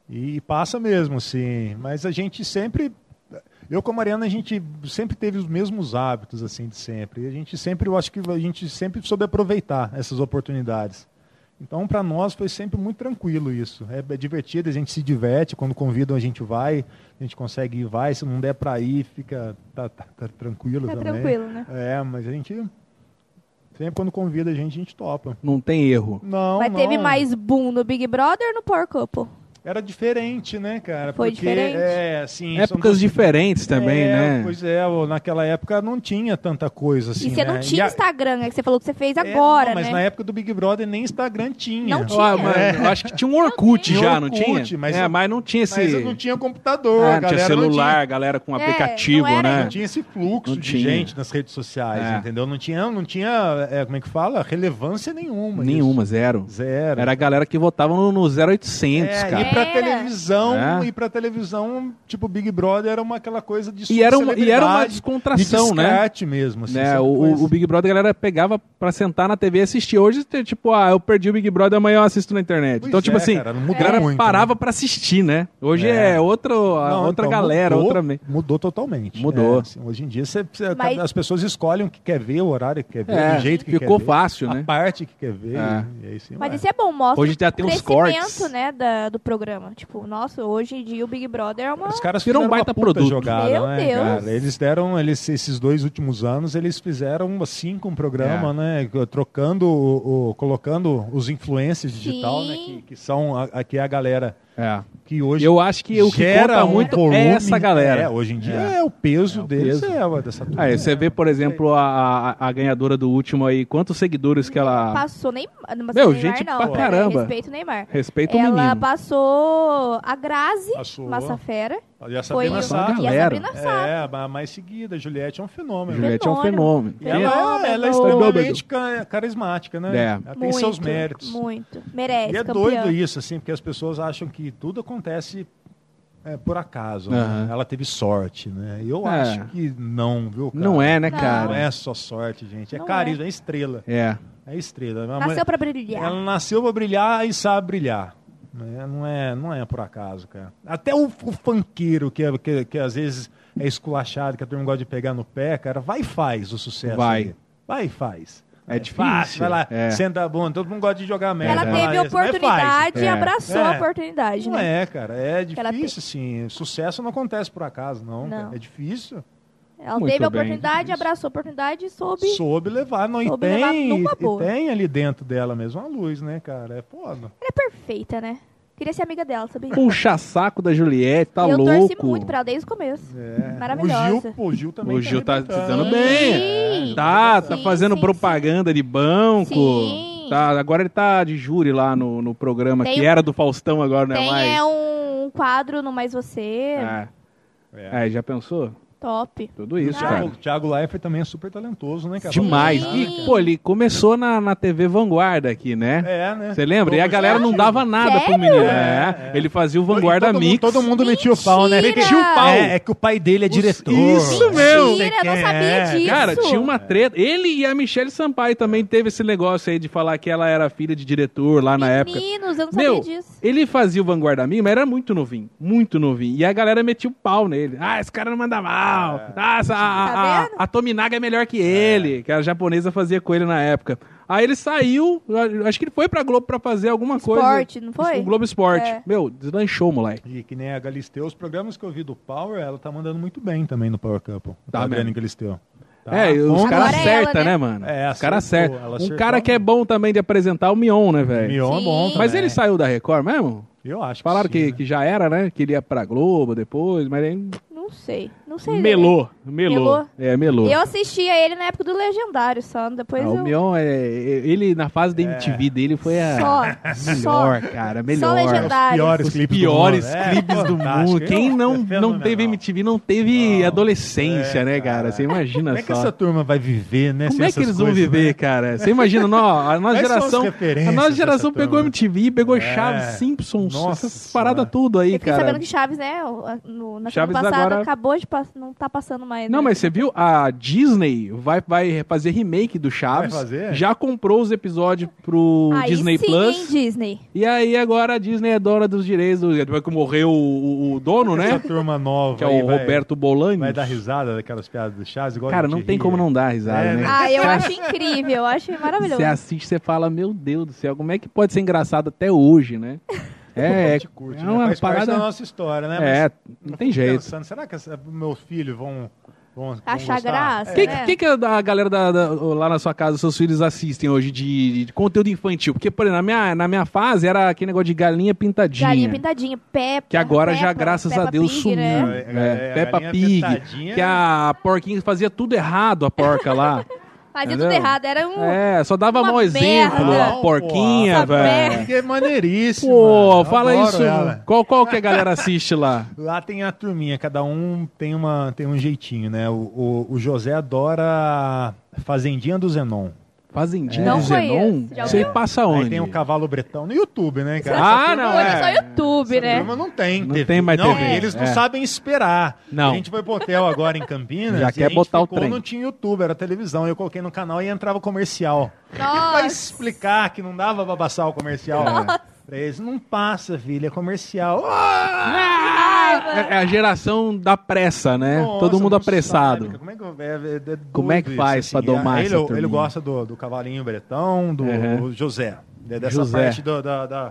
E passa mesmo, sim. Mas a gente sempre. Eu com a Mariana, a gente sempre teve os mesmos hábitos, assim, de sempre. E a gente sempre, eu acho que a gente sempre soube aproveitar essas oportunidades. Então, para nós, foi sempre muito tranquilo isso. É, é divertido, a gente se diverte. Quando convidam, a gente vai, a gente consegue ir, vai. Se não der para ir, fica tá, tá- tá tranquilo
Tá
também.
tranquilo, né?
É, mas a gente. Sempre quando convida a gente, a gente topa.
Não tem erro.
Não,
Mas teve
não.
mais boom no Big Brother ou no Power Couple?
Era diferente, né, cara?
Foi
Porque,
diferente?
É, assim,
Épocas
são-
diferentes também,
é,
né?
Pois é, ô, naquela época não tinha tanta coisa assim,
e você
né?
não tinha
a-
Instagram, é que você falou que você fez
É,
agora,
não, mas
né?
na época do Big Brother nem Instagram tinha.
Não
Ó,
tinha.
mas
É.
eu acho que tinha um Orkut
Tinha
já, não
Orkut,
tinha?
mas
é,
eu-
mas não tinha esse...
Mas eu não tinha computador,
Ah,
a
não tinha
galera
celular,
não
galera com
É,
aplicativo,
não era-
né?
tinha, não tinha esse fluxo
Não
de
tinha.
gente nas redes sociais,
É.
entendeu? Não tinha, não tinha é, como é que fala? Relevância nenhuma.
Nenhuma,
isso.
zero.
Zero.
Era a galera que votava no, no zero oitocentos,
É,
cara.
e pra
Era.
televisão,
É.
e pra televisão, tipo, Big Brother era uma aquela coisa de
E era, uma, e era uma
celebridade,
descontração,
de
né?
descarte mesmo. Assim,
né?
sabe?
O,
Coisa-
o Big Brother a galera pegava pra sentar na T V e assistir. Hoje, tem, tipo, ah, eu perdi o Big Brother, amanhã eu assisto na internet.
Pois
então, tipo
é,
assim,
cara, não
a
mudou
galera
muito,
parava
né?
pra assistir, né? Hoje é,
É.
outro, a-
Não,
outra
então,
galera,
mudou,
outra... me-
Mudou totalmente.
Mudou.
É, assim, hoje em dia você, você-
Mas-
as pessoas escolhem o que quer ver, o horário que quer ver,
É,
do jeito que
ficou
quer ver.
fácil,
a
né?
parte que quer ver.
É.
E aí sim
Mas
vai.
isso é bom, mostra
Hoje já
o
tem uns
crescimento,
cortes.
né, da- do programa. programa. Tipo, nossa, hoje em dia o Big Brother é uma...
Os caras
Virou um
fizeram
baita
uma puta
produto.
jogada,
Meu
né,
Deus.
cara? Eles deram, eles, esses dois últimos anos, eles fizeram assim com o programa,
É.
né? Trocando, o, o- colocando os influencers digital, né? Que, que são a, a- que é a galera
É.
que hoje
Eu acho que o que
gera
conta
um
muito
volume,
é essa galera.
É, hoje em dia
É.
é, o peso
É o
deles
peso.
é a dessa turma.
Aí você vê, por exemplo, a, a, a ganhadora do último aí, quantos seguidores que ela...
Passou Neymar. Não passou
Meu,
Neymar,
gente
não,
pra
né?
caramba.
Respeito o Neymar.
Respeita o
Ela
menino.
passou a Grazi
Passou.
Massafera.
E a
Foi
Sabrina
o-
Sato.
e a
galera.
Sabrina Sato.
É, a mais seguida. A Juliette é um fenômeno.
Juliette é um fenômeno.
Fenômeno.
Ela, é- ela é
Fenômeno.
extremamente ca- carismática, né?
É.
Ela tem
Muito,
seus méritos.
Muito. Merece,
E é
campeã.
doido isso, assim, porque as pessoas acham que tudo acontece é, por acaso. né?
Aham.
Ela teve sorte, né? Eu
É.
acho que não, viu, cara?
Não é, né,
Não.
cara?
Não é só sorte, gente. É
Não
carisma, é. estrela.
É.
É estrela. A
Nasceu
mãe-
pra brilhar.
Ela nasceu pra brilhar e sabe brilhar. né? Não é, não é por acaso, cara. Até o, o funkeiro, que, é- que, que às vezes é esculachado, que a turma gosta de pegar no pé, cara, vai e faz o sucesso.
Vai.
ali. Vai e faz.
É difícil.
Fácil, vai lá,
É.
senta a bunda. Todo mundo gosta de jogar merda.
Ela
vai
teve
lá, mas faz.
oportunidade e
É.
abraçou
É.
a oportunidade,
Não
né?
é, cara. É
Ela
difícil, sim. Sucesso não acontece por acaso, não.
Não.
cara. É difícil.
Ela
Muito
teve a
bem,
oportunidade,
isso.
abraçou a oportunidade e soube.
Soube levar. Não, e,
Soube levar
tem,
numa
e
boa.
tem ali dentro dela mesmo uma luz, né, cara? É foda.
Ela é perfeita, né? Queria ser amiga dela, sabia?
Puxa saco da Juliette, tá
eu
louco.
torci muito pra ela desde o começo.
É.
Maravilhosa.
O Gil, pô, o Gil também
O Gil tá se
arrebentando.
dando bem.
Sim.
Tá, tá
Sim,
fazendo
sim,
propaganda de banco.
Sim.
Tá, agora ele tá de júri lá no, no programa,
Tem
que
um-
era do Faustão, agora não é
Tem
mais.
é, um quadro no Mais Você.
É.
É.
É, já pensou?
Top.
Tudo isso,
Ah.
cara.
O Thiago Leifert também é super talentoso, né, cara?
Demais.
Sim.
E, pô, ele começou na, na T V Vanguarda aqui, né?
É, né?
Você lembra? E a
Todo
galera não
mundo-
dava nada pro
Sério?
menino.
É,
É,
é.
Ele fazia o
Todo-
Vanguarda
todo,
Mix.
Mundo, todo mundo metia o pau, né?
Mentira!
Metia o pau. É, é que o pai dele é diretor.
Isso mesmo.
Mentira, eu não sabia
É.
disso.
Cara, tinha uma treta. Ele e a Michelle Sampaio também teve esse negócio aí de falar que ela era filha de diretor lá na época.
Meninos, eu não
Meu,
sabia disso.
ele fazia o Vanguarda Mix, mas era muito novinho. Muito novinho. E a galera metia o pau nele. Ah, esse cara não manda mal. Ah, essa, a,
Tá
a,
vendo?
a Tominaga é melhor que ele. Que a japonesa fazia com ele na época. Aí ele saiu, acho que ele foi pra Globo pra fazer alguma coisa.
Esporte, não foi?
O Globo Esporte.
É.
Meu, deslanchou, moleque.
E que nem a Galisteu, os programas que eu vi do Power, ela tá mandando muito bem também no Power Couple.
Tá
a Adriane
mesmo.
Galisteu. Tá?
É, e os
Como-
caras
Agora é
acertam,
ela, né?
né, mano?
É,
os caras
acertou,
acertam.
ela
Um
acertou.
cara que é bom também de apresentar é o Mion, né, velho?
Mion é bom
Sim.
Mas
também.
ele saiu da Record mesmo?
Eu acho
Falaram
sim,
que,
né?
que já era, né? Que ele ia pra Globo depois, mas ele
Não sei. Não sei.
melou. Melou.
Melou?
É, melou.
Eu assistia ele na época do Legendário só. Depois
Ah,
eu...
o Mion, é, ele na fase da M T V dele foi a
Só.
melhor,
só.
cara,
Só
melhor.
Legendário.
Piores
Os
clipes
piores
do mundo. É,
clipes do
fantástico.
mundo. Quem
É
não, não
fenomenal.
teve M T V não teve
Não.
adolescência,
É,
né,
cara.
cara? Você imagina
Como é que
só.
essa turma vai viver, né?
Como
sem
é que
essas
eles vão
coisas,
viver,
né?
cara? Você imagina, não, a nossa
Quais são as
geração, a
referências
nossa geração
dessa
pegou
turma?
M T V, pegou
É.
Chaves, Simpsons,
Nossa
essas paradas
Senhora.
tudo aí,
Eu fiquei
cara.
sabendo que Chaves, né? o- a- No, na
Chaves
semana passada
agora-
acabou de passar. Não tá passando mais.
Não,
né?
mas você viu? A Disney vai, vai fazer remake do Chaves.
Vai fazer?
Já comprou os episódios pro
Aí
Disney
sim,
Plus.
hein, Disney.
E aí agora a Disney é dona dos direitos. Do... Depois que morreu o, o- o dono,
Essa
né?
turma nova
Que é
aí
o
vai,
Roberto Bolani.
vai dar risada daquelas piadas do Chaves. Igual
Cara,
a gente
não tem
ria.
como não dar risada,
É,
né?
né?
Ah, eu acho incrível. Eu acho maravilhoso.
Você assiste, você fala, meu Deus do céu, como é que pode ser engraçado até hoje, né? É,
A
é,
gente curte,
é
né?
uma
Faz parte
parada...
da nossa história, né?
É,
Mas
não
eu
tem
fico
jeito.
pensando, será que essa- meus filhos vão, vão, vão
Achar
gostar?
graça,
O que,
né?
que, que a galera da- da- lá na sua casa, seus filhos assistem hoje de, de conteúdo infantil? Porque, por exemplo, na minha, na minha fase era aquele negócio de galinha pintadinha.
Galinha pintadinha, Peppa.
Que agora já,
Peppa,
graças
Peppa
a Deus,
Pig,
sumiu.
né?
É,
É,
é,
Peppa
galinha
Pig.
pintadinha.
Que a porquinha fazia tudo errado, a porca lá.
Fazia
Entendeu?
tudo errado. Era um.
É, só dava
Uma
mau exemplo,
merda.
a porquinha,
Essa
velho.
merda.
Que é maneiríssimo.
Pô,
mano. Eu
fala
adoro
isso.
ela.
Qual, qual que a galera assiste lá?
Lá tem a turminha, cada um tem, uma, tem um jeitinho, né? O, o, o José adora Fazendinha do Zenon.
Fazendinha
Não
do Zenon?
conheço. Já
Você
ouviu?
passa onde?
Aí tem o Cavalo Bretão no YouTube, né, cara?
Ah,
Essa
não,
turma-
Hoje é
é.
só YouTube,
Essa
né?
turma não tem.
Não
T V.
tem mais
não,
T V,
e eles não
é.
sabem esperar.
Não.
A gente foi pro hotel agora em Campinas
Já
e
quer
a gente
botar o
ficou,
trem.
não tinha YouTube, era televisão. Eu coloquei no canal e entrava comercial. Vai
Nossa.
explicar que não dava pra passar o comercial. Pra eles, não passa, filho, é comercial.
É, é a geração da pressa, né?
Nossa,
Todo mundo
não
apressado.
sabe, como é que, é, é, é
Como é que
doido
faz
isso,
pra domar
ele,
essa
ele
turminha?
gosta do, do cavalinho bretão, do
Uhum.
José. né, Dessa
José.
parte do, da, da-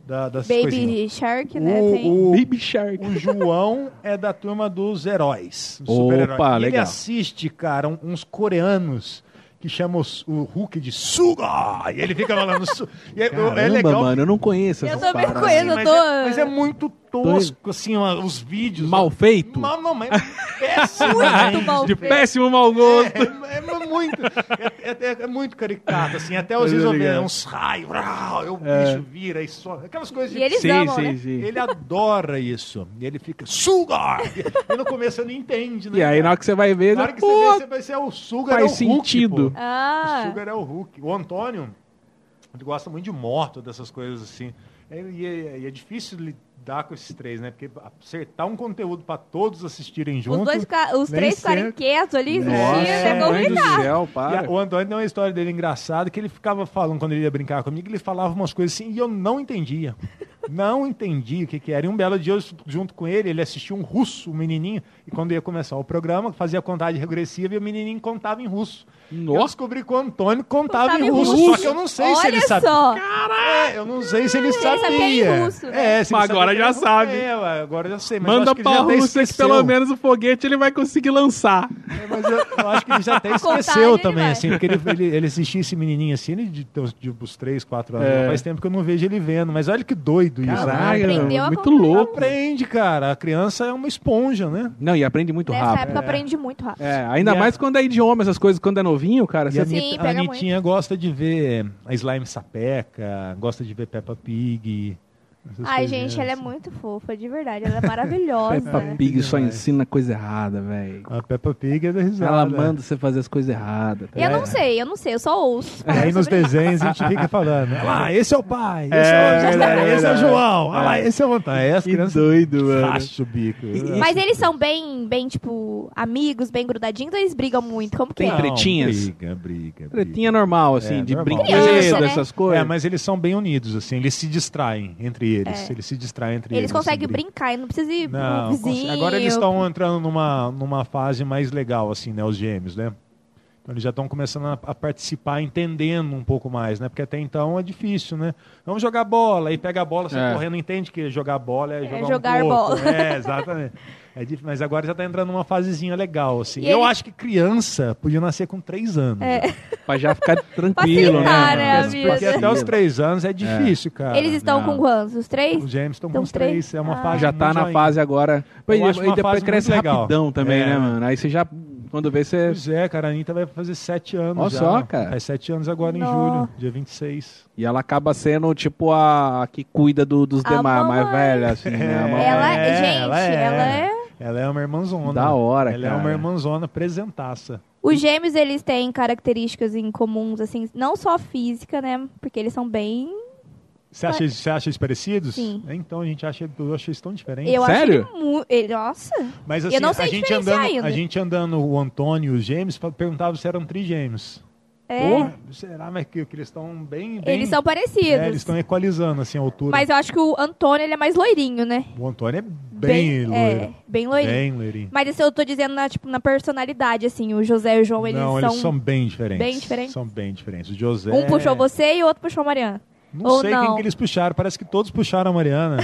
da, das
Baby
coisinhas.
Shark, né?
O,
tem.
o,
Baby Shark.
o João é da turma dos heróis. Dos
Opa,
super-heróis. E ele
legal.
assiste, cara, um- uns coreanos que chamam os- o Hulk de Suga. E ele fica falando... Su e é,
Caramba,
é legal.
mano, eu não conheço
Eu
essa
também
parada.
conheço, eu
mas,
tô-
é, mas é muito tosco, assim, ó, os vídeos.
Mal feito?
Mal, não, mas péssimo.
Muito mal
De
feito.
péssimo mau gosto.
É, é muito, é, é- é muito caricato, assim, até os
Eu tô
vezes
ligado.
uns raios, vrau, e o
É.
bicho vira e só, aquelas coisas de...
E eles
Sim,
amam,
sim,
né?
sim.
Ele adora isso, e ele fica, Sugar! E no começo você não entende, né?
E aí, na hora que você vai ver,
Na hora que
pô,
você vê, você vai ser o Sugar,
faz
é o Hulk,
sentido.
pô. O
Ah,
Sugar é o Hulk. O Antônio, ele gosta muito de moto, dessas coisas assim. É, E é, e é difícil lidar com esses três, né? Porque acertar um conteúdo para todos assistirem junto...
os, dois, fica- os
nem
três ficarem
sempre.
quietos ali,
Nossa,
assistindo, é
mãe do
complicado.
céu,
E
para.
a- o Antônio tem uma história dele engraçada que ele ficava falando quando ele ia brincar comigo, ele falava umas coisas assim e eu não entendia. Não entendi o que, que era. E um belo dia, eu, junto com ele, ele assistiu um russo, um menininho, e quando ia começar o programa, fazia a contagem regressiva e o menininho contava em russo. Eu
Nossa.
descobri que o Antônio contava,
Contava
em
em
russo,
russo.
só que eu não sei se
Olha
ele sabia.
só.
É, eu não sei se ele sabia.
sabia em russo, né?
É, se ele
Mas agora
sabia
já
que
sabe.
era- É, ué, agora eu já sei. Mas eu
Manda
acho que ele já
pra
até
Rússia que
esqueceu.
pelo menos o foguete ele vai conseguir lançar.
É, mas eu, eu acho que ele já até
Contagem,
esqueceu
ele
também,
vai.
assim, porque ele, ele, ele assistia esse menininho assim, ele de, de, de uns três, quatro anos.
É.
Faz tempo que eu não vejo ele vendo, mas olha que doido isso.
Caralho,
né?
Aprendeu a
muito
acompanhar.
louco.
Aprende, cara. A criança é uma esponja, né?
Não, e aprende muito
Nessa
rápido.
época aprende muito rápido.
É, ainda
E a-
mais quando é idioma, essas coisas, quando é novinho, cara.
E a,
Você...
Sim,
Anitta- a
pega
Anitinha gosta de ver a Slime Sapeca, gosta de ver Peppa Pig. essas
Ai,
coisinhas
gente, ela é
assim.
muito fofa, de verdade. Ela é maravilhosa.
Peppa Pig só
demais.
ensina coisa errada, velho.
A Peppa Pig é da risada.
Ela manda você fazer as coisas erradas. tá
Eu não
ligado?
sei, eu não sei, eu só ouço.
E aí
falar
nos
sobre isso.
desenhos a gente fica falando, ah lá, esse é o pai, esse é,
É,
o José,
verdade,
esse é o
verdade.
João, ah lá, esse é o Antônio. Aí as
Que
crianças
doido, mano.
racham o bico.
Mas eles são bem, bem, tipo, amigos, bem grudadinhos, ou eles brigam muito? Como que
Tem
é?
tre- tretinhas?
Briga, briga, briga.
Tretinha normal, assim,
É,
de
normal.
brinquedo,
Criança, né?
essas coisas.
É, mas eles são bem unidos, assim, eles se distraem entre eles.
É.
Eles se distraem entre eles.
Eles conseguem
assim, brigam.
brincar e não precisa ir
Não,
pro vizinho.
agora eles estão entrando numa, numa fase mais legal, assim, né, os gêmeos, né? Então eles já estão começando a, a participar, entendendo um pouco mais, né? Porque até então é difícil, né? Vamos jogar bola, aí pega a bola, sai
É.
correndo, entende que jogar bola é jogar um
jogar
pro outro.
bola.
É, exatamente. É difícil, mas agora já está entrando numa fasezinha legal, assim.
E
Eu
ele-
acho que criança podia nascer com três anos.
É.
já.
Pra já ficar tranquilo,
Facilitar,
né?
né, a
mano?
vida.
Porque até os três anos é difícil, cara.
Eles estão
Não.
com quantos? Os três?
Os gêmeos estão com
Então,
os três,
três?
é uma
Ah.
fase
Já tá
muito
na
ainda.
fase agora.
Eu
E,
acho
e
uma
depois
fase
cresce
muito legal.
rapidão também,
É.
né, mano? Aí você já, quando vê, você...
Pois é, cara, a Anitta vai fazer sete anos
Olha
já.
só, cara.
Faz sete anos agora em
Nó.
julho, dia vinte e seis.
E ela acaba sendo, tipo, a, a que cuida do- dos
A
demais, mais
mamãe.
velha, assim, né? A mamãe.
Ela,
É,
gente,
ela é.
ela é...
Ela é uma irmãzona.
Da hora,
Ela é
cara.
uma irmãzona presentaça.
Os gêmeos, eles têm características em comuns, assim, não só física, né? Porque eles são bem...
Você acha, você acha eles parecidos?
Sim.
Então, a gente acha, eu achei eles tão diferentes.
Eu
Sério?
acho ele muito... Nossa!
Mas assim,
eu não sei
a, gente
diferenciar
andando,
ainda.
a gente andando, o Antônio e os gêmeos, fa- perguntava se eram trigêmeos.
É,
Pô, será mas que, que eles estão bem, bem...
eles são parecidos.
É, eles estão equalizando, assim, a altura.
Mas eu acho que o Antônio, ele é mais loirinho, né?
O Antônio é bem, loiro.
É, bem loirinho.
Bem loirinho.
Mas isso eu tô dizendo na, tipo, na personalidade, assim. O José e o João, eles
Não,
são...
eles são bem diferentes.
bem diferentes?
São bem diferentes. O José...
Um puxou você e o outro puxou a Mariana.
Não
Ou
sei
não?
quem que eles puxaram. Parece que todos puxaram a Mariana.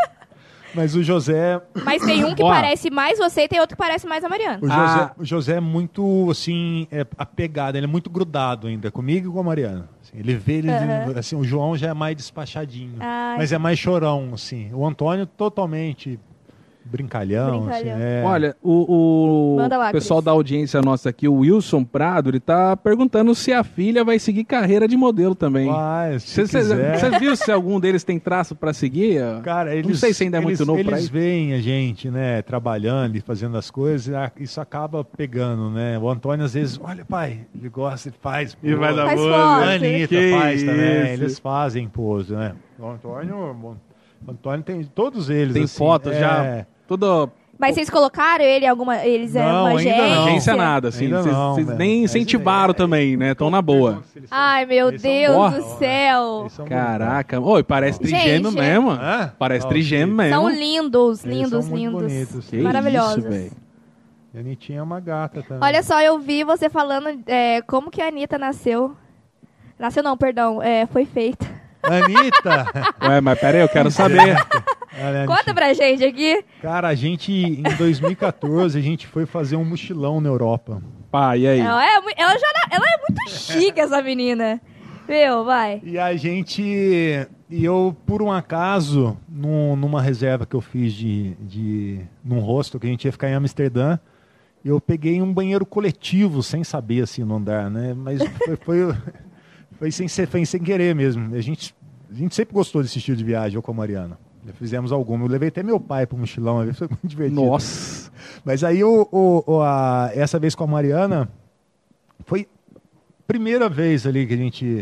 Mas o José...
Mas tem um que
Ó.
parece mais você e tem outro que parece mais a Mariana.
O José,
Ah.
o José é muito, assim, é, apegado. Ele é muito grudado ainda comigo e com a Mariana. Assim, ele vê... Ele,
Aham.
assim, o João já é mais despachadinho.
Ai.
Mas é mais chorão, assim. O Antônio totalmente brincalhão.
Brincalhão.
Assim, é.
Olha, o, o
Manda lá,
pessoal
Cris.
da audiência nossa aqui, o Wilson Prado, ele tá perguntando se a filha vai seguir carreira de modelo também.
Vai, se
Você
quiser.
viu se algum deles tem traço pra seguir?
Cara, eles,
Não sei se ainda é
eles,
muito novo
eles
pra isso.
veem a gente, né, trabalhando e fazendo as coisas, e a- isso acaba pegando, né? O Antônio, às vezes, olha, pai, ele gosta, ele faz.
E vai dar
Faz
boa,
foto.
A Anitta
Que
faz também,
isso.
eles fazem pose, né? O Antônio, o Antônio tem, todos eles,
Tem
assim,
fotos
é,
já, tudo...
Mas vocês colocaram ele em alguma... Eles é
Não,
uma
ainda
agência?
não.
Agência nada, assim.
Ainda
Vocês
não,
vocês
velho.
nem
Mas
incentivaram
é-
também, né? Estão na boa.
Ai, meu
Eles são
Deus
bons.
do céu.
Eles são
Caraca. Oi, parece
Gente,
trigêmeo mesmo.
Hã?
Parece
Não,
trigêmeo
sim.
mesmo.
São lindos,
Eles
lindos,
são muito
lindos.
bonitos.
Que
Maravilhosos.
isso, velho.
E a Anitinha é uma gata também.
Olha só, eu vi você falando é, como que a Anitta nasceu. Nasceu não, perdão, é, foi feita.
Anitta.
Ué, mas pera aí, eu quero saber.
Olha,
Conta pra gente aqui.
Cara, a gente, em dois mil e quatorze, a gente foi fazer um mochilão na Europa.
Pá, e aí?
Ela é, mu- ela já, ela é muito chique, essa menina. Meu, vai.
E a gente... E eu, por um acaso, num- numa reserva que eu fiz de, de... num hostel, que a gente ia ficar em Amsterdã, eu peguei um banheiro coletivo, sem saber, assim, no andar, né? Mas foi, foi, foi, sem, ser- foi sem querer mesmo. A gente, a gente sempre gostou desse estilo de viagem, eu com a Mariana. Já fizemos alguma. Eu levei até meu pai pro mochilão, uma vez, foi muito divertido.
Nossa.
Mas aí, o, o, o- a- essa vez com a Mariana, foi a primeira vez ali que a gente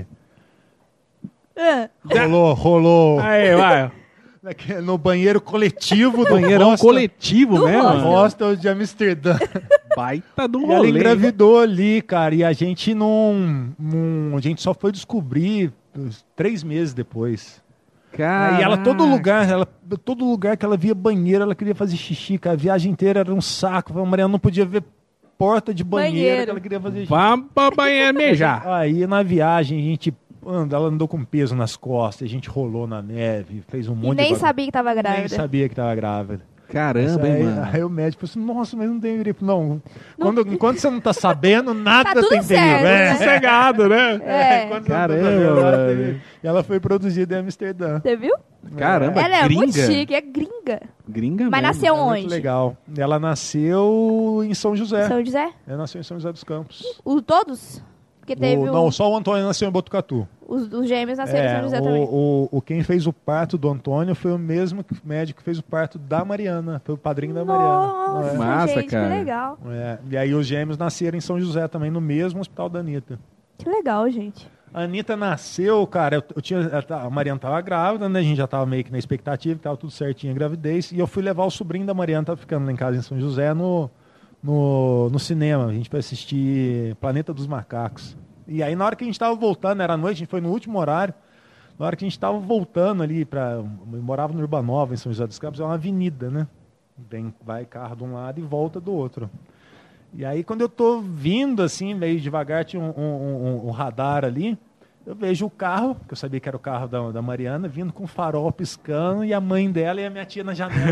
Ah,
rolou, rolou
Aí, vai.
naque- no banheiro coletivo do
Banheirão
hostel,
coletivo
Do
mesmo.
hostel.
hostel de Amsterdã.
Baita do
E ela
rolê.
engravidou ali, cara, e a gente não, não- a gente só foi descobrir três meses depois.
Cara.
E ela, todo lugar, ela, todo lugar que ela via banheiro, ela queria fazer xixi, cara. A viagem inteira era um saco. A Mariana não podia ver porta de banheiro,
Banheiro.
que ela queria fazer xixi.
Vamos pra banheiro mejar.
Aí na viagem a gente anda, ela andou com peso nas costas, a gente rolou na neve, fez um
e
monte
nem
de bagulho.
sabia que tava
Nem
grávida.
sabia que tava grávida.
Caramba,
aí,
hein, mano.
aí o médico falou assim, nossa, mas não tem gripe. Não, Quando, enquanto você não tá sabendo, nada
Tá tudo
tem
certo,
perigo.
né?
Sossegado, né?
É.
Quando você não tá
Caramba,
sabendo, nada tem
mano.
perigo. E ela foi produzida em Amsterdã.
Você viu?
Caramba,
Ela é
gringa.
muito chique, é gringa.
Gringa
Mas
mesmo.
nasceu
É muito
onde?
legal. Ela nasceu em São José.
São José?
Ela nasceu em São José dos Campos.
O, todos? Porque teve
O-
o-
não, só o Antônio nasceu em Botucatu.
os, os gêmeos nasceram em
É,
São José também.
o, o, o quem fez o parto do Antônio foi o mesmo que- médico que fez o parto da Mariana. Foi o padrinho da Mariana.
Nossa,
É.
Massa,
gente,
cara.
que legal.
É, e aí os gêmeos nasceram em São José também, no mesmo hospital da Anitta.
Que legal, gente.
A Anitta nasceu, cara, eu, eu tinha, a Mariana tava grávida, né? A gente já tava meio que na expectativa, tava tudo certinho a gravidez. E eu fui levar o sobrinho da Mariana, tava ficando lá em casa em São José, no, no, no cinema. A gente foi assistir Planeta dos Macacos. E aí na hora que a gente tava voltando, era à noite, a gente foi no último horário. Na hora que a gente tava voltando ali para, eu morava no Urbanova, em São José dos Campos, é uma avenida, né? Vem, vai carro de um lado e volta do outro. E aí, quando eu tô vindo, assim, meio devagar, tinha um, um- um- um radar ali, eu vejo o carro, que eu sabia que era o carro da, da Mariana, vindo com o farol piscando, e a mãe dela e a minha tia na janela.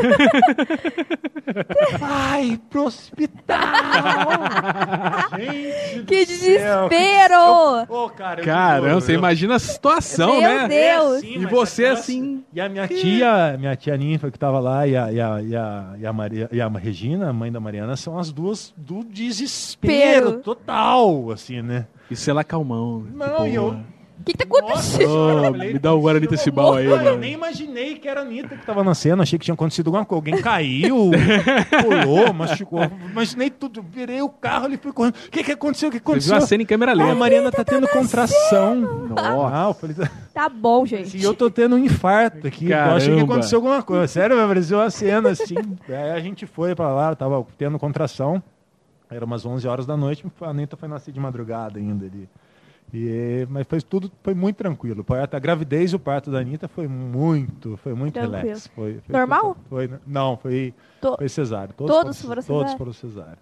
Assim. Vai pro hospital! Gente do
Que
céu,
desespero!
que- Ô, cara, eu
Caramba,
juro,
você
eu-
imagina a situação,
Meu
né?
Deus.
é assim,
E
mas
você,
aquela-
assim,
E a minha tia, minha tia Ninfa, que estava lá, e a, e, a, e, a, e, a Maria, e a Regina, a mãe da Mariana, são as duas do desespero
Pero.
total, assim, né?
E sei lá, calmão.
Não,
tipo,
e eu...
O que, que tá acontecendo?
Ô,
eu falei,
me dá o Guarani Tecibal aí,
Eu
mano.
nem imaginei que era a Anitta que estava na cena, achei que tinha acontecido alguma coisa. Alguém caiu, pulou, machucou. Imaginei tudo, virei o carro ali, fui correndo. O que, que aconteceu? O que
Você viu
aconteceu?
a cena em câmera
Ah, a
lenta.
Mariana tá tendo contração.
Nossa.
Ah, eu falei,
Tá bom, gente.
e eu tô tendo um infarto aqui. Eu achei que
Caramba.
aconteceu alguma coisa. Sério, apareceu uma cena assim. Aí a gente foi pra lá, tava tendo contração. Era umas onze horas da noite. A Anitta foi nascer de madrugada ainda ali. E, mas foi tudo foi muito tranquilo. A gravidez e o parto da Anitta foi muito, foi muito
Tranquilo.
relax. Foi, foi
Normal?
Foi, não, foi,
To-
foi cesárea. Todos,
Todos
foram,
foram
todos
cesárea?
foram cesárea.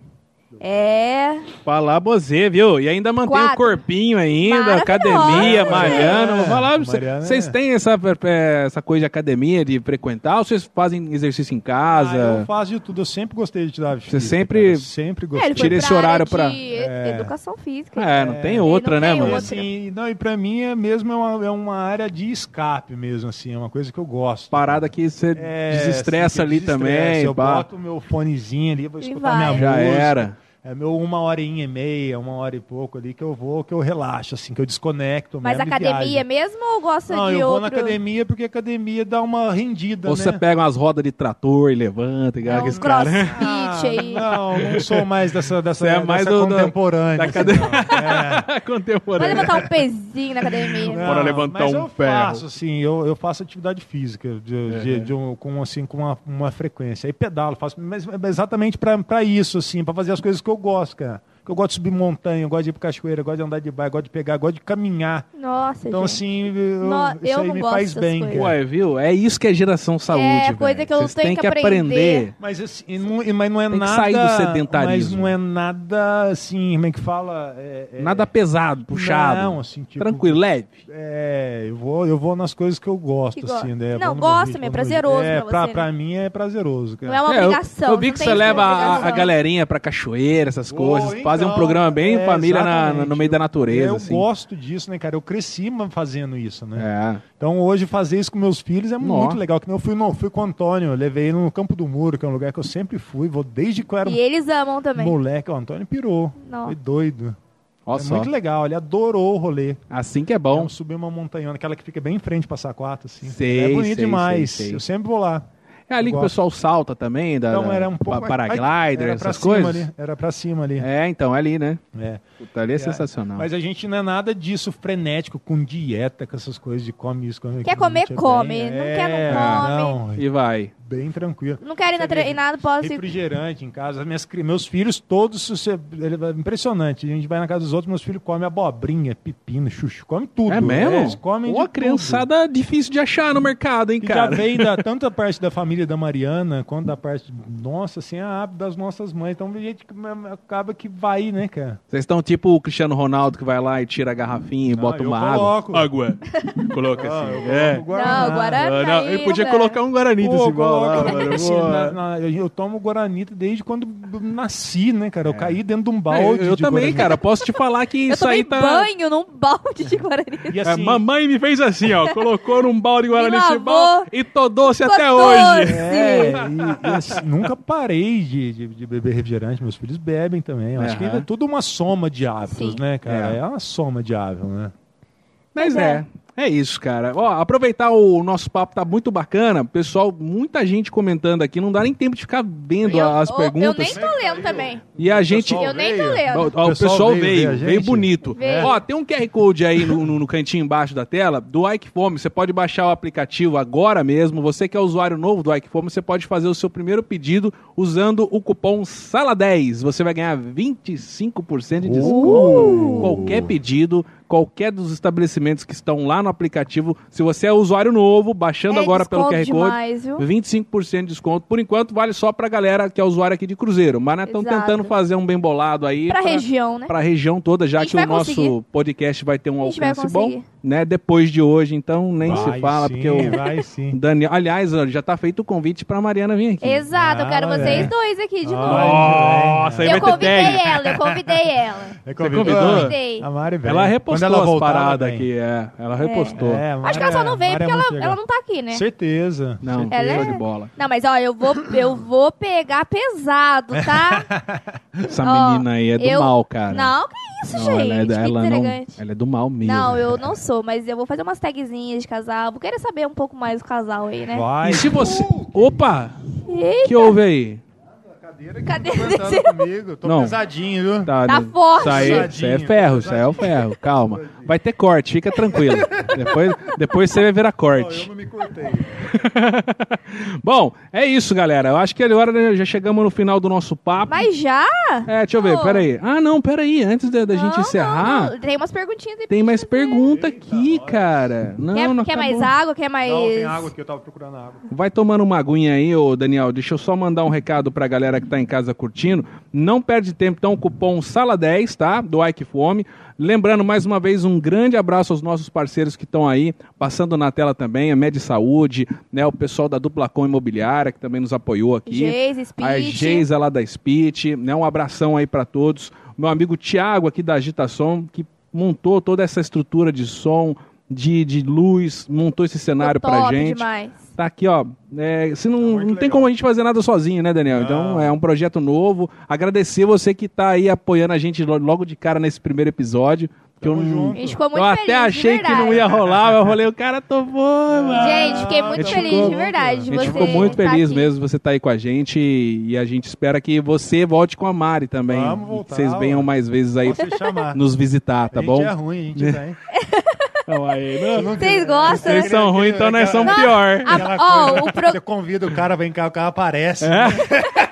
É.
Falar você, viu? E ainda mantém
Quatro.
o corpinho ainda,
Maravilhosa.
academia,
É.
malhando. Vou falar pra
A
você,
Mariana
vocês
é.
têm essa, é, essa coisa de academia, de frequentar, ou vocês fazem exercício em
Ah,
casa?
eu faço de tudo. Eu sempre gostei de atividade física.
sempre-
cara. Eu sempre
É,
gostei.
ele foi
Tira
pra
esse horário
área
pra-
de
É.
educação física.
É, não tem
É,
outra,
não
né,
tem
mano?
E,
outra.
assim, não, e pra mim é mesmo é uma, é uma área de escape mesmo, assim, é uma coisa que eu gosto.
Parada que você
É,
desestressa
assim,
ali
desestressa.
também.
Eu
pá.
boto o meu fonezinho ali, vou
E
escutar
vai.
minha
Já
música.
era.
É meu uma horinha e meia, uma hora e pouco ali que eu vou, que eu relaxo, assim, que eu desconecto
Mas
mesmo e
academia
viajo.
mesmo ou gosta
Não,
de
eu vou
outro?
na academia porque a academia dá uma rendida,
Ou você
né?
pega umas rodas de trator e levanta, igual
É um
aqueles caras.
crossfit
Ah,
aí.
não, não sou mais dessa, dessa,
Você é mais
dessa
do- do-
contemporânea.
da
assim,
academia.
não. É.
Vai
Contemporâneo.
levantar um pezinho na academia.
Não,
Bora levantar
mas
um
eu
ferro.
faço, assim, eu, eu faço atividade física de, de- de um, com, assim, com uma, uma frequência. Aí pedalo, faço, mas é exatamente para isso, assim, para fazer as coisas que eu gosto, cara. Porque eu gosto de subir montanha, eu gosto de ir pra cachoeira, eu gosto de andar de bike, eu gosto de pegar, eu gosto de caminhar.
Nossa,
Então,
gente.
assim, eu,
No-
isso
eu
aí
não
me
gosto
faz
dessas
bem.
coisas.
cara.
Ué, viu? É isso que é geração saúde,
É,
velho.
coisa que eu
Vocês
tenho
têm
que
que aprender.
Mas, assim, e não, e- mas não é
Tem que
nada...
sair do sedentarismo.
Mas não é nada, assim, como é que fala? É, é-
Nada pesado, puxado.
Não, assim, tipo...
Tranquilo, leve.
É, eu vou, eu vou nas coisas que eu gosto,
Que go-
assim, né? Eu
Não,
vou no
gosta,
ritmo,
meu, é
vou no
prazeroso
ritmo. É,
pra
pra,
você, né?
pra mim é prazeroso, cara.
Não é uma
É, eu-
obrigação.
eu, vi
não
que
tem
você
isso como
leva a, a
obrigação.
galerinha pra cachoeira, essas
Oh,
coisas.
então,
Fazem um programa bem
é,
família na-
exatamente.
no meio da natureza.
Eu
assim.
gosto disso, né, cara? Eu cresci fazendo isso, né?
É.
Então hoje fazer isso com meus filhos é
Nó.
muito legal. Que nem eu fui, no, fui com o Antônio, eu levei ele no Campo do Muro, que é um lugar que eu sempre fui, vou desde que eu era
E eles amam também.
moleque. O Antônio pirou,
Não.
foi doido.
Olha
é
só.
muito legal, ele adorou o rolê.
Assim que é bom.
Vamos subir uma montanhona, aquela que fica bem em frente pra Saquato, assim.
Sei,
é bonito
sei,
demais.
sei, sei.
Eu sempre vou lá.
É ali
Eu
que o
gosto.
pessoal salta também, da,
Então
da-
era um pouco
pa- paraglider,
era pra
essas
cima
coisas.
ali, era pra cima ali.
É, então, é ali, né?
É.
Puta, ali é,
É,
sensacional.
Mas a gente não é nada disso frenético, com dieta, com essas coisas de come isso, come
Quer
aquilo.
comer,
A gente é
come.
bem-
Não
é,
quer, não come.
Não,
E vai.
bem tranquilo.
Não querem ir na
Você vê,
treinado, posso ir.
Refrigerante em casa. As minhas, cri- meus filhos todos, você, ele- é impressionante. A gente vai na casa dos outros, meus filhos comem abobrinha, pepino, chuchu, comem tudo.
É mesmo?
Eles comem
Pô,
de
criançada difícil de achar no mercado, hein,
tudo. E
cara?
já vem da, tanto da parte da família da Mariana, quanto da parte, nossa, assim, a hábito das nossas mães. Então a gente acaba que vai, né, cara?
Vocês estão tipo o Cristiano Ronaldo que vai lá e tira a garrafinha e
Não,
bota
eu
uma água.
coloco.
Água. Coloca
Ah,
assim.
eu
é.
coloco Guaraná.
Não, Guaraná.
Ah, não, ele podia
ainda.
colocar um Guarani desse
Pô,
igual lá,
coloca-
mano.
assim,
Boa.
na- na- eu, eu tomo Guaranita desde quando eu nasci, né, cara? Eu caí dentro de um
É,
balde
eu
de
também,
Guaranita.
cara. Posso te falar que
Eu
isso
tomei
aí tá...
banho num balde de Guarani.
E
É,
assim,
mamãe me fez assim, ó. Colocou num balde de Guarani
Me
esse
lavou.
balde e tô doce até
Ficou
hoje.
doce.
É, e, e assim, nunca parei de, de, de beber refrigerante. Meus filhos bebem também. Eu acho que
Aham.
é tudo uma soma de hábitos,
Sim.
né, cara?
É.
É. uma soma de hábitos, né?
Mas
Mas
é. É isso, cara. Ó, aproveitar o nosso papo, tá muito bacana. Pessoal, muita gente comentando aqui. Não dá nem tempo de ficar vendo
Eu-
as
eu-
perguntas.
Eu nem tô lendo também.
E a gente...
pessoal
Eu nem tô
veio.
lendo.
Ó, ó, o
O
pessoal,
pessoal
veio,
veio ver a
veio,
gente?
bonito.
Veio.
Ó, tem um Q R Code aí no, no, no cantinho embaixo da tela do Ike Fome. Você pode baixar o aplicativo agora mesmo. Você que é usuário novo do Ike Fome, você pode fazer o seu primeiro pedido usando o cupom Sala dez. Você vai ganhar vinte e cinco por cento de desconto.
Uh!
Qualquer pedido, qualquer dos estabelecimentos que estão lá no aplicativo. Se você é usuário novo, baixando
É
agora pelo
desconto
Q R Code,
demais, viu?
vinte e cinco por cento de desconto. Por enquanto, vale só pra galera que é usuário aqui de Cruzeiro. Mas nós estamos
Exato.
tentando fazer um bem bolado aí.
Pra região, né?
Pra região toda, já
A gente
que o
vai
nosso
conseguir.
podcast vai ter um
A gente vai
alcance bom,
conseguir.
né? Depois de hoje, então nem se
Vai
fala,
sim,
porque o
vai sim.
Daniel... Aliás, ó, já tá feito o convite pra Mariana vir aqui.
Exato, eu quero
Ah,
vocês
é.
dois aqui de novo.
Nossa, aí
Eu
vai ter
convidei
tag.
ela, eu convidei ela.
É
Você convidou?
Convidei.
A Mari vem.
Ela repostou
Quando ela
as
voltar, ela
paradas
vem.
aqui, é. Ela repostou.
É, a Mari
Acho que ela só
é-
não veio
Mari é
porque ela,
muito legal.
ela não tá aqui, né?
Certeza.
Não,
certeza.
Ela
show
é-
de bola.
Não, mas ó, eu vou, eu vou pegar pesado, tá?
Essa
Ó,
menina aí é do
eu-
mal, cara.
Não, que isso,
Não,
gente.
ela, é,
que
ela, não,
deselegante.
ela é do mal mesmo.
Não, eu não sou, mas eu vou fazer umas tagzinhas de casal. Vou querer saber um pouco mais do casal aí, né?
Vai.
E se você...
Uh,
Opa!
Eita,
que houve aí?
cadeira
Cadê
que tá
esse-
aguentando comigo. Tô
Não.
pesadinho, viu?
Tá,
Tá
né?
forte.
Isso aí,
Pesadinho,
isso aí é ferro, isso aí é o ferro. Calma. Vai ter corte, fica tranquilo. depois, depois você vai ver a
Ó, eu
corte.
não me cortei.
Bom, é isso, galera. Eu acho que agora né, já chegamos no final do nosso papo.
Mas já?
É, deixa eu ver,
Pô.
peraí. Ah, não, peraí. Antes da, da
Não,
gente
não,
encerrar,
não. Tem umas perguntinhas aí.
tem mais
pra gente
pergunta aqui, cara. Não,
fazer. Quer,
não
quer
acabou.
mais água? Quer mais...
Não, tem água aqui, eu tava procurando água.
Vai tomando uma aguinha aí, ô Daniel. Deixa eu só mandar um recado pra galera que tá em casa curtindo. Não perde tempo, então, o cupom Sala dez, tá? Do Ike Fome. Lembrando, mais uma vez, um grande abraço aos nossos parceiros que estão aí, passando na tela também, a Med Saúde, né? O pessoal da Duplacom Imobiliária, que também nos apoiou aqui.
Geise, Speech.
A Geisa lá da Speech, né? Um abração aí pra todos. Meu amigo Thiago aqui da Agitação, que montou toda essa estrutura de som, de, de luz, montou esse cenário
Ficou
pra
top
gente.
demais.
Tá aqui, ó. É, se não,
muito
não tem
legal.
como a gente fazer nada sozinho, né, Daniel?
Não.
Então é um projeto novo. Agradecer você que tá aí apoiando a gente lo- logo de cara nesse primeiro episódio. Que eu,
Tamo
não-
junto.
A gente ficou muito
eu
feliz,
até
de
achei que não
verdade.
ia rolar, eu rolei, o cara topou, mano.
Gente, fiquei muito
A gente
feliz,
ficou-
de verdade.
A
de
gente
você
ficou muito
tá
feliz
aqui.
mesmo de você estar aí com a gente e, e a gente espera que você volte com a Mari também.
Vamos
E
voltar,
que vocês venham
ué.
mais vezes aí
Posso te chamar.
nos visitar, tá
a gente
bom?
é ruim, a gente vem.
Não, aí, não.
Vocês gostam,
Vocês
né?
são ruins, então nós somos
Não,
pior.
a-
Aquela
ó,
coisa,
o pro-
Você convida o cara, vem cá, o cara aparece.
É?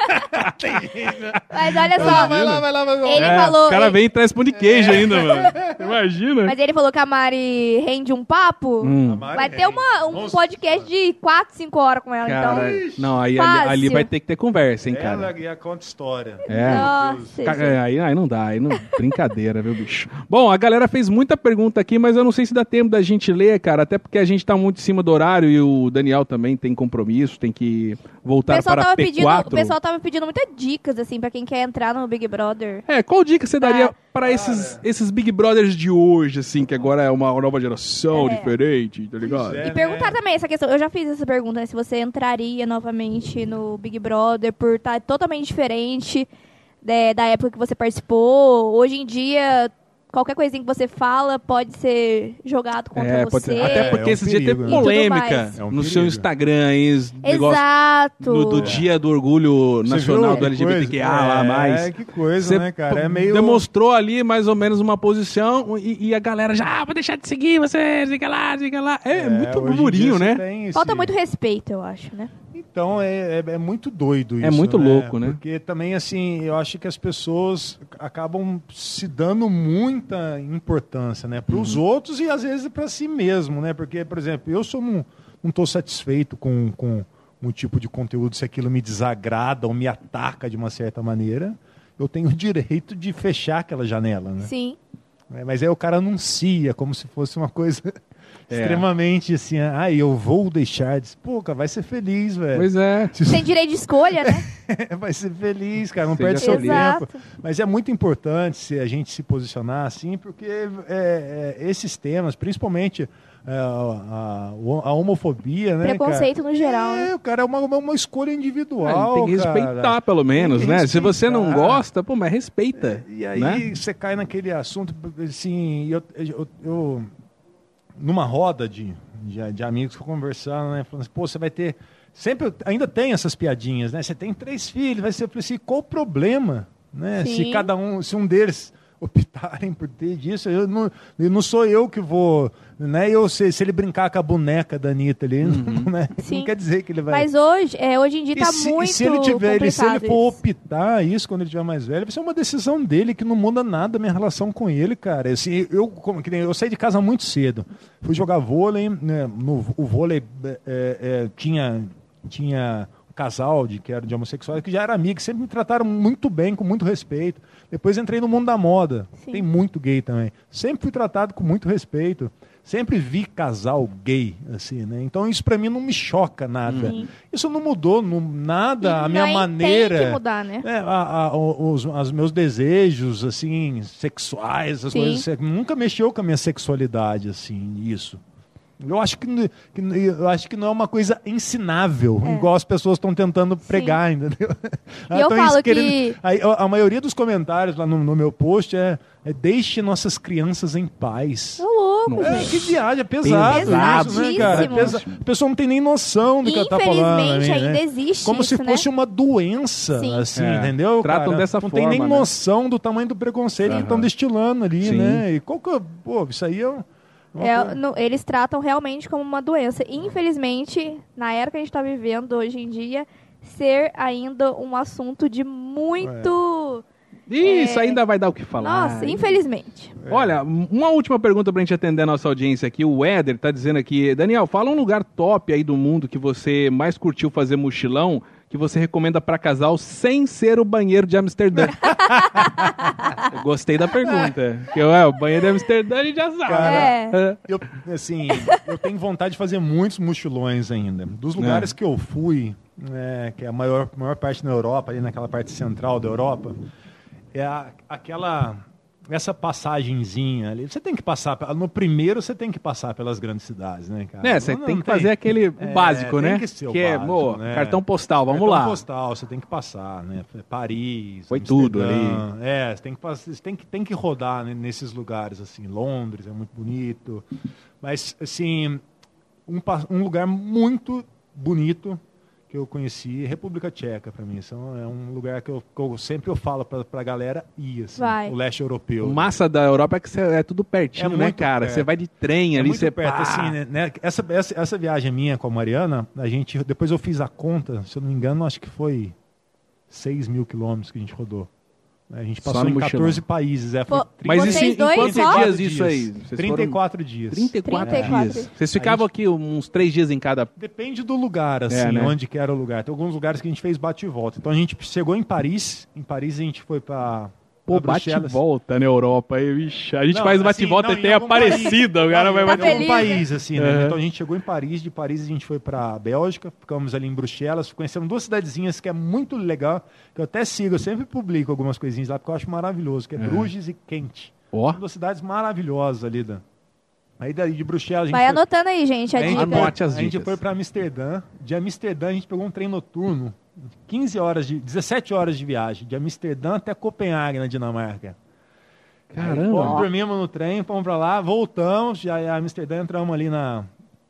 Mas olha só,
Ah, vai lá, vai lá, vai lá.
ele
É,
falou...
o cara
ele-
vem e traz pão de queijo ainda, mano. Imagina.
Mas ele falou que a Mari rende um papo.
Hum.
Vai ter uma, um
Nossa
podcast de quatro, cinco horas com ela,
Cara,
então.
não, aí ali,
fácil.
ali vai ter que ter conversa, hein,
Ela
cara.
ia conta história.
É.
Nossa,
Ca-
gente.
Aí, aí não dá, aí não... brincadeira, viu, bicho? Bom, a galera fez muita pergunta aqui, mas eu não sei se dá tempo da gente ler, cara, até porque a gente tá muito em cima do horário e o Daniel também tem compromisso, tem que
O
voltar
pessoal,
para
tava
P
pedindo,
quatro.
o pessoal tava pedindo muitas dicas, assim, pra quem quer entrar no Big Brother.
É, qual dica você daria
Ah,
para esses, esses Big Brothers de hoje, assim, que agora é uma nova geração
É.
diferente, tá ligado?
É,
E perguntar também essa questão, eu já fiz essa pergunta, né, se você entraria novamente no Big Brother por estar totalmente diferente né, da época que você participou. Hoje em dia, qualquer coisinha que você fala pode ser jogado contra
É, pode
você.
ser. Até porque
É um
esse dia
perigo,
teve
né?
polêmica
E tudo mais.
É um
no seu
perigo.
Instagram, aí, esse negócio
Exato.
do, do dia do orgulho
Você
nacional
viu
do
que
L G B T Q I A
coisa?
lá,
É,
mais.
que coisa,
Você
né, cara? É
p-
meio...
demonstrou ali mais ou menos uma posição e, e a galera já, ah, vou deixar de seguir você, siga lá, siga lá. É,
É,
muito
hoje em
burburinho,
dia você
né?
tem esse-
Falta muito respeito, eu acho, né?
Então, é, é, é muito doido isso.
É muito
né?
louco, né?
Porque também, assim, eu acho que as pessoas acabam se dando muita importância, né? Para os
Uhum.
outros e, às vezes, para si mesmo, né? Porque, por exemplo, eu sou um, não estou satisfeito com, com um tipo de conteúdo, se aquilo me desagrada ou me ataca de uma certa maneira, eu tenho o direito de fechar aquela janela, né?
Sim.
É, mas aí o cara anuncia como se fosse uma coisa
É.
extremamente assim, ah, eu vou deixar de... Pô, cara, vai ser feliz, velho.
Pois é.
Se você-
Tem direito de escolha, né?
vai ser feliz, cara, não
Seja
perde seu
feliz.
Exato.
tempo. Mas é muito importante se a gente se posicionar assim, porque é, é, esses temas, principalmente é, a, a- a homofobia, né,
Preconceito
cara?
no geral,
É,
né?
cara, é uma, uma escolha
Ah,
individual,
tem que
cara.
respeitar, pelo menos,
Tem que
né? Se você não
respeitar.
gosta, pô, mas respeita.
E aí
né?
você cai naquele assunto, assim, eu, eu, eu- numa roda de, de, de amigos que eu conversando, né, falando assim, pô, você vai ter, sempre, ainda tem essas piadinhas, né, você tem três filhos, vai ser, eu falei assim, qual o problema, né,
Sim.
se cada um, se um deles optarem por ter disso, eu não, eu não sou eu que vou, né, eu, se, se ele brincar com a boneca da Anitta ali, né,
Sim.
não quer dizer que ele vai...
Mas hoje, é, hoje em dia tá
E se,
muito
e se ele tiver, ele, se ele
complicado
for
isso.
optar isso quando ele tiver mais velho, vai ser uma decisão dele que não muda nada a minha relação com ele, cara. Assim, eu, como, que nem- eu saí de casa muito cedo. Fui jogar vôlei, né, no, o vôlei é, é, tinha, tinha um casal de, que era de homossexuais que já era amigo, sempre me trataram muito bem, com muito respeito. Depois entrei no mundo da moda.
Sim.
Tem muito gay também. Sempre fui tratado com muito respeito. Sempre vi casal gay, assim, né? Então isso pra mim não me choca nada.
Sim.
Isso não mudou não- nada
E
a minha
nem
maneira.
Tem que mudar, né?
É, a, a, os, os meus desejos, assim, sexuais, essas
Sim.
coisas, assim, nunca mexeu com a minha sexualidade, assim, isso. Eu acho que, n- que n- eu acho que não é uma coisa ensinável,
É.
igual as pessoas estão tentando pregar, entendeu?
E eu
tão
falo
querendo-
que-
Aí, a, a maioria dos comentários lá no, no meu post é, é deixe nossas crianças em paz.
Tô louco,
É,
gente.
que viagem, é pesado,
Pesado.
isso, né, cara? É
Pesadíssimo.
pesa- A pessoa não tem nem noção do que ela tá falando.
Infelizmente,
ali, né?
ainda existe
Como
isso,
se
né?
fosse uma doença,
Sim.
assim,
É,
entendeu?
tratam
cara?
dessa
não
forma,
tem nem
né?
noção do tamanho do preconceito que
Aham.
estão destilando ali,
Sim.
né? E qual que é, pô, isso aí é um- uma
É,
coisa-
no- eles tratam realmente como uma doença. Infelizmente, na era que a gente está vivendo hoje em dia, ser ainda um assunto de muito...
Isso
É.
ainda vai dar o que falar.
Nossa, infelizmente.
Olha, uma última pergunta pra gente atender a nossa audiência aqui. O Éder tá dizendo aqui, Daniel, fala um lugar top aí do mundo que você mais curtiu fazer mochilão, que você recomenda pra casal sem ser o banheiro de Amsterdã. Eu gostei da pergunta. Porque, ué, o banheiro de Amsterdã a gente já sabe.
Cara,
É.
Eu, assim, eu tenho vontade de fazer muitos mochilões ainda. Dos lugares
É.
que eu fui, né, que é a maior, maior parte na Europa, ali naquela parte central da Europa, é a- aquela... Essa passagenzinha ali, você tem que passar, no primeiro você tem que passar pelas grandes cidades, né, cara?
É, você
Não-
tem
não
que fazer aquele o
É,
básico,
tem
né?
que ser o
é,
básico,
pô,
né?
cartão postal, vamos
Cartão
lá.
postal, você tem que passar, né? Paris,
Foi tudo
Amsterdã. É, você tem que, pass- você tem que, tem que rodar né, nesses lugares, assim. Londres é muito bonito. Mas, assim, um, pa- um lugar muito bonito que eu conheci, República Tcheca, para mim. São, é um lugar que eu, que eu sempre eu falo pra, pra galera ir, assim,
Vai.
o leste europeu.
O massa da Europa é que cê- é tudo pertinho,
É
né,
muito
cara?
perto.
Você vai de trem
É
ali,
muito
você
perto,
pá.
assim, né, né? Essa, essa, essa viagem minha com a Mariana, a gente, depois eu fiz a conta, se eu não me engano, acho que foi seis mil quilômetros que a gente rodou. A gente
Só
passou
no
em
mochilão.
quatorze países. É, foi
Pô,
trinta-
Mas
Vocês
isso em
dois
quantos
só?
dias isso aí? Vocês
trinta e
foram-
quatro dias.
trinta e quatro
trinta e quatro.
dias. Vocês ficavam aqui uns três dias em cada...
Depende do lugar, assim,
É, né?
onde que era o lugar. Tem alguns lugares que a gente fez bate e volta. Então a gente chegou em Paris. Em Paris a gente foi pra...
Pô,
pra
bate e
Bruxelas.
volta na Europa. Aí, vixe, a gente
Não,
faz bate e
assim,
volta
não,
e
em
tem
algum
Aparecida.
país.
O cara vai
Não, em
bater...
algum
feliz,
país, assim, né?
Uhum.
Então a gente chegou em Paris, de Paris a gente foi pra Bélgica, ficamos ali em Bruxelas, conhecemos duas cidadezinhas que é muito legal, que eu até sigo, eu sempre publico algumas coisinhas lá, porque eu acho maravilhoso, que é
Uhum.
Bruges e Kent.
Ó,
São duas cidades maravilhosas ali, da... Aí dali de Bruxelas a gente
Vai
foi...
anotando aí, gente, a
A gente,
dica.
Anote as
a gente
dicas.
foi para Amsterdã. De Amsterdã a gente pegou um trem noturno, quinze horas de, dezessete horas de viagem, de Amsterdã até Copenhague, na Dinamarca. Aí
caramba.
fomos, dormimos no trem, fomos para lá, voltamos, já em Amsterdã entramos ali na,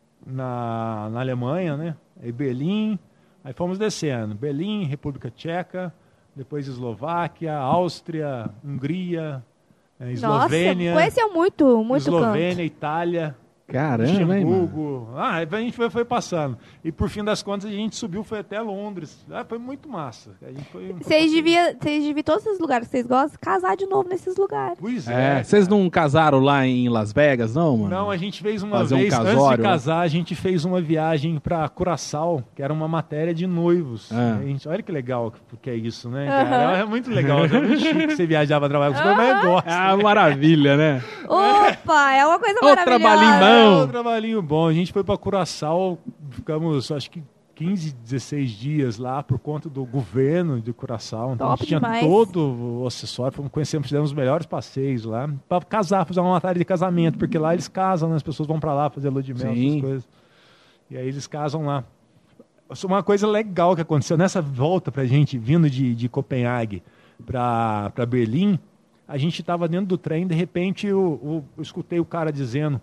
na, na Alemanha, né? Aí Berlim, aí fomos descendo. Berlim, República Tcheca, depois Eslováquia, Áustria, Hungria, eh, Eslovênia.
Nossa, conheceu muito, muito
Eslovênia,
canto.
Itália.
Caramba, hein, mano?
Luxemburgo. Ah, aí a gente foi, foi passando. E por fim das contas a gente subiu, foi até Londres. Ah, foi muito massa. A gente foi, foi
Vocês deviam, vocês deviam, todos esses lugares que vocês gostam, casar de novo nesses lugares.
Pois é.
É, vocês
cara.
não casaram lá em Las Vegas, não, mano?
Não, a gente fez uma
Fazer um
vez, antes
casório,
de casar, a gente fez uma viagem para Curaçao, que era uma matéria de noivos.
Ah.
A gente, olha que legal que, que é isso, né?
Aham.
Cara? É muito legal, é muito chique você viajar para trabalhar com os coisas, mas eu gosto.
Ah, maravilha, né?
Opa, é uma coisa
Ô,
maravilhosa.
trabalhinho bom.
É um trabalhinho bom. A gente foi para Curaçao, ficamos, acho que quinze, dezesseis dias lá por conta do governo de Curaçao. Então a
Top
gente tinha
demais.
todo o acessório, fomos conhecemos, fizemos os melhores passeios lá para casar, fazer uma matéria de casamento, porque lá eles casam, né? As pessoas vão para lá fazer lua de mel,
Sim.
essas coisas. E aí eles casam lá. Uma coisa legal que aconteceu nessa volta pra gente, vindo de, de Copenhague para Berlim, a gente estava dentro do trem, de repente eu, eu, eu escutei o cara dizendo,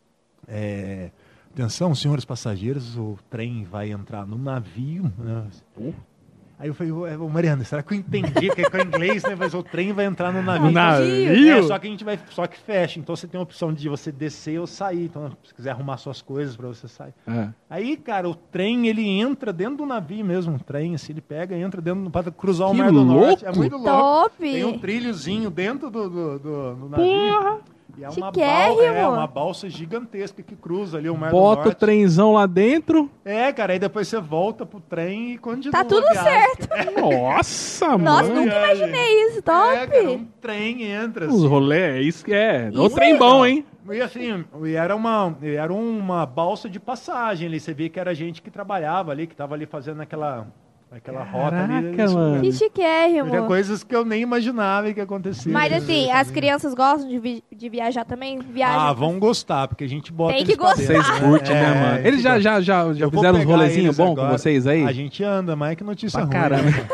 é, atenção, senhores passageiros, o trem vai entrar no navio. Né? Aí eu falei, ô, Mariana, será que eu entendi que é com inglês, né? Mas o trem vai entrar no navio.
No navio?
É, só que a gente vai, só que fecha. Então você tem a opção de você descer ou sair. Então, se quiser arrumar suas coisas para você sair.
É.
Aí, cara, o trem, ele entra dentro do navio mesmo. O trem, assim, ele pega e entra dentro para cruzar
Que
o Mar do Norte. É
louco!
muito louco.
Top.
Tem um trilhozinho dentro do, do, do, do navio.
Porra!
E é uma,
Chiquérrimo.
bal é uma balsa gigantesca que cruza ali o Mar do
Bota o
Norte.
trenzão lá dentro.
É, cara, aí depois você volta pro trem e continua.
Tá tudo
a viagem.
certo.
Nossa,
Nossa,
mano.
nunca imaginei isso, top.
É, cara, um trem entra.
Os
Assim.
rolê, isso que é. O
Isso
trem
aí.
bom, hein?
E assim, e era uma, e era uma balsa de passagem ali. Você via que era gente que trabalhava ali, que tava ali fazendo aquela, aquela rota ali.
Caraca, mano.
Que chiquérrimo.
Tem coisas que eu nem imaginava que aconteciam.
Mas assim, as crianças gostam de, vi- de viajar também? Viajam.
Ah, vão gostar, porque a gente bota
Tem
eles
que
pra
gostar.
dentro,
Vocês curtem, né,
É,
mano?
a gente
Eles já,
gosta.
já, já, já
Eu vou
fizeram uns
pegar
rolezinhos
eles
bons
agora.
com vocês aí?
A gente anda, mas que notícia
Pra
ruim.
caramba.
né?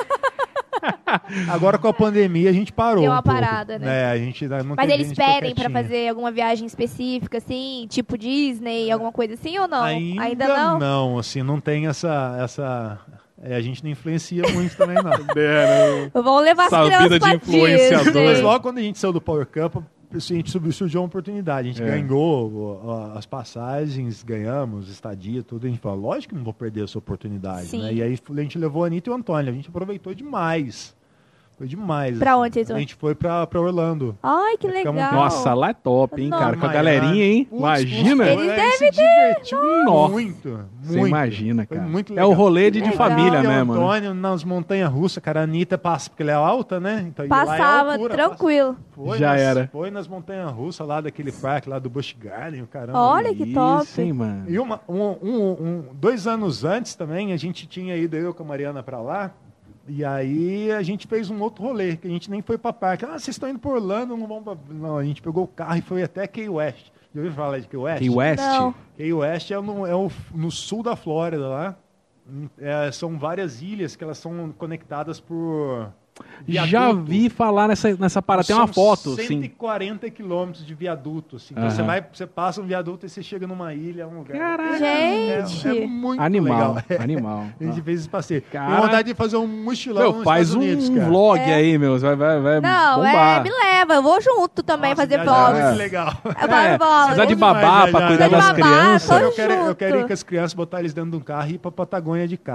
Agora com a pandemia a gente parou.
Deu uma
um pouco.
parada, né?
É, a gente não
Mas
tem
eles
gente que fica
pedem pra
quietinha.
fazer alguma viagem específica, assim, tipo Disney, alguma coisa assim ou não?
Ainda,
não?
não, assim, não tem essa... essa... É, a gente não influencia muito também, não.
É,
Vamos levar as
Essa
crianças
vida de
pra
influenciador.
Disney.
Mas logo quando a gente saiu do Power Cup, a gente subiu, surgiu uma oportunidade. A gente
É.
ganhou ó, as passagens, ganhamos estadia, tudo. A gente falou, lógico que não vou perder essa oportunidade.
Sim.
Né? E aí a gente levou a Anitta e o Antônio. A gente aproveitou demais. Foi demais.
Pra
assim.
onde vocês
A
foram?
gente foi pra, pra Orlando.
Ai, que
Ficamos-
legal.
Nossa, lá é top, hein,
Não.
cara? Com a
Miami.
galerinha, hein?
Putz,
Imagina.
putz,
Eles
a gente
devem
se divertiu
Nossa.
muito.
Você
muito.
imagina,
Foi
cara.
muito
É o
legal.
rolê de, de
Legal.
família,
E o
né, mano?
Antônio nas montanhas russas, cara, a Anitta passa, porque ela é alta, né? Então, e lá é
Passava
altura,
tranquilo.
Foi
Já
nas,
era.
Foi nas montanhas russas lá daquele parque lá do Busch Garden, o caramba.
Olha que top.
Isso, hein, mano.
E uma, um, um, um- dois anos antes também, a gente tinha ido, eu com a Mariana pra lá, e aí a gente fez um outro rolê, que a gente nem foi pra parque. Ah, vocês estão indo pra Orlando, não vão pra... Não, a gente pegou o carro e foi até Key West. Já ouviu falar de Key West?
Key West?
Não.
Key West é no, é o- no sul da Flórida lá. É, são várias ilhas que elas são conectadas por
Já
viaduto.
vi falar nessa, nessa parada. Tem uma
São
foto,
cento e
sim.
quarenta quilômetros de viaduto, assim. Então
Aham.
você vai, você passa um viaduto e você chega numa ilha, um lugar.
Caraca.
Gente.
é, é muito
Animal,
legal.
animal.
A gente fez esse passeio.
Cara.
Tenho vontade de fazer um mochilão
Meu,
nos
faz
Estados
um
Unidos, cara.
vlog
É.
aí, meu. Vai, vai, vai
Não, é,
bombar.
me leva. Eu vou junto também
Nossa,
fazer
viajar é
vlogs.
muito legal.
Eu
É,
faço vlogs.
precisa de
Bom
babá
demais
pra
viajar,
cuidar
né?
das
Precisa de babá,
crianças.
tô
Eu quero, eu quero ir
junto.
com as crianças, botar eles dentro de um carro e ir pra Patagônia de carro.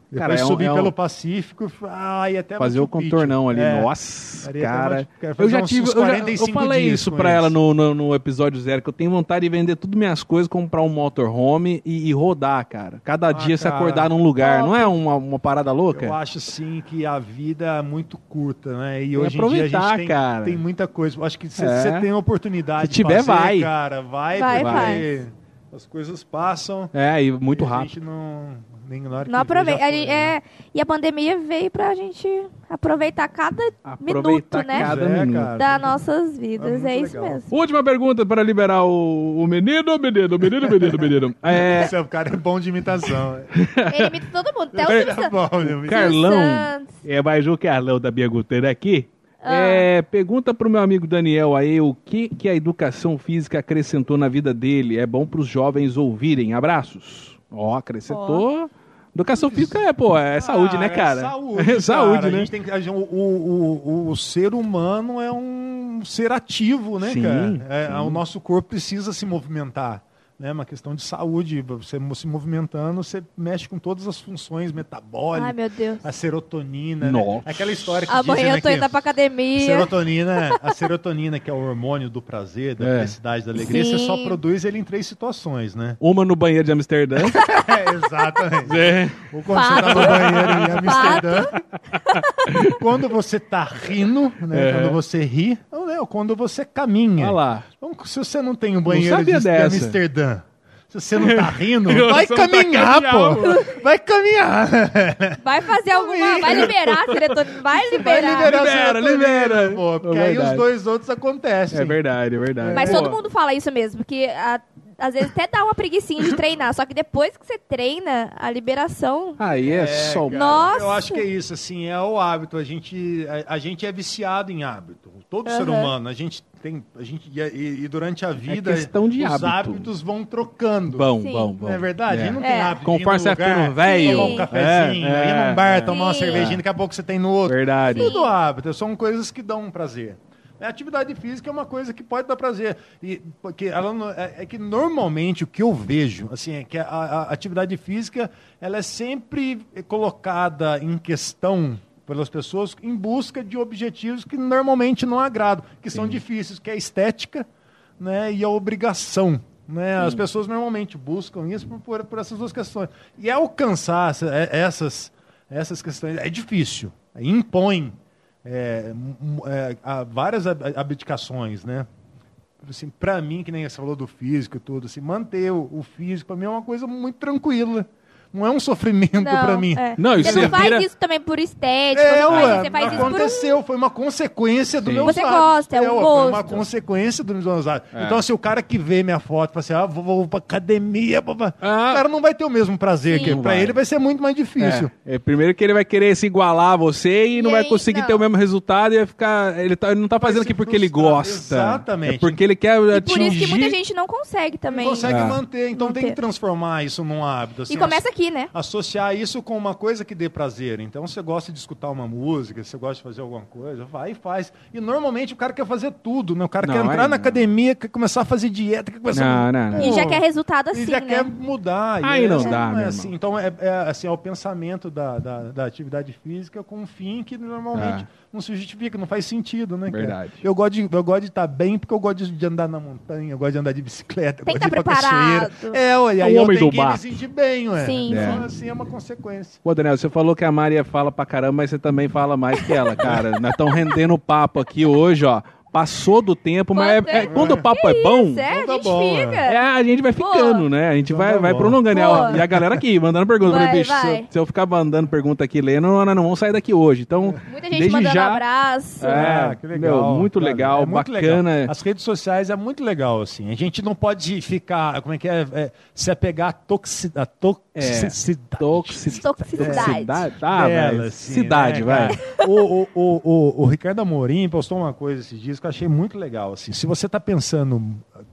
Depois
Cara, é um-
subir
é um-
pelo Pacífico, ah, e até
Fazer o
Machu Picchu.
contornão ali.
É.
Nossa,
Faria até
cara.
Machu- quero
Eu
fazer
já
uns-
tive.
uns
Eu, já- eu
quarenta e cinco
falei
dias
isso
com
pra ela
eles.
no, no, no episódio zero, que eu tenho vontade de vender tudo minhas coisas, comprar um motorhome e, e rodar, cara. Cada
Ah,
dia se
cara.
acordar num lugar. Não é uma, uma parada louca?
Eu acho, sim, que a vida é muito curta, né? E
que
hoje em dia a
aproveitar,
gente tem,
cara.
tem muita coisa. Eu acho que se
É.
você tem a oportunidade
Se tiver,
de fazer,
vai.
cara, vai,
Vai,
porque as coisas passam.
É, e muito
e a
rápido.
gente não... Nem na hora
Não
que vê, já
aproveita.
foi,
a-
né?
é, e a pandemia veio pra gente aproveitar cada
Aproveitar
minuto, né?
cada
Pois é,
minuto.
cara.
Das nossas vidas.
muito
É isso
legal.
mesmo.
Última pergunta para liberar o, o menino, menino, menino, menino, menino. É,
Esse é, o cara é bom de imitação.
Ele imita todo mundo. Até o
É,
Silvio
É
Santos.
bom, de imitação.
Carlão,
Santos.
é mais o Carlão da minha guteira aqui.
Ah.
É, pergunta pro meu amigo Daniel aí o que, que a educação física acrescentou na vida dele. É bom pros jovens ouvirem. Abraços. Ó, acrescentou. Educação física é, pô, é saúde,
Ah,
né, cara?
É saúde,
É saúde,
cara.
né?
A gente tem que, a gente- o, o, o, o ser humano é um ser ativo, né,
Sim,
cara? É,
sim.
O nosso corpo precisa se movimentar. É uma questão de saúde. Você se movimentando, você mexe com todas as funções metabólicas.
Ai, meu Deus.
A serotonina, né?
Nossa.
Aquela história que
Amanhã
dizem, né,
eu tô
que
indo pra academia.
serotonina, a serotonina, que é o hormônio do prazer, da
É.
felicidade, da alegria,
Sim.
você só produz ele em três situações, né?
Uma no banheiro de Amsterdã.
É, exatamente.
É.
Ou quando você tá no banheiro em Amsterdã. Quando você tá rindo, né?
É.
Quando você ri, ou, né, ou quando você caminha.
Olha lá.
Então, se você não tem um banheiro
sabia
de, de
dessa.
Amsterdã, se você não tá rindo,
Eu
vai
só não tá
caminhar,
caminhando.
pô. Vai caminhar.
Vai fazer alguma. Vai liberar a serotonina. Vai
Vai
liberar.
liberar, a
Libera,
serotonina,
libera.
pô. Porque
É
aí os
verdade.
dois outros acontecem.
É verdade, é verdade.
Mas
Pô,
todo mundo fala isso mesmo, porque a- às vezes até dá uma preguicinha de treinar, só que depois que você treina, a liberação.
Aí é, só.
cara,
Nossa.
Eu acho que é isso, assim, é o hábito. A gente, a, a gente é viciado em hábito. Todo ser
Aham.
humano, a gente tem, a gente e, e- e durante a vida
questão de
os
hábito.
hábitos vão trocando.
Bom,
Sim.
bom, bom.
Não é verdade? A gente não tem
É.
hábito
Conforme
de
você
ir no
vai
lugar,
ficando velho.
tomar um cafezinho,
É,
ir
é,
num bar,
é.
tomar uma
Sim.
cervejinha, daqui a pouco você tem no outro.
Verdade.
Tudo hábito, são coisas que dão um prazer. A atividade física é uma coisa que pode dar prazer. E, porque ela não- é, é que normalmente o que eu vejo assim, é que a, a atividade física ela é sempre colocada em questão pelas pessoas em busca de objetivos que normalmente não agradam, que são difíceis, que é a estética, né, e a obrigação. Né? As pessoas normalmente buscam isso por, por, por essas duas questões. E alcançar essa- é- essas, essas questões é difícil, impõe é, m- é, há várias ab- abdicações, né? Assim, para mim, que nem você falou do físico e tudo, assim, manter o, o físico para mim é uma coisa muito tranquila. Não é um sofrimento para mim.
é.
Não, e
você
você
não faz
vira-
isso também por estética,
É,
você,
ué,
faz, você faz isso por um...
aconteceu, foi uma consequência do
Sim.
meu
Você gosta, é um
ué, Foi uma
gosto.
consequência do meu usado.
É.
Então, assim, o cara que vê minha foto e fala assim, ah, vou, vou pra academia, babá.
Ah.
O cara não vai ter o mesmo prazer,
Sim.
que
Não
pra
vai.
ele vai ser muito mais difícil.
É, é, primeiro que ele vai querer se igualar a você e,
E
não vai
aí,
conseguir
não.
ter o mesmo resultado e vai ficar. Ele, tá- ele não tá fazendo
se
aqui porque ele
frustrar.
gosta.
Exatamente.
É porque ele quer
E
atingir.
por isso que muita gente não consegue também.
Não consegue
É.
manter, então tem
Manter.
que transformar isso num hábito. Assim,
E começa aqui, né?
associar isso com uma coisa que dê prazer. Então, você gosta de escutar uma música, você gosta de fazer alguma coisa, vai e faz. E normalmente o cara quer fazer tudo, né? O cara
Não,
quer entrar
aí
na
não.
academia, quer começar a fazer dieta, quer começar
Não,
a...
não, não.
E já
Pô,
quer resultado
e
assim,
já
né?
quer mudar. E
Aí não
é-
dá,
é
meu
assim. Então, é, é, assim, é o pensamento da, da, da atividade física com um fim que normalmente
É.
não se justifica, não faz sentido, né, cara?
Verdade.
Eu gosto de eu gosto de estar bem porque eu gosto de, de andar na montanha, eu gosto de andar de bicicleta, eu
Tem
gosto
que
de ir pra
tá preparado.
cachoeira. É, ué,
É
aí
o
eu
homem
tenho
do
que me
mato.
sentir bem, ué.
Sim.
Então,
É.
assim, é uma consequência.
Pô, Daniel, você falou que a Maria fala pra caramba, mas você também fala mais que ela, cara. Nós estamos rendendo o papo aqui hoje, ó. Passou do tempo, mas
Quanto
é- é-
é-
quando o papo é bom,
Isso, é, a
Então tá
gente
bom,
fica.
é, a gente vai
Pô.
ficando, né? A gente
Então
vai,
tá
vai
bom.
prolongando.
Pô.
E a galera aqui, mandando pergunta.
Vai,
Falei, bicho, se,
vai.
eu, se eu ficar mandando pergunta aqui, lendo, nós não vamos sair daqui hoje. Então,
Muita gente
desde
mandando
já...
abraço.
É,
Ah, que legal.
meu, muito
Cara,
legal,
é muito
bacana.
legal. As redes sociais é muito legal, assim. A gente não pode ficar, como é que é, é se apegar à toxi, à toxicidade.
Toxi-
Toxicidade.
Ah,
dela,
velho.
assim,
Cidade,
né,
vai.
cara? O, o, o, o, o Ricardo Amorim postou uma coisa esses dias que eu achei muito legal. Assim. Se você está pensando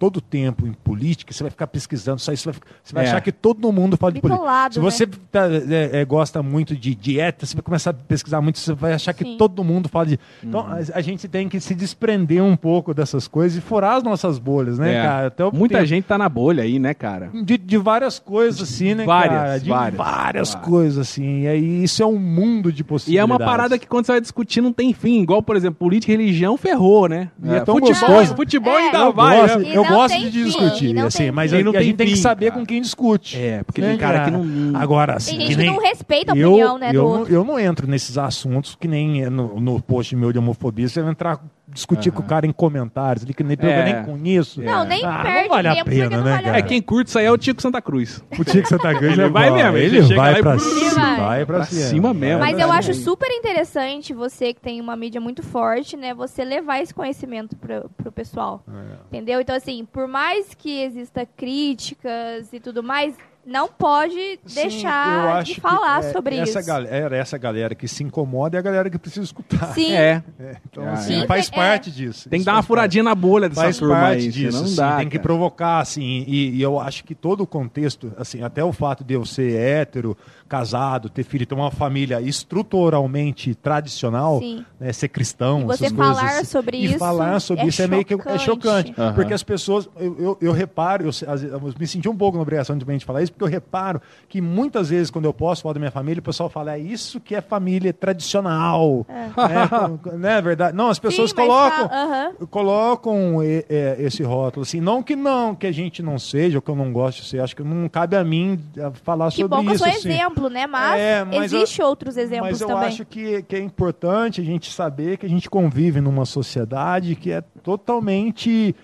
todo o tempo em política, você vai ficar pesquisando só isso, você vai, você vai
É.
achar que todo mundo fala de política.
Bitolado,
Se você
né?
tá, é, é, gosta muito de dieta, você vai começar a pesquisar muito, você vai achar que
Sim.
todo mundo fala de... Então, a, a gente tem que se desprender um pouco dessas coisas e furar as nossas bolhas, né,
É.
cara? Até o
Muita
tempo-
gente tá na bolha aí, né, cara?
De, de várias coisas, assim, né,
Várias,
cara? De
várias.
várias,
Várias.
coisas, assim. E aí, isso é um mundo de
E
possibilidades.
é uma parada que quando você vai discutir não tem fim. Igual, por exemplo, política e religião ferrou, né?
E é tão
futebol,
gostoso.
futebol
É.
ainda
Eu
vai,
gosto,
né?
E
eu
não
gosto
tem
de
fim,
discutir,
e não
assim,
tem
mas
fim.
a,
E não
a
tem
gente tem que
fim,
saber
cara.
com quem discute.
É, porque
né,
tem cara que não...
Agora, assim,
Tem
que
gente que
nem...
não respeita a
eu,
opinião, né, do
eu,
outro.
eu não entro nesses assuntos que nem no, no post meu de homofobia, você vai entrar discutir com o cara em comentários, ali que nem
É.
nem com isso.
Não, nem
Ah,
perde
não vale a
tempo,
pena,
porque não
né,
vale a
cara?
É, quem curte isso aí é o Tico Santa Cruz.
O Tico Santa Cruz
Ele
é
vai
bom,
mesmo, ele
ele
chega lá
vai
e
pra
brrr,
cima,
vai.
vai pra
Pra
cima.
cima mesmo.
Mas
É
eu
verdade.
acho super interessante você que tem uma mídia muito forte, né? Você levar esse conhecimento pro, pro pessoal.
É.
Entendeu? Então, assim, por mais que exista críticas e tudo mais, não pode
Sim,
deixar
eu acho
de
que
falar
é,
sobre
essa
isso.
Galera, essa galera que se incomoda é a galera que precisa escutar.
Sim.
É,
É, então,
Ah,
assim,
é.
faz
Sim,
parte
é.
disso.
tem que
Isso
dar uma
faz
furadinha na bolha
parte.
dessa
Faz
turma
parte
aí.
disso,
Não
assim,
dá,
tem que
cara.
provocar, assim, e, e eu acho que todo o contexto, assim, até o fato de eu ser hétero, casado, ter filho, ter uma família estruturalmente tradicional,
Sim.
né, ser cristão,
E você
essas coisas
falar
assim.
sobre
e
isso
falar sobre
é
isso é meio que é
chocante.
chocante,
Aham.
porque as pessoas, eu, eu, eu reparo, eu, às vezes, eu me senti um pouco na obrigação de realmente falar isso, porque eu reparo que muitas vezes quando eu posso falar da minha família, o pessoal fala, é isso que é família tradicional, né, com- né, é verdade? Não, as pessoas
Sim, mas
colocam,
fala- aham.
colocam e- é, esse rótulo, assim, não que não, que a gente não seja, ou que eu não gosto de ser, acho que não cabe a mim ah, falar
Que
sobre
bom que eu
isso,
sou
assim.
exemplo, né? Mas,
É, mas eu-
existe outros exemplos
Mas eu
também.
acho que, que é importante a gente saber que a gente convive numa sociedade que é totalmente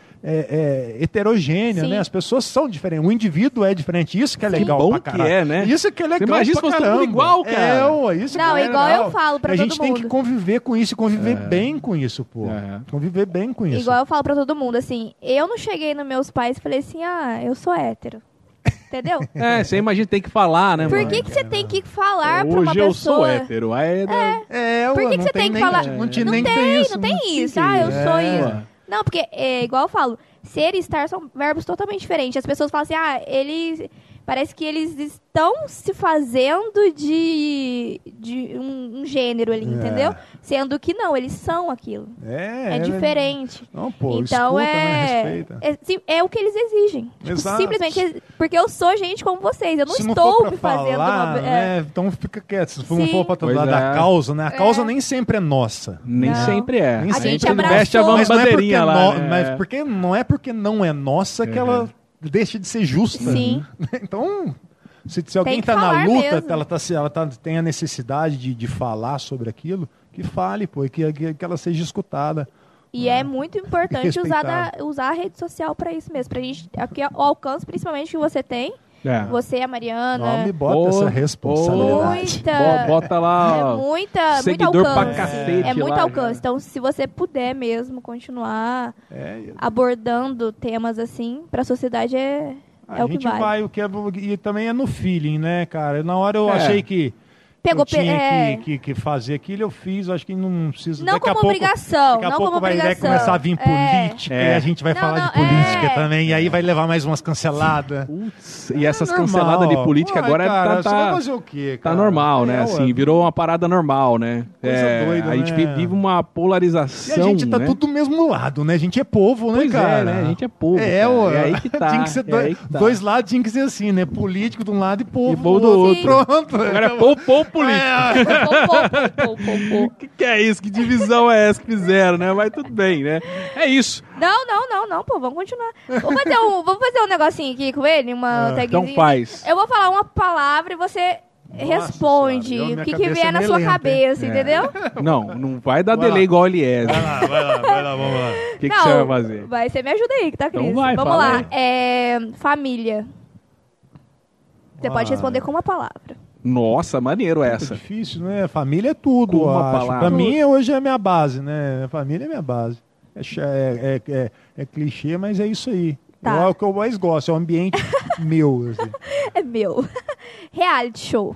é, é, heterogênea,
Sim.
né? As pessoas são diferentes, o indivíduo é diferente, isso que é
Sim.
legal
Bom
pra
que
caralho.
é, né?
Isso que é legal
imagina se
pra
fosse todo mundo
caramba.
igual, cara.
É, ué, isso
Não,
que é
igual
legal.
eu falo pra
A
todo
gente tem que
mundo.
conviver com isso e conviver bem com isso, pô.
É.
Conviver bem com isso.
Igual eu falo pra todo mundo, assim, eu não cheguei nos meus pais e falei assim, ah, eu sou hétero. Entendeu?
É, você imagina tem que falar, né,
Por
mano?
que, que você tem que falar pra uma
Hoje eu
pessoa?
sou hétero. Aí, né?
É,
Por
ué,
que, que
não
você
tem
tem que
nem-
falar?
Não, tinha
não
nem que
tem,
ter isso.
não tem
tinha
isso.
que-
Ah, eu
é.
sou isso. Não, porque, é, igual eu falo, ser e estar são verbos totalmente diferentes. As pessoas falam assim, ah, eles... Parece que eles estão se fazendo de, de um, um gênero ali,
É.
entendeu? Sendo que não, eles são aquilo.
É,
É, diferente.
Não, pô,
Então
escuta, né?
é,
Respeita.
é, sim, é o que eles exigem. Tipo,
Exato.
simplesmente porque eu sou gente como vocês. Eu não
Se não
estou
for pra
me fazendo
falar,
uma. é,
né, então fica quieto. Se for, não
Sim.
for pra
Pois
falar da
é.
causa, né? A causa nem sempre é nossa.
Nem
Não.
sempre é.
Nem
A gente
sempre
abraçou.
veste a
Mas não é porque,
bandeirinha lá,
no-
né?
mas porque não é porque não é nossa que ela deixa de ser justa.
Sim.
Então, se, se alguém
que
está na
falar
luta,
mesmo.
ela, tá, se ela tá, tem a necessidade de, de falar sobre aquilo, que fale, pô, e que, que, que ela seja escutada.
E é muito importante usar,
respeitada.
da- usar a rede social pra isso mesmo. Pra gente. Aqui, o alcance, principalmente, que você tem.
É.
Você, a Mariana.
Não me bota
Ô,
essa responsabilidade.
Muita.
Bo- Bota lá,
É
ó,
muita, muito
seguidor pra
alcance.
cacete
É muito
lá,
alcance. Então, se você puder mesmo continuar
É,
abordando temas assim, pra sociedade é,
a
é o que
gente
vale.
vai, o que é, e também é no feeling, né, cara? Na hora eu
É.
achei que
Pegou
eu tinha
pe- é.
que, que, que fazer aquilo, eu fiz, acho que não precisa.
Não
daqui a
como
pouco,
obrigação,
Daqui a
não
pouco
como
vai, vai
obrigação.
começar a vir
É.
política
É.
e a gente vai
Não,
falar
não,
de política
é.
também, e aí vai levar mais umas canceladas.
Putz, e essas
É normal.
canceladas de política
Ué,
agora
cara,
tá,
você vai
tá,
fazer o quê,
tá
cara?
normal, né?
É,
Assim,
ué.
virou uma parada normal, né?
Coisa
É,
doida,
a gente
né?
vive uma
E
polarização,
a gente tá
né?
tudo do mesmo lado, né? A gente é povo, né,
Pois é,
cara?
né? A gente é povo,
É,
cara.
ué.
É aí que tá,
Tinha que ser
é
dois,
aí que tá.
dois lados, tinha que ser assim, né? Político de um lado e povo,
E povo do outro.
Pronto.
Agora é povo, povo político.
É.
Pô, pô, pô, pô, pô, pô.
O que, que é isso? Que divisão é essa que fizeram, né? Mas tudo bem, né? É isso.
Não, não, não, não, pô, vamos continuar. Vamos fazer um, vamos fazer um negocinho aqui com ele, uma tagzinha.
Então faz.
Eu vou falar uma palavra e você responde
senhora, eu-
o
minha
que, que
cabeça
vier
é
na
meio
sua
lenta, hein?
cabeça,
É.
entendeu?
Não, não vai dar
Vai
delay
lá.
igual ele é.
Vai lá, vai lá, vai lá, vamos lá.
O que, que
não,
você vai fazer?
Vai, você me ajuda aí, que tá, Cris?
Então vai,
Vamos
fala
lá.
aí.
É, família. Você pode
Ah.
responder com uma palavra.
Nossa, maneiro
É
essa.
difícil, né? Família é tudo,
Com
eu
uma
acho.
palavra.
Pra mim, hoje é a minha base, né? Família é minha base. É, ch- é, é, é, é clichê, mas é isso aí.
Tá.
É o que eu mais gosto, é o ambiente meu, assim.
É meu. Reality show.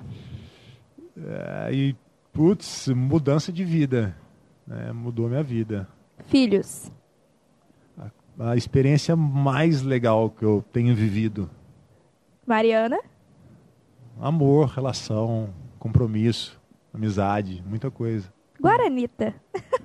É, e, putz, mudança de vida. Né? Mudou minha vida.
Filhos.
a experiência mais legal que eu tenho vivido.
Mariana?
Amor, relação, compromisso, amizade, muita coisa.
Guaranita.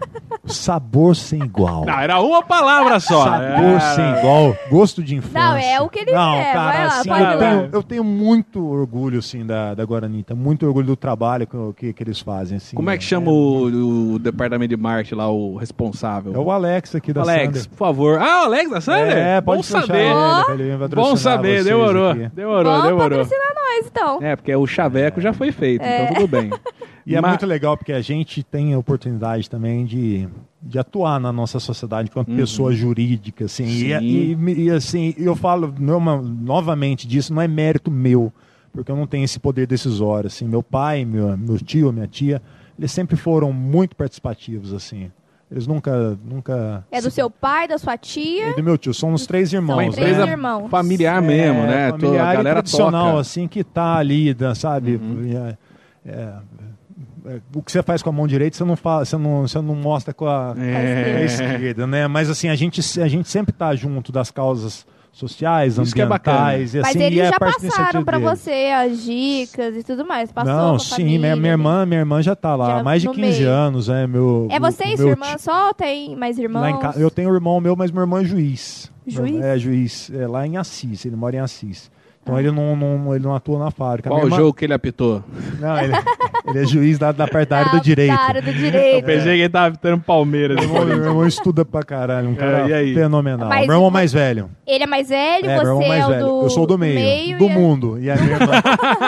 Sabor sem igual.
Não, era uma palavra só.
Sabor
Era...
sem igual, gosto de infância.
Não, é o que ele
Não,
quer.
cara,
Vai lá,
assim,
pode
eu,
ir lá.
tenho, eu tenho muito orgulho assim, da, da Guaranita, muito orgulho do trabalho que, que, que eles fazem. Assim,
Como é que chama o, o departamento de marketing lá, o responsável?
É o Alex aqui da
Alex,
Sander.
por favor. Ah, o Alex da Sander?
É, pode
Bom
fechar
saber.
ele, ele vem patrocinar
Bom saber,
vocês
demorou.
aqui.
Demorou,
Vamos
demorou.
patrocinar nós, então.
É, porque o chaveco já foi feito, então tudo bem.
E é
Mas-
muito legal porque a gente tem a oportunidade também de, de atuar na nossa sociedade enquanto pessoa jurídica, assim. E,
Sim.
e, e, assim, eu falo numa- novamente disso, não é mérito meu, porque eu não tenho esse poder decisório, assim. Meu pai, meu, meu tio, minha tia, eles sempre foram muito participativos, assim. Eles nunca, nunca...
É do seu pai, da sua tia.
E do meu tio, são os três irmãos.
Uma
São
né?
três
empresa
irmãos.
familiar mesmo, né? Toda
Familiar
a
e
galera
tradicional,
toca.
assim, que tá ali, da- sabe?
Uhum.
É, é, é, o que você faz com a mão direita, você não fala, você não, você não mostra com a, com a
É.
esquerda, né? Mas assim, a gente, a gente sempre tá junto das causas sociais,
Isso que é
ambientais, e
Mas
assim,
eles
e é
já
parte da
passaram
iniciativa
pra
deles.
você as dicas e tudo mais. Passou
Não,
pra
sim,
família,
minha, minha
né?
irmã, minha irmã já tá lá
Já
há mais de
no
quinze
meio.
anos, né? Meu,
É você
o
e sua
meu
irmã
tio-
só ou tem mais irmãos?
Lá em ca- Eu tenho um irmão meu, mas meu irmão é juiz.
Juiz?
É, juiz. É, lá em Assis, ele mora em Assis. Então ele, não, não, ele não atua na fábrica.
Qual
Minha
o
irmã-
jogo que ele apitou?
Não, ele, ele é juiz da, da parte da área do
Da-
direito.
Da área do direito.
Pensei que ele tava apitando Palmeiras.
Meu irmão, meu irmão estuda pra caralho, um cara
É, e aí?
fenomenal.
Mas-
meu irmão mais velho.
Ele é mais velho,
É, meu
você
irmão mais
é o
velho.
do
Eu sou do meio, do
e a-
mundo. E a minha irmã,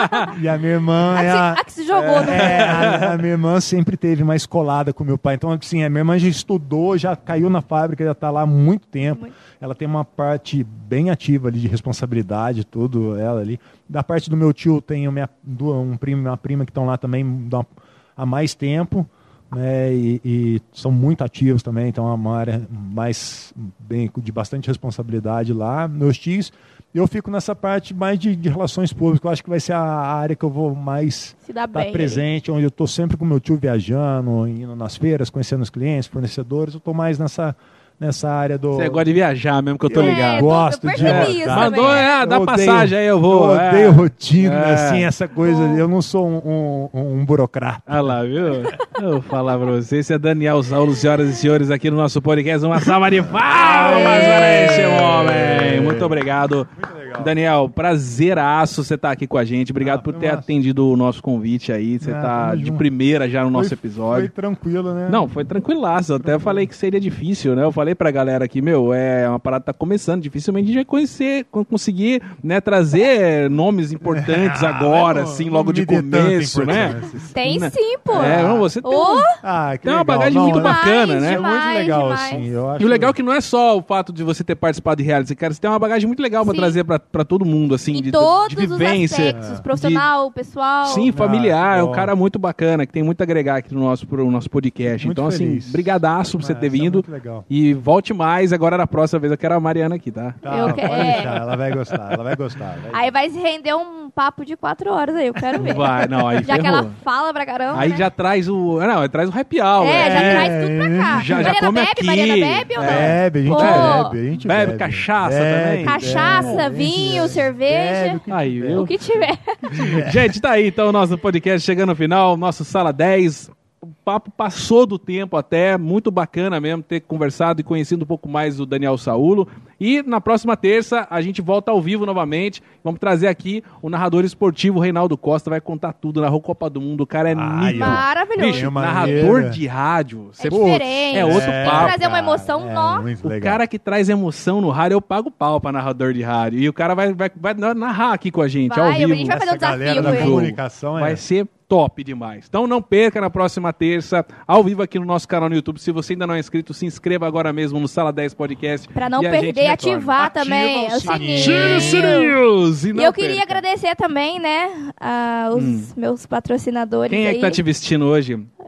e a minha irmã
A,
é
que,
a...
a que se jogou. no
É, a, a minha irmã sempre teve mais colada com meu pai. Então, assim, a minha irmã já estudou, já caiu na fábrica, já tá lá há muito tempo.
Muito.
Ela tem uma parte bem ativa ali de responsabilidade, tudo, ela ali. Da parte do meu tio, tenho minha, du- um primo e uma prima que estão lá também dá- há mais tempo, né? E, e são muito ativos também, então é uma área mais bem, de bastante responsabilidade lá. Meus tios, eu fico nessa parte mais de, de relações públicas, eu acho que vai ser a área que eu vou mais
Se dá
estar
bem.
presente, onde eu estou sempre com meu tio viajando, indo nas feiras, conhecendo os clientes, fornecedores, eu estou mais nessa, nessa área do...
Você gosta de viajar mesmo, que eu tô
Eu
ligado.
É,
gosto
eu
de
percebi
viajar.
isso
Mandou,
também.
é, dá
Eu odeio-
passagem aí, eu vou.
Eu
é.
odeio rotina,
É.
assim, essa coisa.
Bom.
Eu não sou um, um, um burocrata.
Olha lá, viu? Eu vou falar pra você. Esse é Daniel Saulo, senhoras e senhores, aqui no nosso podcast. Uma salva de palmas para esse homem. Muito obrigado. Daniel, prazeraço você estar aqui com a gente. Obrigado
Ah,
por
foi
ter
massa.
atendido o nosso convite aí. Você
Ah,
tá
tamo
de
junto.
primeira já no nosso
Foi-
episódio.
Foi tranquilo, né?
Não, foi tranquilaço. Eu até falei que seria difícil, né? Eu falei pra galera aqui, meu, é uma parada que tá começando. Dificilmente a gente vai conhecer, con- conseguir, né, trazer nomes importantes
Ah,
agora,
não-
assim,
não
logo
me
de
dê tanta
começo, né?
importância.
Tem
Né?
sim, pô.
É, não, você tem,
Ô,
um-
Ah, que
tem uma
legal.
bagagem
Não,
muito
é-
bacana, né?
É muito
Demais,
legal,
demais.
assim. Eu acho
E o legal é que não é só o fato de você ter participado de reality, cara, você tem uma bagagem muito legal pra
Sim.
trazer pra, pra todo mundo, assim,
em
de,
todos
de vivência.
os aspectos, profissional, pessoal.
Sim, familiar, é um
bom.
cara muito bacana, que tem muito a agregar aqui no nosso, pro nosso podcast.
Muito
então,
feliz.
assim, brigadaço por você
Ah,
ter
isso é
vindo.
muito legal.
E volte mais, agora na próxima vez eu quero a Mariana aqui, tá?
Tá,
Eu
pode
que- é.
deixar, ela vai gostar, ela vai gostar. vai-
Aí vai se render um papo de quatro horas aí, eu quero ver.
Vai, não, aí
Já que
ferrou.
ela fala pra caramba,
Aí
né?
já traz o... Não, aí traz o happy hour.
É, já
É,
traz tudo pra cá.
já- já
Mariana
come
bebe?
aqui.
Mariana bebe ou não?
Bebe, a gente
Pô.
bebe, a gente
Bebe
bebe.
cachaça
Bebe,
também?
Cachaça,
bebe,
vinho,
bebe,
cerveja.
bebe o que
Aí,
tiver.
viu?
O que tiver.
Gente, tá aí então o nosso podcast chegando no final, nosso Sala dez. O papo passou do tempo até, muito bacana mesmo ter conversado e conhecido um pouco mais o Daniel Saulo. E na próxima terça a gente volta ao vivo novamente. Vamos trazer aqui o narrador esportivo Reinaldo Costa, vai contar tudo, narrou Copa do Mundo, o cara é
Ai,
nível.
Maravilhoso.
Bicho,
É
narrador
maneira.
de rádio.
É
Você
diferente.
é outro
Tem
papo,
que trazer uma
cara.
emoção,
É,
nó.
muito
O
legal.
cara que traz emoção no rádio, eu pago pau pra narrador de rádio. E o cara vai, vai, vai narrar aqui com a gente, ao
Vai,
vivo.
a gente vai fazer um
Essa galera
desafio
da
com ele.
comunicação é...
Vai ser top demais. Então não perca na próxima terça, ao vivo aqui no nosso canal no YouTube. Se você ainda não é inscrito, se inscreva agora mesmo no Sala dez Podcast.
Pra não
e a gente
perder,
retorna.
ativar
Ativa
também
o
o
sininho.
Ative os
sininho.
sininhos! E
E
não
eu queria
perca.
agradecer também, né, a- os meus patrocinadores
Quem é
aí.
que tá te vestindo hoje?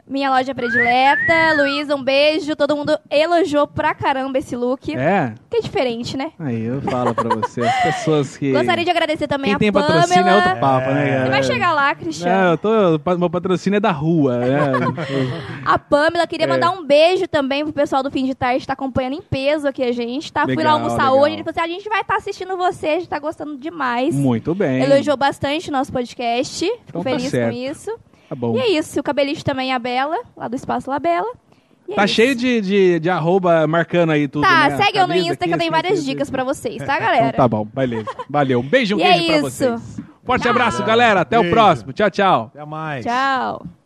Minha loja predileta. Luísa, um beijo. Todo mundo elogiou pra caramba esse look.
É?
Que é diferente, né?
Aí eu falo pra você. As pessoas que...
Gostaria de agradecer também
Quem
a
tem
Pamela.
patrocínio é outro papo, né, cara?
Você vai chegar lá, Cristiano.
Não, eu tô... Meu patrocínio é da rua, né?
A Pamela, queria mandar um beijo também pro pessoal do Fim de Tarde que tá acompanhando em peso aqui a gente, tá? Fui lá
Legal,
almoçar
legal.
hoje, ele falou assim, a gente vai estar assistindo você, a gente tá gostando demais.
Muito bem.
Elogiou bastante o nosso podcast, fico
Então tá
feliz
certo.
com isso.
Tá bom.
E é isso, o Cabelite também é a Bela, lá do Espaço Labela. E é
Tá
isso.
cheio de, de, de arroba marcando aí tudo,
Tá,
né?
segue eu no
Camisa
Insta
aqui,
que eu tenho
assim,
várias
assim,
dicas
assim.
pra vocês, tá, galera?
Então tá bom, beleza. Valeu. Um beijo, um
E é
queijo pra
isso.
vocês. Forte abraço,
Tchau.
galera. Até o
Beijo.
próximo. Tchau, tchau.
Até mais.
Tchau.